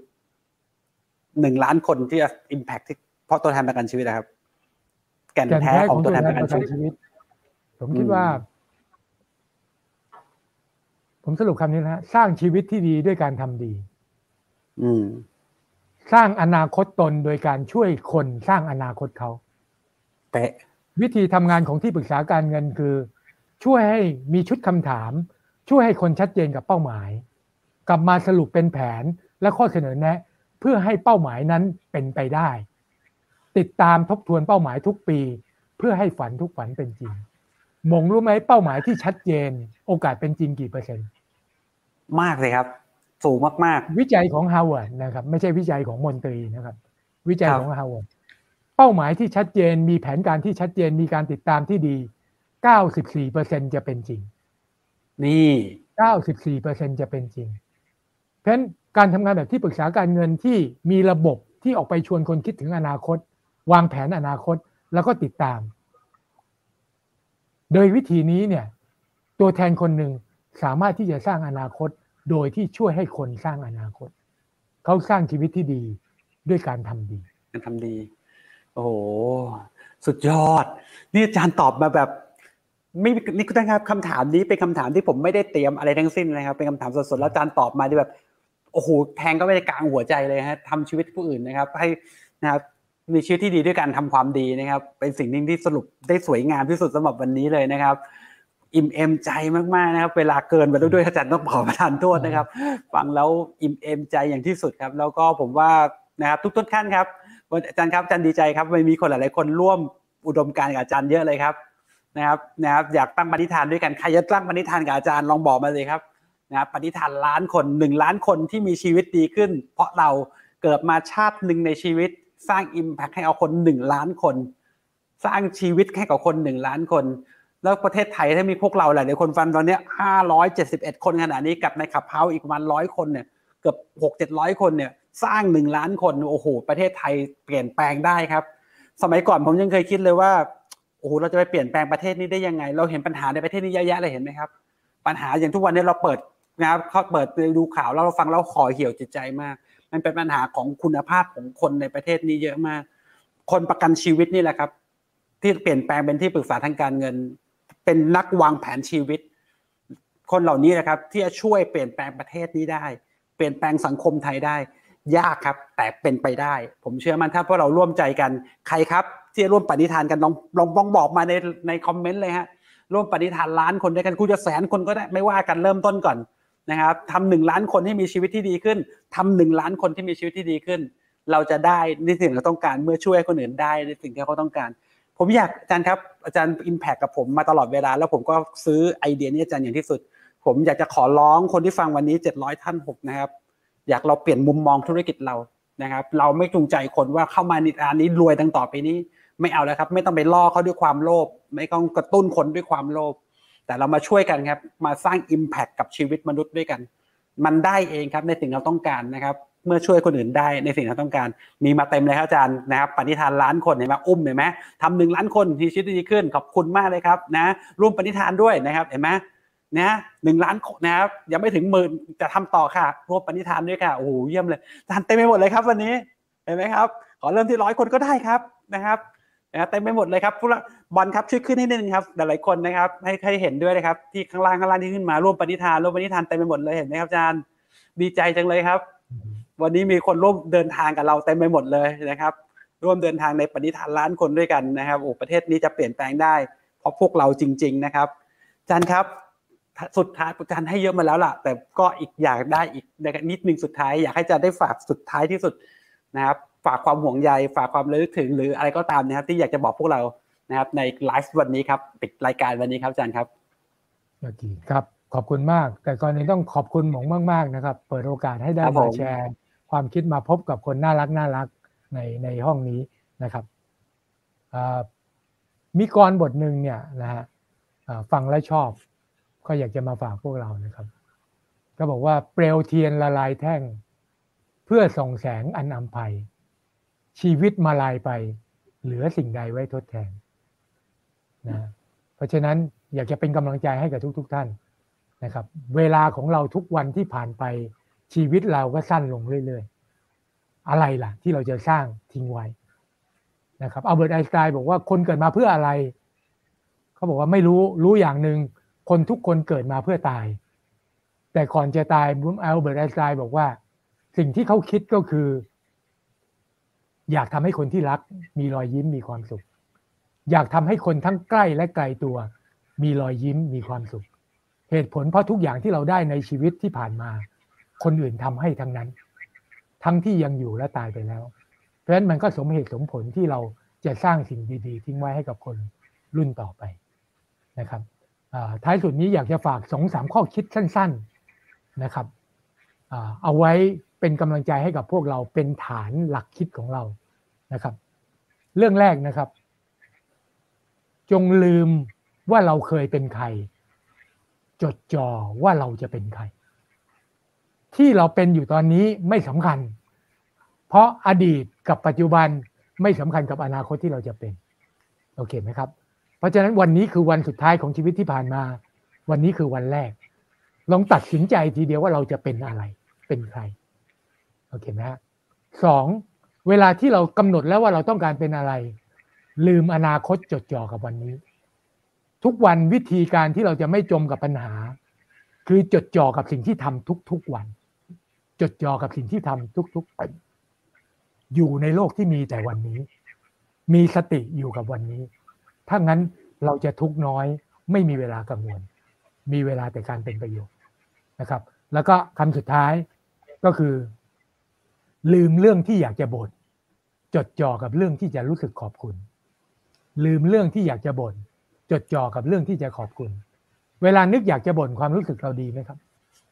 1 ล้านคนที่จะ impact ที่เพราะตัวแทนประกันชีวิตนะครับแก่นแท้ของตัวแทนประกันชีวิต
ผมคิดว่าผมสรุปคำนี้นะสร้างชีวิตที่ดีด้วยการทำดีสร้างอนาคตตนโดยการช่วยคนสร้างอนาคตเขา
เป๊ะ
วิธีทำงานของที่ปรึกษาการเงินคือช่วยให้มีชุดคำถามช่วยให้คนชัดเจนกับเป้าหมายกลับมาสรุปเป็นแผนและข้อเสนอแนะเพื่อให้เป้าหมายนั้นเป็นไปได้ติดตามทบทวนเป้าหมายทุกปีเพื่อให้ฝันทุกฝันเป็นจริงหมงรู้ไหมเป้าหมายที่ชัดเจนโอกาสเป็นจริงกี่เปอร์เซ็นต์
มากเลยครับสูงมาก
ๆวิจัยของฮาร์วาร์ดนะครับไม่ใช่วิจัยของมนตรีนะครับวิจัยของฮาร์วาร์ดเป้าหมายที่ชัดเจนมีแผนการที่ชัดเจนมีการติดตามที่ดี 94% จะเป็นจริง
นี่
94% จะเป็นจริงเพราะฉะนั้นการทำงานแบบที่ปรึกษาการเงินที่มีระบบที่ออกไปชวนคนคิดถึงอนาคตวางแผนอนาคตแล้วก็ติดตามโดยวิธีนี้เนี่ยตัวแทนคนหนึ่งสามารถที่จะสร้างอนาคตโดยที่ช่วยให้คนสร้างอนาคตเขาสร้างชีวิตที่ดีด้วยการทำดี
โอ้โหสุดยอดนี่อาจารย์ตอบมาแบบไม่นี่คุณครับคำถามนี้เป็นคำถามที่ผมไม่ได้เตรียมอะไรทั้งสิ้นเลยครับเป็นคำถามสดๆแล้วอาจารย์ตอบมาที่แบบโอ้โหแทงก็ไปกลางหัวใจเลยฮะทำชีวิตผู้อื่นนะครับให้นะครับมีชีวิตที่ดีด้วยการทำความดีนะครับเป็นสิ่งที่สรุปได้สวยงามที่สุดสำหรับวันนี้เลยนะครับอิ่มเอมใจมากๆนะครับเวลาเกินไปด้วยอาจารย์ต้องขอประทานโทษนะครับฟังแล้วอิ่มเอมใจอย่างที่สุดครับแล้วก็ผมว่านะครับทุกท่านครับอาจารย์ครับอาจารย์ดีใจครับมีคนหลายๆคนร่วมอุดมการณ์กับอาจารย์เยอะเลยครับนะครับอยากตั้งปณิธานด้วยกันใครจะตั้งปณิธานกับอาจารย์ลองบอกมาเลยครับนะปณิธานล้านคน1ล้านคนที่มีชีวิตดีขึ้นเพราะเราเกิดมาชาติหนึ่งในชีวิตสร้าง impact ให้เอาคน1ล้านคนสร้างชีวิตให้กับคน1ล้านคนแล้วประเทศไทยถ้ามีพวกเราหลายคนฟังตอนนี้571คนขนาดนี้กับในขับเฮ้าอีกประมาณ100คนเนี่ยเกือบ600-700คนเนี่ยสร้าง1ล้านคนโอ้โหประเทศไทยเปลี่ยนแปลงได้ครับสมัยก่อนผมยังเคยคิดเลยว่าโอ้โหเราจะไปเปลี่ยนแปลงประเทศนี้ได้ยังไงเราเห็นปัญหาในประเทศนี้เยอะแยะเลยเห็นไหมครับปัญหาอย่างทุกวันนี้เราเปิดนะครับเขาเปิดดูข่าวแล้วเราฟังแล้วห่อเหี่ยวจิตใจมากมันเป็นปัญหาของคุณภาพของคนในประเทศนี้เยอะมากคนประกันชีวิตนี่แหละครับที่เปลี่ยนแปลงเป็นที่ปรึกษาทางการเงินเป็นนักวางแผนชีวิตคนเหล่านี้นะครับที่จะช่วยเปลี่ยนแปลงประเทศนี้ได้เปลี่ยนแปลงสังคมไทยได้ยากครับแต่เป็นไปได้ผมเชื่อมั่นถ้าพวกเราร่วมใจกันใครครับที่จะร่วมปณิธานกันลองบอกมาในคอมเมนต์เลยฮะร่วมปณิธานล้านคนด้วยกันคุณจะแสนคนก็ได้ไม่ว่ากันเริ่มต้นก่อนนะครับทำ1ล้านคนให้มีชีวิตที่ดีขึ้นทำ1ล้านคนที่มีชีวิตที่ดีขึ้นเราจะได้ในสิ่งที่เราต้องการเมื่อช่วยคนอื่นได้ในสิ่งที่เขาต้องการผมอยากอาจารย์ครับอาจารย์ impact กับผมมาตลอดเวลาแล้วผมก็ซื้อไอเดียนี้อาจารย์อย่างที่สุดผมอยากจะขอร้องคนที่ฟังวันนี้700ท่าน6นะครับอยากเราเปลี่ยนมุมมองธุรกิจเรานะครับเราไม่จูงใจคนว่าเข้ามาในร้านนี้รวยตั้งต่อไปนี้ไม่เอาแล้วครับไม่ต้องไปล่อเขาด้วยความโลภไม่ต้องกระตุ้นคนด้วยความโลภแต่เรามาช่วยกันครับมาสร้าง impact กับชีวิตมนุษย์ด้วยกันมันได้เองครับในสิ่งเราต้องการนะครับเมื่อช่วยคนอื่นได้ในสิ่งที่เราต้องการมีมาเต็มเลยครับอาจารย์นะครับปณิธานล้านคนเห็นไหมอุ้มเห็นไหมทำ1ล้านคนที่ชีวิตดีขึ้นขอบคุณมากเลยครับนะร่วมปณิธานด้วยนะครับเห็นไหมนะ1ล้านนะครับยังไม่ถึง10,000จะทำต่อค่ะร่วมปณิธานด้วยค่ะโอ้โหเยี่ยมเลยอาจารย์เต็มไปหมดเลยครับวันนี้เห็นไหมครับขอเริ่มที่100คนก็ได้ครับนะครับเต็มไปหมดเลยครับพวกบอลครับช่วยขึ้นให้นิดนึงครับหลายๆคนนะครับให้เห็นด้วยนะครับที่ข้างล่างที่ขึ้นมาร่วมปณิธานเต็มไปหมดเลยเห็นไหมครับอาจารย์ดีใจจังเลยครับวันนี้มีคนร่วมเดินทางกับเราเต็มไปหมดเลยนะครับร่วมเดินทางในปณิธานล้านคนด้วยกันนะครับโอ้ประเทศนี้จะเปลี่ยนแปลงได้เพราะพวกเราจริงๆนะครับอาจารย์ครับสุดท้ายอาจารย์ให้เยอะมาแล้วล่ะแต่ก็อีกอยากได้อีกนิดนึงสุดท้ายอยากให้อาจารย์ได้ฝากสุดท้ายที่สุดนะครับฝากความห่วงใยฝากความระลึกถึงหรืออะไรก็ตามนะครับที่อยากจะบอกพวกเรานะครับในไลฟ์วันนี้ครับปิดรายการวันนี้ครับอาจารย์ครับ
โอเคครับขอบคุณมากแต่ก่อนนี้ต้องขอบคุณหมงมากๆนะครับเปิดโอกาสให้ได้มาแชร์ความคิดมาพบกับคนน่ารักในห้องนี้นะครับมีกรบทหนึ่งเนี่ยนะฮะฟังแล้วชอบก็อยากจะมาฝากพวกเรานะครับก็บอกว่าเปลวเทียนละลายแท่งเพื่อส่องแสงอันอำไพชีวิตมาลายไปเหลือสิ่งใดไว้ทดแทนนะเพราะฉะนั้นอยากจะเป็นกำลังใจให้กับทุกท่านนะครับเวลาของเราทุกวันที่ผ่านไปชีวิตเราก็สั้นลงเรื่อยๆอะไรล่ะที่เราจะสร้างทิ้งไว้นะครับอัลเบิร์ตไอน์สไตน์บอกว่าคนเกิดมาเพื่ออะไรเขาบอกว่าไม่รู้อย่างหนึ่งคนทุกคนเกิดมาเพื่อตายแต่ก่อนจะตายอัลเบิร์ตไอน์สไตน์บอกว่าสิ่งที่เขาคิดก็คืออยากทำให้คนที่รักมีรอยยิ้มมีความสุขอยากทำให้คนทั้งใกล้และไกลตัวมีรอยยิ้มมีความสุขเหตุผลเพราะทุกอย่างที่เราได้ในชีวิตที่ผ่านมาคนอื่นทำให้ทั้งนั้นทั้งที่ยังอยู่และตายไปแล้วเพราะฉะนั้นมันก็สมเหตุสมผลที่เราจะสร้างสิ่งดีๆทิ้งไว้ให้กับคนรุ่นต่อไปนะครับท้ายสุดนี้อยากจะฝาก 2-3 ข้อคิดสั้นๆนะครับเอาไว้เป็นกำลังใจให้กับพวกเราเป็นฐานหลักคิดของเรานะครับเรื่องแรกนะครับจงลืมว่าเราเคยเป็นใครจดจ่อว่าเราจะเป็นใครที่เราเป็นอยู่ตอนนี้ไม่สำคัญเพราะอดีตกับปัจจุบันไม่สำคัญกับอนาคตที่เราจะเป็นโอเคไหมครับเพราะฉะนั้นวันนี้คือวันสุดท้ายของชีวิตที่ผ่านมาวันนี้คือวันแรกลองตัดสินใจทีเดียวว่าเราจะเป็นอะไรเป็นใครโอเคไหมฮะ2เวลาที่เรากำหนดแล้วว่าเราต้องการเป็นอะไรลืมอนาคตจดจ่อกับวันนี้ทุกวันวิธีการที่เราจะไม่จมกับปัญหาคือจดจ่อกับสิ่งที่ทำทุกวันจดจ่อกับสิ่งที่ทำทุกๆวันอยู่ในโลกที่มีแต่วันนี้มีสติอยู่กับวันนี้ถ้างั้นเราจะทุกข์น้อยไม่มีเวลากังวลมีเวลาแต่การเป็นประโยชน์นะครับแล้วก็คำสุดท้ายก็คือลืมเรื่องที่อยากจะบ่นจดจ่อกับเรื่องที่จะรู้สึกขอบคุณลืมเรื่องที่อยากจะบ่นจดจ่อกับเรื่องที่จะขอบคุณเวลานึกอยากจะบ่นความรู้สึกเราดีไหมครับ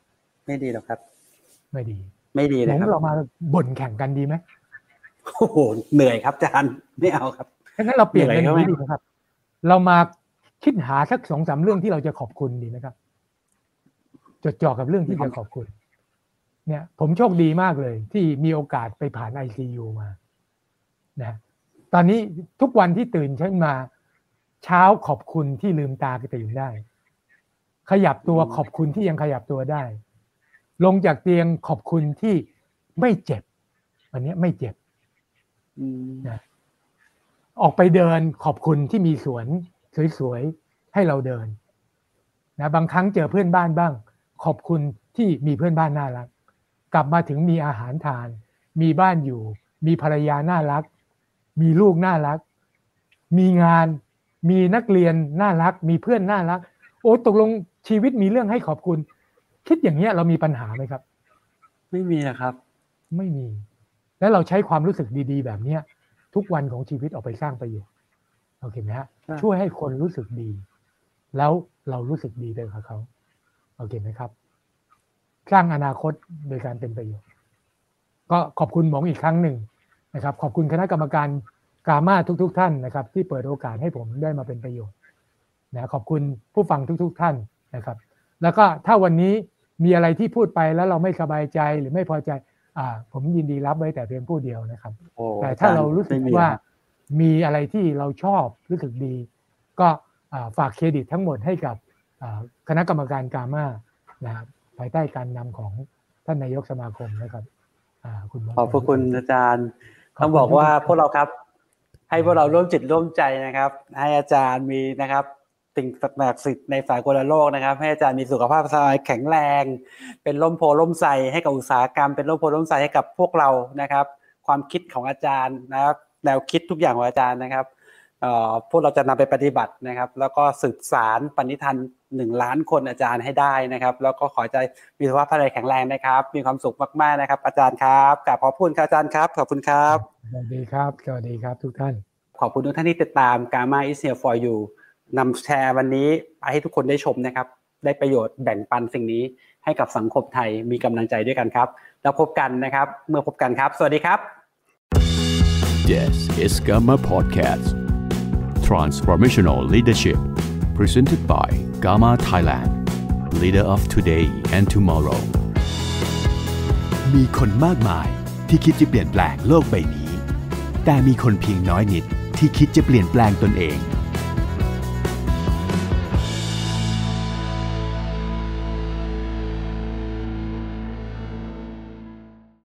ไม่ดีหรอกครับ
ไม่ดี
เลยครับ
เรามาบ่นแข่งกันดีไหม
โอ้โหเหนื่อยครับอาจารย์ไม่เอาครับ
งั้นเราเปลี่ยนเป็นอย่างนี้ดีนะครับเรามาคิดหาสัก 2-3 เรื่องที่เราจะขอบคุณดีไหมครับจดจ่อกับเรื่องที่จะขอบคุณเนี่ยผมโชคดีมากเลยที่มีโอกาสไปผ่าน ICU มานะตอนนี้ทุกวันที่ตื่นขึ้นมาเช้าขอบคุณที่ลืมตาตื่นได้ขยับตัวขอบคุณที่ยังขยับตัวได้ลงจากเตียงขอบคุณที่ไม่เจ็บวันนี้ไม่เจ็บนะออกไปเดินขอบคุณที่มีสวนสวยๆให้เราเดินนะบางครั้งเจอเพื่อนบ้านบ้างขอบคุณที่มีเพื่อนบ้านน่ารักกลับมาถึงมีอาหารทานมีบ้านอยู่มีภรรยาน่ารักมีลูกน่ารักมีงานมีนักเรียนน่ารักมีเพื่อนน่ารักโอ้ตกลงชีวิตมีเรื่องให้ขอบคุณคิดอย่างนี้เรามีปัญหาไหมครับ
ไม่มีนะครับ
ไม่มีแล้วเราใช้ความรู้สึกดีๆแบบนี้ทุกวันของชีวิตออกไปสร้างประโยชน์โอเคไหมฮะช่วยให้คนรู้สึกดีแล้วเรารู้สึกดีไปกับเขาโอเคไหมครับสร้างอนาคตโดยการเป็นประโยชน์ก็ขอบคุณหมองอีกครั้งหนึ่งนะครับขอบคุณคณะกรรมการกาม่าทุกท่านนะครับที่เปิดโอกาสให้ผมได้มาเป็นประโยชน์นะขอบคุณผู้ฟังทุกท่านนะครับแล้วก็ถ้าวันนี้มีอะไรที่พูดไปแล้วเราไม่สบายใจหรือไม่พอใจผมยินดีรับไว้แต่เพียงผู้เดียวนะครับแต่ถ้าเรารู้สึกว่ามีอะไรที่เราชอบรู้สึกดีก็ฝากเครดิตทั้งหมดให้กับคณะกรรมการกาม่านะครับภายใต้การนำของท่านนายกสมาคมนะครับคุณ
ขอบคุณอาจารย์ต้องบอกว่าพวกเราครับให้พวกเราร่วมจิตร่วมใจนะครับให้อาจารย์มีนะครับสิ่งศักดิ์สิทธิ์ในสากลโลกนะครับให้อาจารย์มีสุขภาพแข็งแรงเป็นร่มโพล่มไทรให้กับอุตสาหกรรมเป็นร่มโพล่มไทรให้กับพวกเรานะครับความคิดของอาจารย์นะครับแนวคิดทุกอย่างของอาจารย์นะครับพวกเราจะนำไปปฏิบัตินะครับแล้วก็สืบสารปณิธาน1 ล้านคนอาจารย์ให้ได้นะครับแล้วก็ขอใจมีสุขภาพแข็งแรงนะครับมีความสุขมากๆนะครับอาจารย์ครับกราบขอบคุณอาจารย์ครับขอบคุณครับ
สวัสดีครับสวัสดีครับทุกท่าน
ขอบคุณทุกท่านที่ติดตาม Gamma is here for you นำแชร์วันนี้ไปให้ทุกคนได้ชมนะครับได้ประโยชน์แบ่งปันสิ่งนี้ให้กับสังคมไทยมีกำลังใจด้วยกันครับแล้วพบกันนะครับเมื่อพบกันครับสวัสดีครับ
This is Gamma Podcast Transformational Leadership Presented by Gamma Thailand Leader of Today and Tomorrow มีคนมากมายที่คิดจะเปลี่ยนแปลงโลกใบนี้แต่มีคนเพียงน้อยนิดที่คิดจะเปลี่ยนแปลงตนเอง